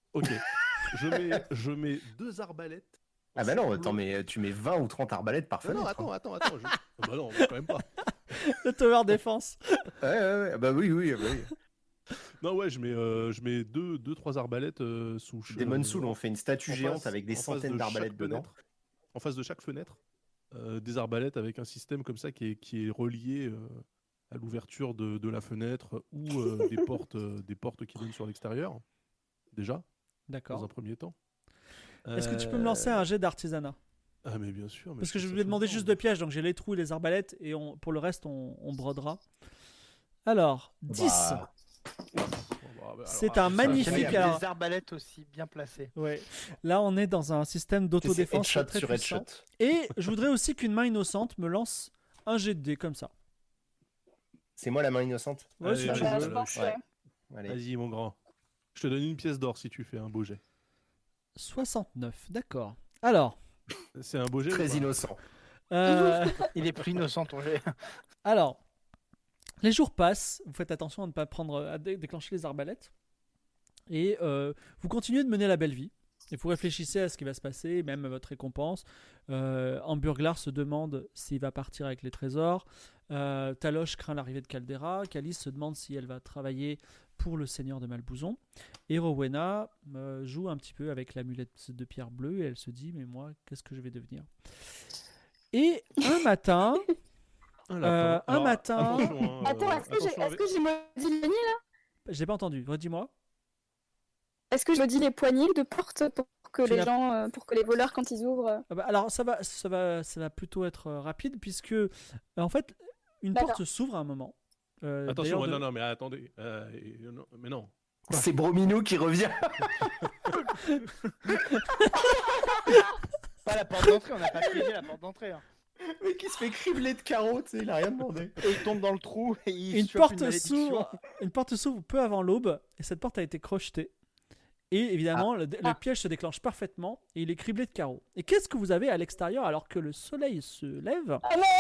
Ok. je, mets, je mets deux arbalètes. Ah bah non, attends, mais tu mets vingt ou trente arbalètes par Non, fenêtre. non, attends, hein. attends, attends. Je... Oh, bah non, quand même pas. Le tower défense. Ouais, ouais, ouais. Bah oui, oui, bah oui. Non, ouais, je mets, euh, je mets deux, deux, trois arbalètes euh, sous. Demon Soul, on fait une statue en géante face- avec des en face centaines de d'arbalètes chaque dedans. fenêtre. En face de chaque fenêtre, euh, des arbalètes avec un système comme ça qui est, qui est relié euh, à l'ouverture de, de la fenêtre ou euh, des, portes, euh, des portes qui donnent sur l'extérieur, déjà, dans D'accord. un premier temps. Est-ce que tu peux me lancer un jet d'artisanat? Ah mais bien sûr. Mais Parce que je fais ça voulais tout le demander temps. juste deux pièges, donc j'ai les trous et les arbalètes, et on, pour le reste, on, on brodera. Alors, dix. Bah, Bon, bah, bah, C'est alors, un ça, magnifique- Jamais vu alors- des arbalètes aussi bien placées. Ouais. Là, on est dans un système c'est d'autodéfense headshot très sur puissant. headshot. Et je voudrais aussi qu'une main innocente me lance un jet de dés comme ça. C'est moi la main innocente. Ouais, Allez, si vas-y, tu Bah, veux. je pense, ouais. ouais. Allez. Vas-y, mon grand. Je te donne une pièce d'or si tu fais un beau jet. soixante-neuf, d'accord. Alors, C'est un beau jet. Très ou pas innocent. euh, Il est plus innocent ton jet. alors, les jours passent. Vous faites attention à ne pas prendre, à dé- déclencher les arbalètes. Et euh, vous continuez de mener la belle vie. Et vous réfléchissez à ce qui va se passer, même à votre récompense. Euh, Hamburglar se demande s'il va partir avec les trésors. Euh, Taloche craint l'arrivée de Caldera. Calice se demande si elle va travailler pour le seigneur de Malbouzon. Et Rowena euh, joue un petit peu avec l'amulette de pierre bleue et elle se dit, mais moi, qu'est-ce que je vais devenir? Et un matin, Un, Euh, lapin. un Alors, matin- attention, hein, Attends, euh, est-ce que j'ai attention est-ce avec- que j'ai maudit les poignées là? j'ai pas entendu, redis-moi. Est-ce que je maudis les poignées de porte pour que Tu les n'as- gens, euh, pour que les voleurs quand ils ouvrent. euh, Ah bah, alors ça va, ça va, ça va plutôt être euh, rapide puisque euh, en fait une D'accord. porte s'ouvre à un moment. Euh, Attention, d'ailleurs, ouais, de- non, non, mais attendez. euh, et- non, mais non. C'est Brominou qui revient. Pas la porte d'entrée, on n'a pas piégé la porte d'entrée. hein. Mais qui se fait cribler de carreaux, tu sais, il a rien demandé. Et il tombe dans le trou et il une chope porte malédiction. s'ouvre, une porte s'ouvre peu avant l'aube et cette porte a été crochetée. Et évidemment, le, le Ah. piège se déclenche parfaitement et il est criblé de carreaux. Et qu'est-ce que vous avez à l'extérieur alors que le soleil se lève? Ah non.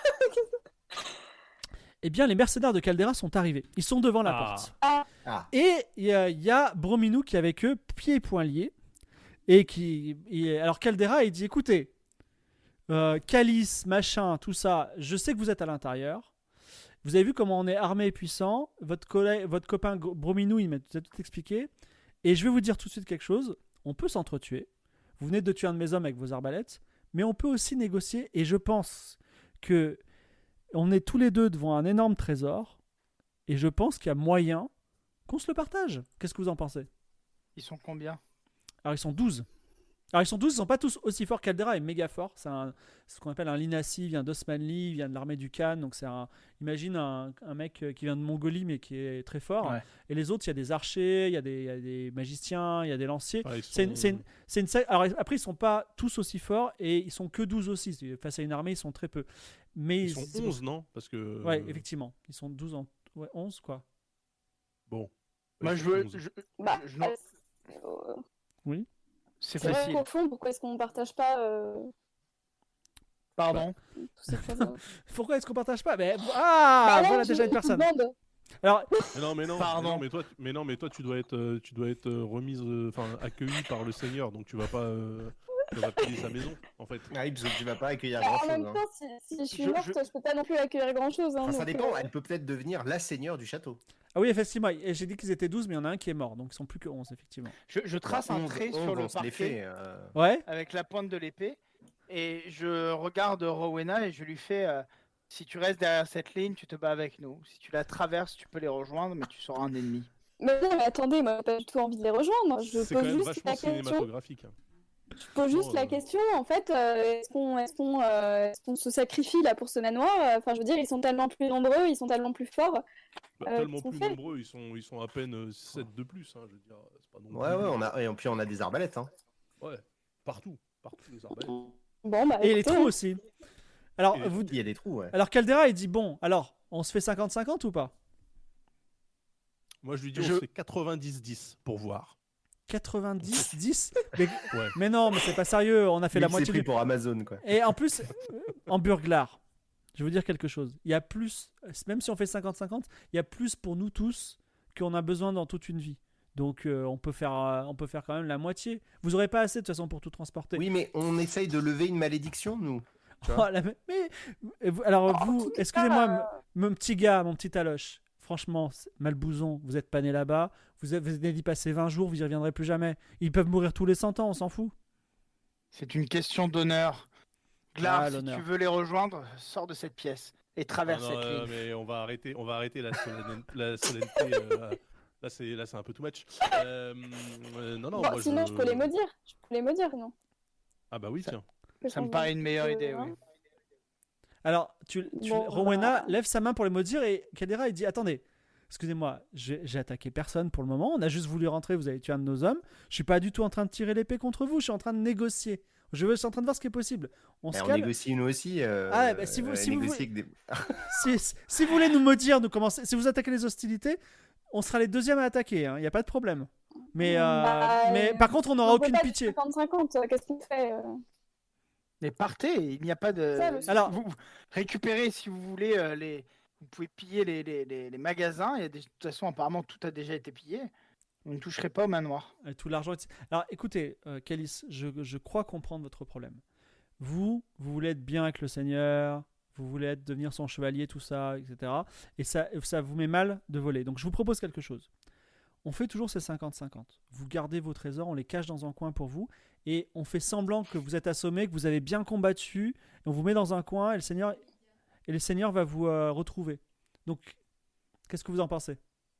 Eh bien, les mercenaires de Caldera sont arrivés. Ils sont devant la Ah. porte. Ah. Et il y, a- il y a Brominou qui est avec eux, pieds et poings liés. Et qui. et- alors Caldera, il dit écoutez, euh, Calice, machin, tout ça, je sais que vous êtes à l'intérieur. Vous avez vu comment on est armé et puissant. Votre, collègue, votre copain Go- Brominou, il m'a tout tout expliqué. Et je vais vous dire tout de suite quelque chose. On peut s'entretuer. Vous venez de tuer un de mes hommes avec vos arbalètes. Mais on peut aussi négocier. Et je pense que on est tous les deux devant un énorme trésor. Et je pense qu'il y a moyen qu'on se le partage. Qu'est-ce que vous en pensez? Ils sont combien? Alors ils sont douze. Alors ils sont douze, ils sont pas tous aussi forts. Caldera est méga fort. C'est un- c'est ce qu'on appelle un Linassi, il vient d'Osmanli, il vient de l'armée du Khan. Donc c'est un, imagine un, un mec euh, qui vient de Mongolie mais qui est très fort. Ouais. Et les autres, il y a des archers, il y a des, il y a des magiciens, il y a des lanciers. Ah, ils C'est une, sont- c'est une- c'est une sa- Alors après, ils sont pas tous aussi forts et ils sont que douze aussi. Face à une armée, ils sont très peu. Mais Ils sont c'est- onze, non? Parce que. Ouais, effectivement. Ils sont douze en. Ouais, onze quoi. Bon. Moi Ils je sont veux. onze. je- Bah, je- non, euh, euh, C'est c'est vrai facile. qu'au fond, pourquoi est-ce qu'on partage pas euh, Pardon. tous ces trésors? Pourquoi est-ce qu'on partage pas? Mais ah, Bah non, voilà je- déjà une je personne. demande. Alors, Mais non, mais non, Pardon. mais non, mais toi, tu- mais non, mais toi, tu dois être, euh, tu dois être euh, remise, euh, enfin accueilli par le Seigneur, donc tu vas pas, euh, tu vas pas payer sa maison, en fait. Ah oui, parce que tu vas pas accueillir Bah, grand en chose. même Hein. temps, si, si je suis Je- morte, je- je... peux pas non plus accueillir grand chose. Hein, Enfin, ça donc, dépend, euh, elle peut peut-être devenir la seigneur du château. ah oui, effectivement, et j'ai dit qu'ils étaient douze, mais il y en a un qui est mort, donc ils sont plus que onze, effectivement. Je, je trace un onze, trait onze, sur le on se les parquet fait, euh, Ouais. avec la pointe de l'épée et je regarde Rowena et je lui fais euh, si tu restes derrière cette ligne, tu te bats avec nous. Si tu la traverses, tu peux les rejoindre, mais tu seras un ennemi. Mais non, mais attendez, moi, j'ai pas du tout envie de les rejoindre. Je C'est quand pose même juste vachement la question. cinématographique. hein. Je pose juste Franchement, la euh, question, en fait, euh, est-ce qu'on est qu'on euh, est qu'on se sacrifie là pour ce manoir? Enfin, je veux dire, ils sont tellement plus nombreux, ils sont tellement plus forts. Bah, Euh, tellement qu'est-ce qu'on plus fait nombreux, ils sont, ils sont à peine sept de plus. Hein, je veux dire, c'est pas non Ouais, plus- ouais, on a... et puis on a des arbalètes. Hein. Ouais, partout, partout les arbalètes. Bon, bah, Et les écoutez, trous hein. aussi. Alors, Et les vous... Il y a des trous, ouais. Alors Caldera, il dit bon, alors, on se fait cinquante cinquante ou pas? Moi, je lui dis, Je- on fait quatre-vingt-dix dix pour voir. quatre-vingt-dix dix mais... Ouais. mais non, mais c'est pas sérieux, on a fait Lui, la il s'est moitié pris du... pour Amazon, quoi. Et en plus, euh, en burglar, je vais vous dire quelque chose. Il y a plus, même si on fait cinquante cinquante, il y a plus pour nous tous qu'on a besoin dans toute une vie. Donc euh, on peut faire, euh, on peut faire quand même la moitié. Vous aurez pas assez de toute façon pour tout transporter. Oui, mais on essaye de lever une malédiction, nous. Tu Oh, vois. la- mais, mais- alors En vous, tout cas, excusez-moi, euh, m- mon petit gars, mon petit Taloche. Franchement, c'est- Malbouzon, vous êtes pas né là-bas. Vous avez- vous venez d'y passer vingt jours, vous y reviendrez plus jamais. Ils peuvent mourir tous les cent ans, on s'en fout. C'est une question d'honneur. Glar, Ah, si l'honneur. tu veux les rejoindre, sors de cette pièce et Ah traverse non, cette euh, ligne. mais on va arrêter, on va arrêter la, solennité. la solennité, euh, là, c'est, là, c'est un peu too much. Euh, euh, non, non, bon, moi, sinon, je... peux les maudire. Je peux les maudire, non? Ah bah oui, Ça- tiens. Ça me paraît une meilleure Euh, idée, hein. oui. Alors, tu, tu- Bon, Rowena bah. lève sa main pour les maudire et Kadera il dit attendez, excusez-moi, j'ai, j'ai attaqué personne pour le moment. On a juste voulu rentrer, vous avez tué un de nos hommes. Je suis pas du tout en train de tirer l'épée contre vous. Je suis en train de négocier. Je veux- je suis en train de voir ce qui est possible. On Mais se on calme. négocie nous aussi. euh, Ah, bah, si vous- euh, si vous négocier avec des- Si, si vous voulez nous maudire, nous commencer, si vous attaquez les hostilités, on sera les deuxièmes à attaquer. Il n'y a pas de problème. Mais, euh, Bah, mais euh, par contre, on n'aura On peut aucune pas pitié. cinquante cinquante, euh, qu'est-ce qu'il fait euh Mais partez, il n'y a pas de. Ça, le- Alors- vous vous récupérez si vous voulez euh, les. Vous pouvez piller les, les, les, les magasins. Il y a des... De toute façon, apparemment, tout a déjà été pillé. Vous ne toucherez pas au manoir. Euh, Tout l'argent. est- Alors, écoutez, euh, Calice, je, je crois comprendre votre problème. Vous, vous voulez être bien avec le Seigneur, vous voulez être, devenir son chevalier, tout ça, et cetera. Et ça, ça vous met mal de voler. Donc, je vous propose quelque chose. On fait toujours ces cinquante cinquante. Vous gardez vos trésors, on les cache dans un coin pour vous, et on fait semblant que vous êtes assommé, que vous avez bien combattu, et on vous met dans un coin, et le Seigneur, et le Seigneur va vous euh, retrouver. Donc, qu'est-ce que vous en pensez?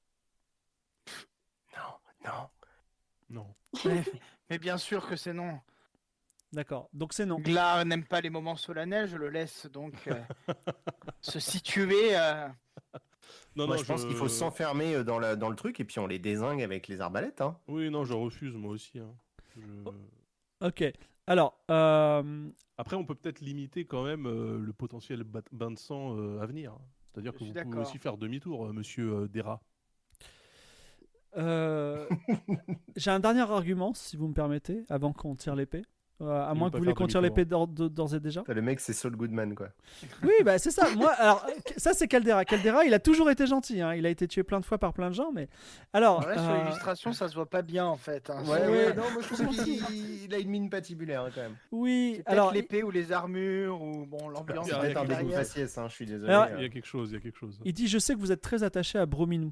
Non, non. Non. mais, mais bien sûr que c'est non. D'accord. Donc, c'est non. Glar n'aime pas les moments solennels. Je le laisse donc euh, se situer. euh, Non, Moi, non, je pense qu'il faut s'enfermer euh, dans, la, dans le truc et puis on les dézingue avec les arbalètes. Hein. Oui, non, je refuse moi aussi. hein. Je- Ok. Alors, euh, Après, on peut peut-être limiter quand même euh, le potentiel bat- bain de sang euh, à venir. C'est-à-dire Je que suis vous pouvez d'accord. aussi faire demi-tour, euh, monsieur euh, Dera. Euh, j'ai un dernier argument, si vous me permettez, avant qu'on tire l'épée. Euh, à Il moins veut que pas vous voulez faire qu'on tire demi-tour. l'épée d'or- d'or- d'ores et déjà. Le mec, c'est Saul Goodman, quoi. Oui, bah c'est ça. Moi, alors, ça c'est Caldera. Caldera, il a toujours été gentil. Hein. Il a été tué plein de fois par plein de gens, mais alors. Ouais, sur euh, l'illustration, ça se voit pas bien en fait. hein. Ouais, C'est- ouais, non, moi je trouve qu'il il a une mine patibulaire hein, quand même. Oui. C'est peut-être Alors, l'épée ou les armures ou bon l'ambiance. Il y Ça a va être un quelque dégoût chose. faciès, hein, je suis désolé. Alors, Il y euh. a quelque chose, il y a quelque chose. il dit, je sais que vous êtes très attaché à Brominou.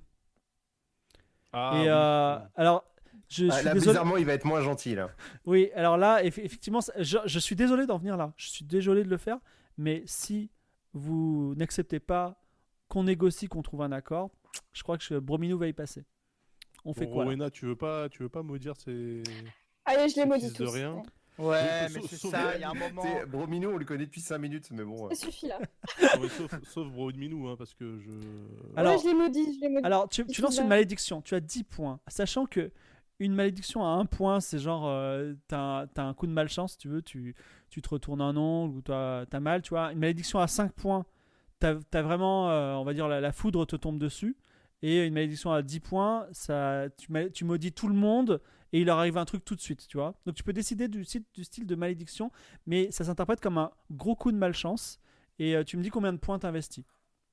Ah, et oui. euh, alors, je, je Ah, suis là, désolé. bizarrement, il va être moins gentil là. Oui, alors là, eff- effectivement, ça- je, je suis désolé d'en venir là. Je suis désolé de le faire, mais si vous n'acceptez pas qu'on négocie, qu'on trouve un accord, je crois que Brominou va y passer. On fait Bon, quoi là Rowena, tu veux pas, tu veux pas maudire ces. Allez, je les Ces maudis fils de tous. rien. Ouais, Sauf- mais sauf- c'est sauf- ça. Il y a un moment. T'sais, Bromino, on le connaît depuis cinq minutes, mais bon. euh. Ça suffit là. Ouais, sauf, sauf Broadminou, hein, parce que je. Alors- Ouais, je les maudis, je les maudis. Alors, tu, tu lances une Excuse-moi. malédiction, tu as dix points. Sachant que une malédiction à un point, c'est genre, euh, t'as un- t'as un coup de malchance, si tu veux, tu, tu te retournes un ongle ou t'as as mal, tu vois. Une malédiction à cinq points, t'as as vraiment, euh, on va dire, la, la foudre te tombe dessus. Et une malédiction à dix points, ça, tu, ma- tu maudis tout le monde et il leur arrive un truc tout de suite, tu vois. Donc tu peux décider du, site- du style de malédiction, mais ça s'interprète comme un gros coup de malchance. Et euh, tu me dis combien de points t'investis.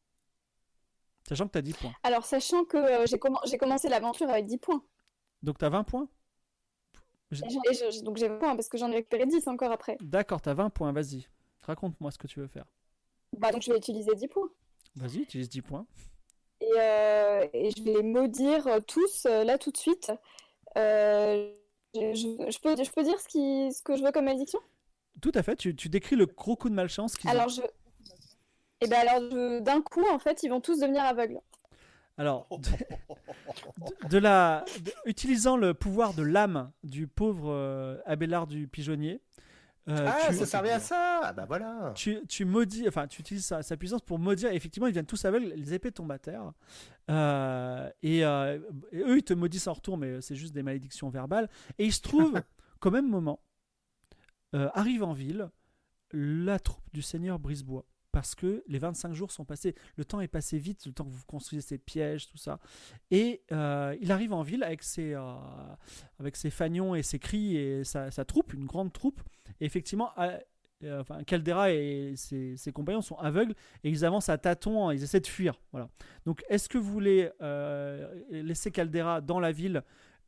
Sachant que t'as dix points. Alors, sachant que euh, j'ai commen- j'ai commencé l'aventure avec dix points. Donc t'as vingt points. Et j'ai- et je- donc j'ai vingt points parce que j'en ai récupéré dix encore après. D'accord, t'as vingt points, vas-y. Raconte-moi ce que tu veux faire. Bah, donc je vais utiliser dix points. Vas-y, utilise dix points. Et, euh, et je vais les maudire euh, tous euh, là tout de suite. Euh, je, je- je peux, je peux dire ce, qui, ce que je veux comme malédiction? Tout à fait, tu, tu décris le gros coup de malchance qu'ils ont. Alors, je. Et ben alors, je- d'un coup, en fait, ils vont tous devenir aveugles. Alors, de, de- de la, de- utilisant le pouvoir de l'âme du pauvre euh, Abélard du pigeonnier, euh, Ah, tu, ça servait à ça. Ah bah voilà. tu, tu maudis, enfin, tu utilises sa, sa puissance pour maudire. Et effectivement, ils viennent tous aveugles, les épées tombent à terre. Euh, et, euh, et eux, ils te maudissent en retour, mais c'est juste des malédictions verbales. Et il se trouve qu'au même moment, euh, arrive en ville la troupe du seigneur Brisebois. Parce que les vingt-cinq jours sont passés, le temps est passé vite, le temps que vous construisez ces pièges, tout ça. Et euh, il arrive en ville avec ses, euh, avec ses fanions et ses cris et sa, sa troupe, une grande troupe. Et effectivement, à- euh, enfin, Caldera et ses, ses compagnons sont aveugles et ils avancent à tâtons, ils essaient de fuir. Voilà. Donc, est-ce que vous voulez euh, laisser Caldera dans la ville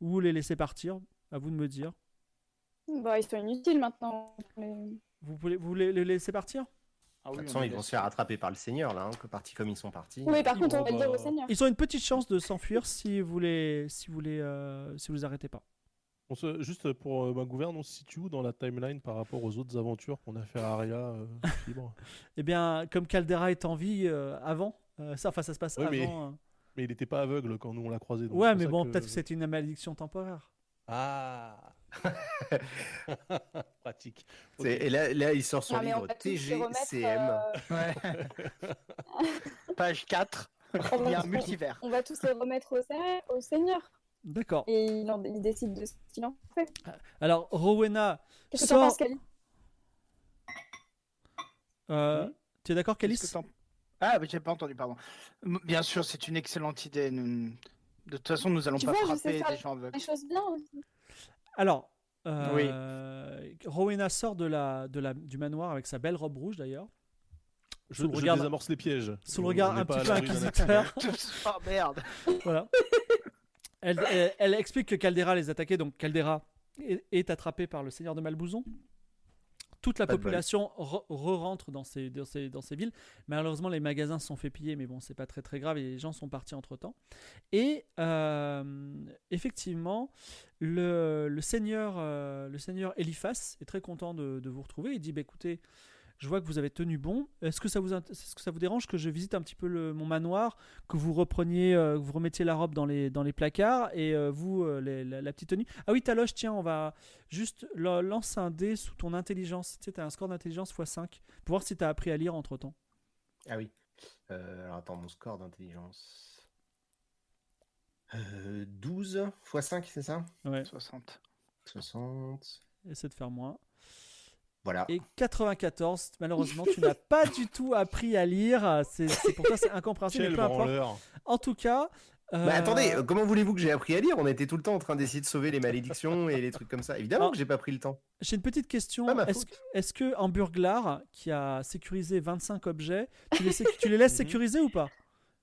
ou les laisser partir. À vous de me dire. Bah, ils sont inutiles maintenant. Mais... Vous voulez, vous voulez les laisser partir? Ah De oui, toute on façon, les ils vont laisse. se faire rattraper par le Seigneur, là, hein, que partis comme ils sont partis. Oui, par Ils contre, on vont, va le dire bah, au Seigneur. Ils ont une petite chance de s'enfuir si vous les, si vous les, euh, si vous les arrêtez pas. On se, juste pour euh, ma gouverne, on se situe où dans la timeline par rapport aux autres aventures qu'on a fait à Aria euh, libre Eh bien, comme Caldera est en vie euh, avant, euh, ça, enfin, ça se passe Oui, mais- avant. euh. Mais il n'était pas aveugle quand nous on l'a croisé. donc Ouais, c'est mais pour bon, ça peut-être que c'était une malédiction temporaire. Ah pratique. Ok. C'est- Et là, là, il sort son Non, mais on livre va tous les T G C M. remettre, Ouais. Page quatre. On Il y a va, un multivers. on va tous les remettre au, Se- au Seigneur. D'accord. Et il, en- il décide de ce qu'il en fait. Alors, Rowena Qu'est-ce que t'en sort. penses, Cali? Euh, Hmm Tu es d'accord, Calice? Qu'est-ce que t'en- Ah, mais j'ai pas entendu, pardon. M- Bien sûr, c'est une excellente idée. Nous- De toute façon, nous allons Tu pas vois, je sais frapper faire des gens aveugles. Les choses bien aussi. Alors, euh, Rowena sort de la, de la, du manoir avec sa belle robe rouge d'ailleurs. Je, sous le je regard- désamorce les pièges. Sous le On regard n'est un pas petit à peu l'abri d'un inquisiteur. Oh merde. Voilà. Elle, elle- elle explique que Caldera les attaquait, donc Caldera est, est attrapé par le seigneur de Malbouzon. Toute la Pas de bol. population re- re-rentre dans ces, dans, ces, dans ces villes. Malheureusement, les magasins se sont fait piller, mais bon, c'est pas très très grave et les gens sont partis entre temps. Et euh, effectivement, le, le seigneur, euh, le seigneur Eliphas est très content de, de vous retrouver. Il dit bah, écoutez, je vois que vous avez tenu bon. Est-ce que ça vous, int- est-ce que ça vous dérange que je visite un petit peu le, mon manoir, que vous repreniez, euh, que vous remettiez la robe dans les, dans les placards et euh, vous, euh, les- la, la petite tenue. Ah oui, Taloche, tiens, on va juste la- lance un dé sous ton intelligence. Tu sais, t'as un score d'intelligence fois cinq pour voir si t'as appris à lire entre temps. Ah oui. Euh, alors attends, mon score d'intelligence. Euh, douze fois cinq, c'est ça? Ouais, soixante. soixante. essaie de faire moins. Voilà. Et quatre-vingt-quatorze, malheureusement, tu n'as pas du tout appris à lire. C'est, c'est pour toi, c'est incompréhensible. Quel Mais peu importe. branleur. En tout cas. euh, Bah attendez, euh, comment voulez-vous que j'ai appris à lire? On était tout le temps en train d'essayer de sauver les malédictions et les trucs comme ça. Évidemment Ah. que j'ai pas pris le temps. J'ai une petite question. Pas ma Est-ce, faute. que- est-ce que un burglar qui a sécurisé vingt-cinq objets, tu les, sé- tu les laisses Mhm. sécuriser ou pas?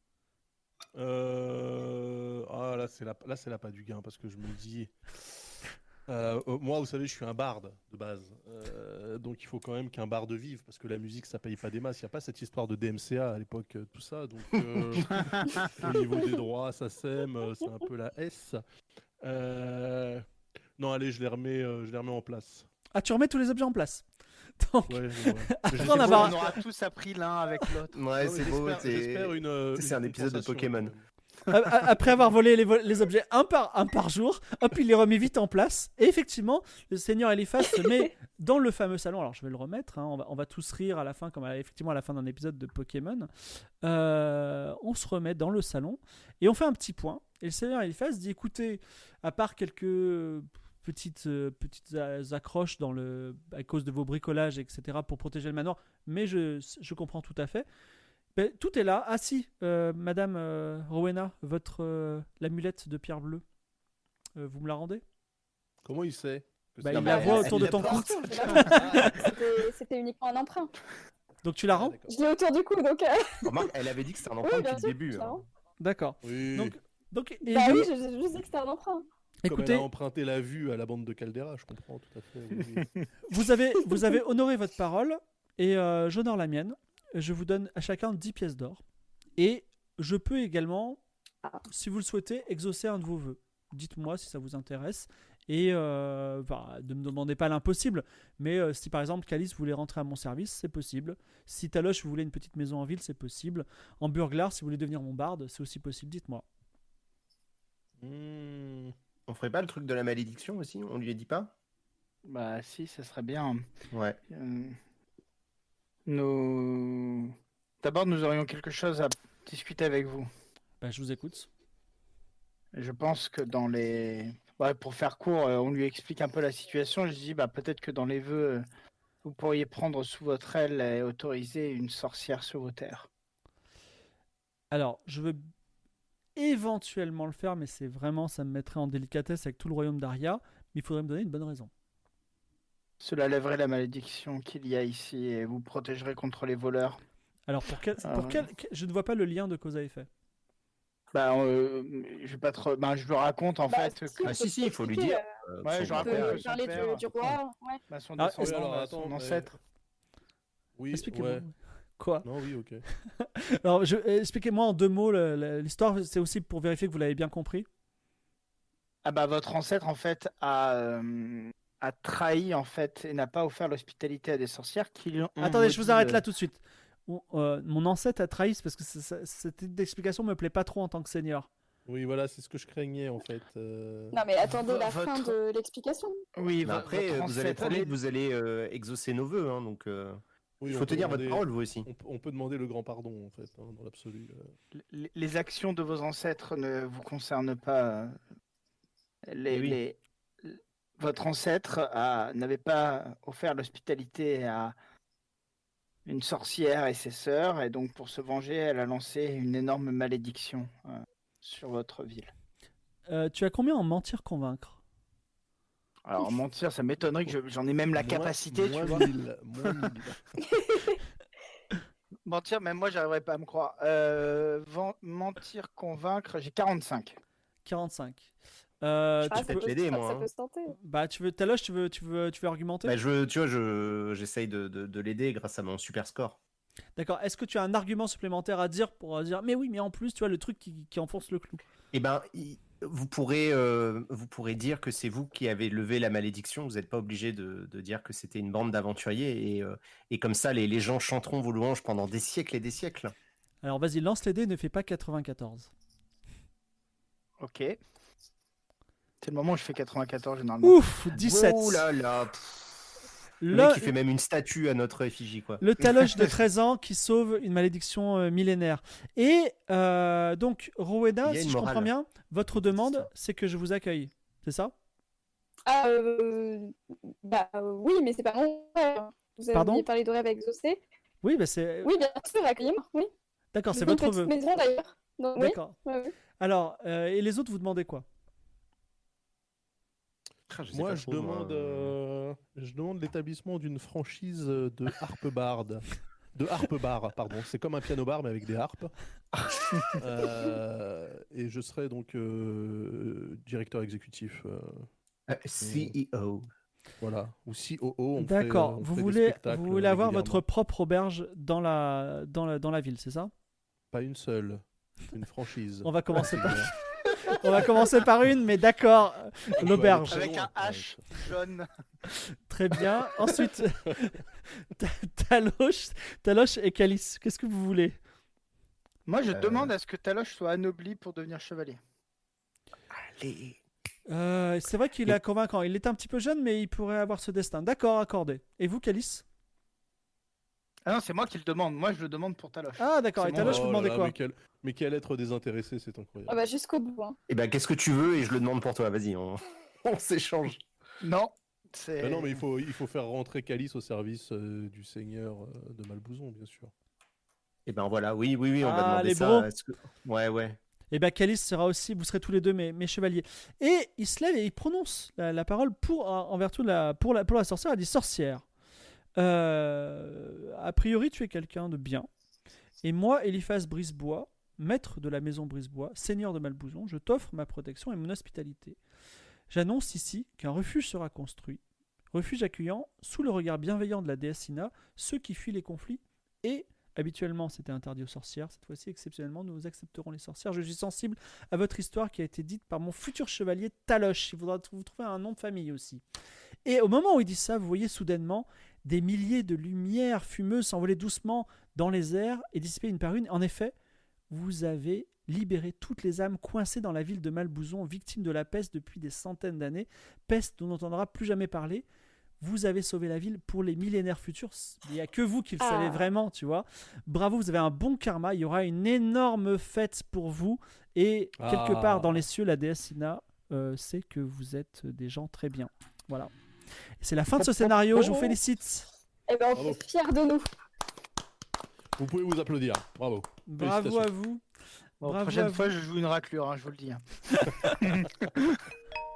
Euh... Ah, là, c'est la... là, c'est la pas du gain parce que je me dis. Euh, euh, moi, vous savez, je suis un barde de base. Euh, donc, il faut quand même qu'un barde vive parce que la musique, ça paye pas des masses. Il n'y a pas cette histoire de D M C A à l'époque, euh, tout ça. Donc, euh, au niveau des droits, ça sème, euh, c'est un peu la S. Euh, Non, allez, je les remets, euh, je les remets en place. Ah, tu remets tous les objets en place. Donc, Ouais, ouais. Mais Après j'essaie en de- avoir- On aura tous appris l'un avec l'autre. Ouais, Non, mais c'est beau. j'espère- c'est- j'espère une, euh, c'est une un épisode de compensation, Pokémon. quand même. a- a- après avoir volé les, vo- les objets un par, un par jour, hop, il les remet vite en place. Et effectivement, le seigneur Eliphas se met dans le fameux salon. Alors, je vais le remettre. hein, on, va, on va tous rire à la fin, comme à- effectivement à la fin d'un épisode de Pokémon. Euh, on se remet dans le salon et on fait un petit point. Et le seigneur Eliphas dit écoutez, à part quelques petites, euh, petites a- accroches dans le, à cause de vos bricolages, et cetera, pour protéger le manoir, mais je, je comprends tout à fait. Ben, tout est là. Ah si, euh, Madame euh, Rowena, votre euh, l'amulette de pierre bleue, euh, vous me la rendez? Comment il sait que Bah, c'est il la la voit merde autour de il ton la cou. porte. C'était- C'était uniquement un emprunt. Donc tu la Ah, rends? d'accord. Je l'ai autour du cou, donc. euh, Remarque, elle avait dit que c'était un Oui, emprunt bien depuis le sûr, début. je la hein. rends. D'accord. Oui. Donc, donc et Bah je- oui, je, je sais que c'était un emprunt. Comme écoutez, elle a emprunté la vue à la bande de Caldera, je comprends tout à fait. oui, oui. vous avez, vous avez honoré votre parole et euh, j'honore la mienne. Je vous donne à chacun dix pièces d'or. Et je peux également, si vous le souhaitez, exaucer un de vos vœux. Dites-moi si ça vous intéresse. Et euh, bah, ne me demandez pas l'impossible. Mais euh, si par exemple Calice voulait rentrer à mon service, c'est possible. Si Taloche vous voulez une petite maison en ville, c'est possible. En Burglar, si vous voulez devenir mon barde, c'est aussi possible. Dites-moi. Hmm. On ferait pas le truc de la malédiction aussi? On lui a dit pas? Bah si, ça serait bien. Ouais. Euh, Nous... D'abord, nous aurions quelque chose à discuter avec vous. Bah, je vous écoute. Je pense que dans les... Ouais, pour faire court, euh, on lui explique un peu la situation. Je dis, bah, peut-être que dans les vœux, euh, vous pourriez prendre sous votre aile et autoriser une sorcière sur vos terres. Alors, je veux éventuellement le faire, mais c'est vraiment, ça me mettrait en délicatesse avec tout le royaume d'Aria. Mais il faudrait me donner une bonne raison. Cela lèverait la malédiction qu'il y a ici et vous protégerez contre les voleurs. Alors, pour quel, Ah pour ouais. quel, je ne vois pas le lien de cause à effet. Bah, euh, je vais pas trop. Bah, je le raconte en Bah, fait. si, que- Ah on si peut si, il faut lui expliquer, dire. euh, euh, Ouais, son je On rappelle grand-père, que peut son parler père- du, du roi. Ouais. Bah, son Ah, descendant, oui, alors, bah, attends, son mais- ancêtre. Oui, Expliquez-moi. ouais. Quoi? Non, oui, ok. Alors, je, expliquez-moi en deux mots le- le- l'histoire. C'est aussi pour vérifier que vous l'avez bien compris. Ah bah votre ancêtre en fait a, euh, a trahi en fait et n'a pas offert l'hospitalité à des sorcières qui lui ont Attendez, je vous maudit arrête le- là tout de suite. On- euh, mon ancêtre a trahi c'est parce que ça- ça- cette explication me plaît pas trop en tant que senior. Oui, voilà, c'est ce que je craignais en fait. euh. Non, mais attendez Vo- la votre- fin de l'explication. Oui, Mais vo- après, votre euh, vous avez ancêtre promis est- que vous allez euh, exaucer nos vœux, hein, donc euh, Oui, il on faut peut tenir votre demander- parole, vous aussi. On, peut- on peut demander le grand pardon en fait, hein, dans l'absolu. euh. les, les actions de vos ancêtres ne vous concernent pas. euh, Les, Eh oui. les- Votre ancêtre a- n'avait pas offert l'hospitalité à une sorcière et ses sœurs, et donc pour se venger, elle a lancé une énorme malédiction euh, sur votre ville. Euh, tu as combien en mentir convaincre? Alors mentir, ça m'étonnerait que je- j'en ai même la Moins- capacité, moins tu vois. mille, moins mille. Mentir, même moi, j'arriverais pas à me croire. Euh, van- mentir, convaincre, j'ai quarante-cinq. quarante-cinq. Euh, Ah, tu ça peux... peut peut- l'aider, ça- moi, Ça hein. peut se tenter. Bah, tu veux, Taloche, tu veux, tu veux, tu veux argumenter? Bah, je, tu vois, je, j'essaye de, de, de l'aider grâce à mon super score. D'accord. Est-ce que tu as un argument supplémentaire à dire pour euh, dire, mais oui, mais en plus, tu vois, le truc qui, qui enfonce le clou. Eh ben, il- vous pourrez, euh, vous pourrez dire que c'est vous qui avez levé la malédiction. Vous n'êtes pas obligé de, de dire que c'était une bande d'aventuriers. Et, euh, et comme ça, les, les gens chanteront vos louanges pendant des siècles et des siècles. Alors, vas-y, lance les dés, ne fais pas quatre-vingt-quatorze. Ok. C'est le moment où je fais quatre-vingt-quatorze généralement. Ouf, dix-sept. Oh là là. pff, Le, Le, mec, il fait même une statue à notre effigie, quoi. le Taloche de treize ans qui sauve une malédiction euh, millénaire. Et euh, donc, Rowena, Il y a si une je comprends morale. bien, votre demande, ça. c'est que je vous accueille. C'est ça? Ah, euh, bah oui, mais c'est pas mon rêve. Vous avez Pardon oublié de parler de rêve exaucé. Oui, bah c'est. Oui, bien sûr, accueillez-moi. Oui. D'accord, c'est Une votre petite vœu. maison d'ailleurs. Donc, oui, D'accord. oui, oui. Alors, euh, et les autres, vous demandez quoi? Ah, je sais Moi, pas je trop, moi. demande, euh, je demande l'établissement d'une franchise de harpe barde. De harpe bar, pardon. C'est comme un piano bar, mais avec des harpes. Euh, et je serai donc euh, directeur exécutif. euh, Euh, C E O. voilà. Ou C O O. on D'accord. fait- on Vous fait des voulez, spectacles vous voulez avoir régulièrement. votre propre auberge dans la, dans la, dans la ville, c'est ça? Pas une seule. Une franchise. On va commencer par, on va commencer par une, mais d'accord. L'auberge. Avec un Ouais, H jaune. Très bien. Ensuite, Ta- Taloche, Taloche et Calice, qu'est-ce que vous voulez? Moi, je Euh. demande à ce que Taloche soit anobli pour devenir chevalier. Allez. Euh, c'est vrai qu'il est convaincant. Il est un petit peu jeune, mais il pourrait avoir ce destin. D'accord, accordé. Et vous, Calice? Ah non, c'est moi qui le demande. Moi, je le demande pour Taloche. Ah, d'accord. C'est Et mon Taloche, rôle. vous Oh là demandez là, quoi? mais quel, mais quel être désintéressé, c'est Ah incroyable. bah jusqu'au bout. Hein. Eh ben, qu'est-ce que tu veux et je le demande pour toi. Vas-y, on, on s'échange. Non, c'est. Bah non, mais il faut, il faut faire rentrer Calice au service euh, du seigneur euh, de Malbouzon, bien sûr. Eh ben voilà, oui, oui, oui, on Ah, va demander les ça. bros. Est-ce que- Ouais, ouais. Et bien, Calice sera aussi, vous serez tous les deux mes, mes chevaliers. Et il se lève et il prononce la, la parole pour, en vertu de la, pour, la, pour la sorcière. Il dit sorcière. Euh, a priori, tu es quelqu'un de bien. Et moi, Eliphas Brisebois, maître de la maison Brisebois, seigneur de Malbouzon, je t'offre ma protection et mon hospitalité. J'annonce ici qu'un refuge sera construit. Refuge accueillant, sous le regard bienveillant de la déesse Ina, ceux qui fuient les conflits et. Habituellement, c'était interdit aux sorcières. Cette fois-ci, exceptionnellement, nous accepterons les sorcières. Je suis sensible à votre histoire qui a été dite par mon futur chevalier Taloche. Il faudra vous trouver un nom de famille aussi. Et au moment où il dit ça, vous voyez soudainement des milliers de lumières fumeuses s'envoler doucement dans les airs et dissiper une par une. En effet, vous avez libéré toutes les âmes coincées dans la ville de Malbouzon, victimes de la peste depuis des centaines d'années. Peste dont on n'entendra plus jamais parler. Vous avez sauvé la ville pour les millénaires futurs. Il n'y a que vous qui le Ah. savez vraiment, tu vois. Bravo, vous avez un bon karma. Il y aura une énorme fête pour vous. Et quelque Ah. part dans les cieux, la déesse Ina euh, sait que vous êtes des gens très bien. Voilà. Et c'est la fin de ce scénario. Je vous félicite. Eh ben, on Bravo. est fiers de nous. Vous pouvez vous applaudir. Bravo. Bravo à vous. Bon, Bravo à prochaine vous. fois, je joue une raclure, hein, je vous le dis. hein.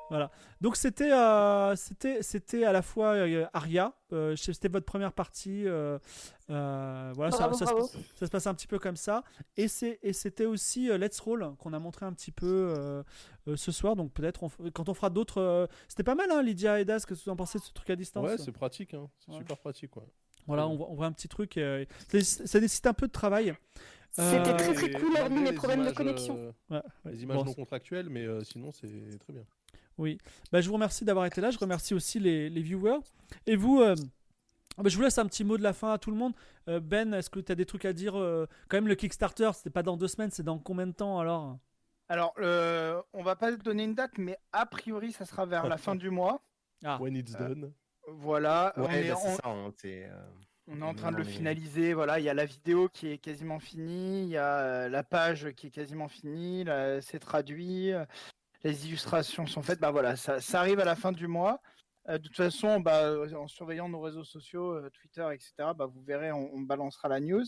Voilà. Donc c'était, euh, c'était, c'était à la fois euh, Aria. Euh, c'était votre première partie. Euh, euh, voilà, Bravo, ça, ça, bravo. se, ça se passe un petit peu comme ça. Et, c'est, et c'était aussi euh, Let's Roll qu'on a montré un petit peu euh, euh, ce soir. Donc peut-être on, quand on fera d'autres. Euh, c'était pas mal, hein, Lydia et Daz. Qu'est-ce que vous en pensez de ce truc à distance? Ouais, c'est pratique, hein. C'est Ouais. super pratique, ouais. Voilà, on voit, on voit un petit truc. Euh, ça, ça nécessite un peu de travail. C'était Euh, très très Et cool, hormis malgré les les problèmes de images, connexion. euh, Ouais, ouais. Les images Bon, non contractuelles, mais euh, sinon c'est très bien. oui. Bah, je vous remercie d'avoir été là. Je remercie aussi les, les viewers. Et vous, euh, bah, je vous laisse un petit mot de la fin à tout le monde. Euh, Ben, est-ce que tu as des trucs à dire euh, Quand même, le Kickstarter, c'était pas dans deux semaines, c'est dans combien de temps alors? Alors, euh, on va pas donner une date, mais a priori, ça sera vers la fin du mois. Ah, When it's Euh, done. Voilà, on Ouais, est bah, c'est en- ça. hein, c'est, euh, On est en On train est de le dans les- finaliser. Voilà, il y a la vidéo qui est quasiment finie, il y a euh, la page qui est quasiment finie, là, c'est traduit, euh, les illustrations sont faites. Bah voilà, ça, ça arrive à la fin du mois. Euh, de toute façon, bah, en surveillant nos réseaux sociaux, euh, Twitter, et cetera, bah, vous verrez, on, on balancera la news.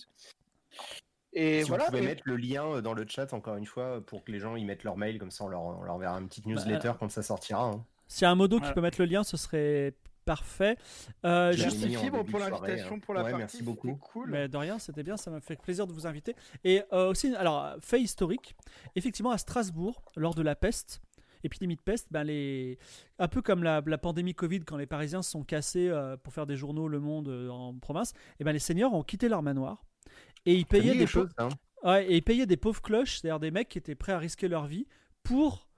Et si voilà. vous pouvez et- mettre le lien dans le chat, encore une fois, pour que les gens y mettent leur mail, comme ça on leur, on leur enverra une petite newsletter quand ça sortira. hein. s'il y a un modo qui Voilà. peut mettre le lien, ce serait parfait. Euh, Je l'ai juste- mis Merci en Fibre début pour de soirée, l'invitation, hein. pour la Ouais, partie, merci c'était beaucoup. cool. Mais de rien, c'était bien, ça m'a fait plaisir de vous inviter. Et euh, aussi, alors, fait historique, effectivement, à Strasbourg, lors de la peste, épidémie de peste, ben les... un peu comme la, la pandémie Covid, quand les Parisiens se sont cassés euh, pour faire des journaux Le Monde euh, en province, et ben les seigneurs ont quitté leur manoir. Et ils Ça payaient, dit des les choses, pau- hein. ouais, et ils payaient des pauvres cloches, c'est-à-dire des mecs qui étaient prêts à risquer leur vie pour,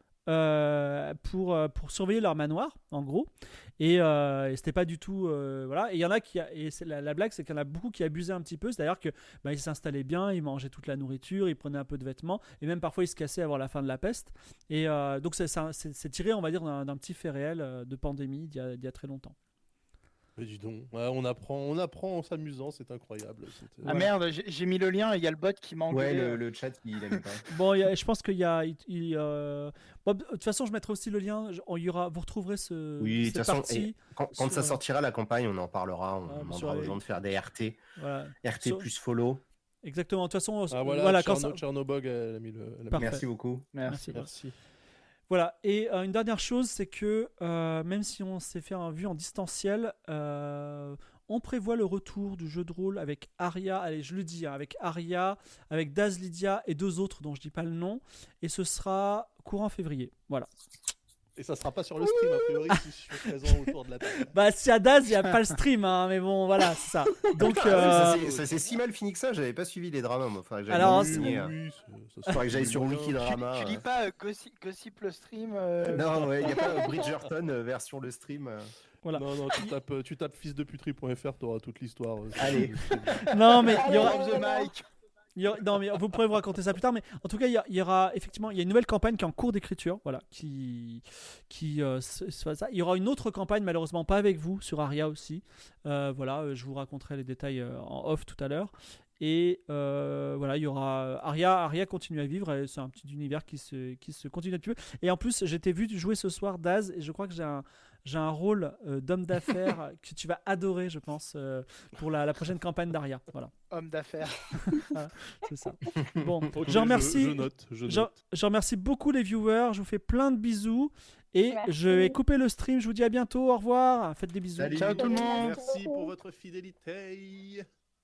euh, pour, euh, pour surveiller leur manoir, en gros. Et, euh, et c'était pas du tout euh, voilà. Et il y en a qui a- et c'est la, la blague, c'est qu'il y en a beaucoup qui abusaient un petit peu, c'est-à-dire que bah, ils s'installaient bien, ils mangeaient toute la nourriture, ils prenaient un peu de vêtements, et même parfois ils se cassaient avant la fin de la peste. Et euh, donc c'est, c'est, c'est- c'est tiré, on va dire, d'un, d'un petit fait réel euh, de pandémie d'il y a, d'il y a très longtemps. Mais dis donc, ouais, on apprend, on apprend en s'amusant, c'est incroyable. C'était- Ah merde, j'ai j'ai mis le lien et il y a le bot qui m'a Ouais, engueulé. le, le chat, il aime pas. Bon, il y a- je pense qu'il y a, il- il, euh, bon, de toute façon, je mettrai aussi le lien. je- il y aura, vous retrouverez ce, Oui, de cette toute façon, partie. Quand, quand sur- ça sortira la campagne, on en parlera. On Ouais, demandera sur aux les- gens de faire des R T. Voilà. R T Sur- plus follow. Exactement. De toute façon, Ah voilà, voilà quand Tcherno- ça- Tchernobog, elle a mis le. elle a mis- Parfait. Merci beaucoup. Merci. Merci. Voilà, et euh, une dernière chose, c'est que euh, même si on s'est fait un vue en distanciel, euh, on prévoit le retour du jeu de rôle avec Aria, allez je le dis, hein, avec Aria, avec Daz Lydia et deux autres dont je dis pas le nom, et ce sera courant février, voilà. Et ça sera pas sur le stream, a priori, si je suis présent autour de la table. Bah si à Daz, il n'y a pas le stream, hein, mais bon voilà, c'est ça. Donc, Ah oui, euh, ça s'est- ça s'est si mal fini que ça, j'avais pas suivi les dramas. Moi. Faudrait que j'aille Alors, me c'est- renseigner, Oui, hein. oui, ça- ça se Faudrait que j'aille fait sur bien. Tu, Wikidrama. tu euh. lis pas euh, Gossip, Gossip le stream euh, Non, il n'y a pas euh, Bridgerton euh, version le stream. euh. voilà. Non, non, tu tapes, euh, tu tapes fils de puterie point f r, t'auras toute l'histoire. euh, sur Allez. le stream. Non mais il y aura, Drop the mic. il y aura- non mais vous pourrez vous raconter ça plus tard, mais en tout cas il y, a- il y aura effectivement il y a une nouvelle campagne qui est en cours d'écriture, voilà, qui qui euh, se- soit ça. Il y aura une autre campagne malheureusement pas avec vous sur Aria aussi, Euh, voilà, euh, je vous raconterai les détails euh, en off tout à l'heure. Et euh, voilà, il y aura Aria, Aria continue à vivre, et c'est un petit univers qui se, qui se continue un petit peu. Et en plus, j'étais vu jouer ce soir Daz, et je crois que j'ai un, j'ai un rôle euh, d'homme d'affaires que tu vas adorer, je pense, euh, pour la, la prochaine campagne d'Aria. Voilà, Homme d'affaires. c'est ça. Bon, Ok, je remercie. Je, je note, je Je, note. je remercie beaucoup les viewers, je vous fais plein de bisous. Et Merci. je vais couper le stream, je vous dis à bientôt, au revoir, faites des bisous. Salut. Ciao tout le monde. Merci pour votre fidélité.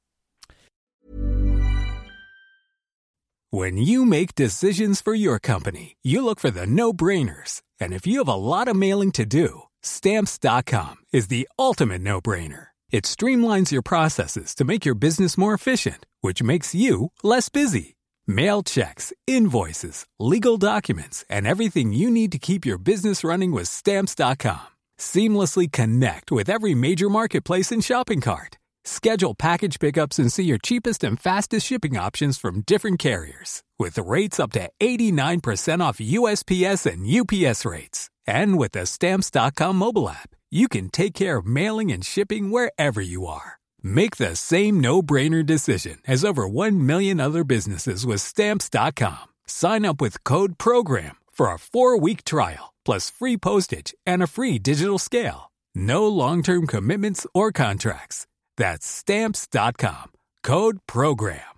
When you make decisions for your company, you look for the no-brainers. And if you have a lot of mailing to do, Stamps dot com is the ultimate no-brainer. It streamlines your processes to make your business more efficient, which makes you less busy. Mail checks, invoices, legal documents, and everything you need to keep your business running with Stamps dot com. Seamlessly connect with every major marketplace and shopping cart. Schedule package pickups and see your cheapest and fastest shipping options from different carriers. With rates up to eighty-nine percent off U S P S and U P S rates. And with the Stamps dot com mobile app, you can take care of mailing and shipping wherever you are. Make the same no-brainer decision as over one million other businesses with Stamps dot com. Sign up with code PROGRAM for a four-week trial, plus free postage and a free digital scale. No long-term commitments or contracts. That's Stamps dot com. Code PROGRAM.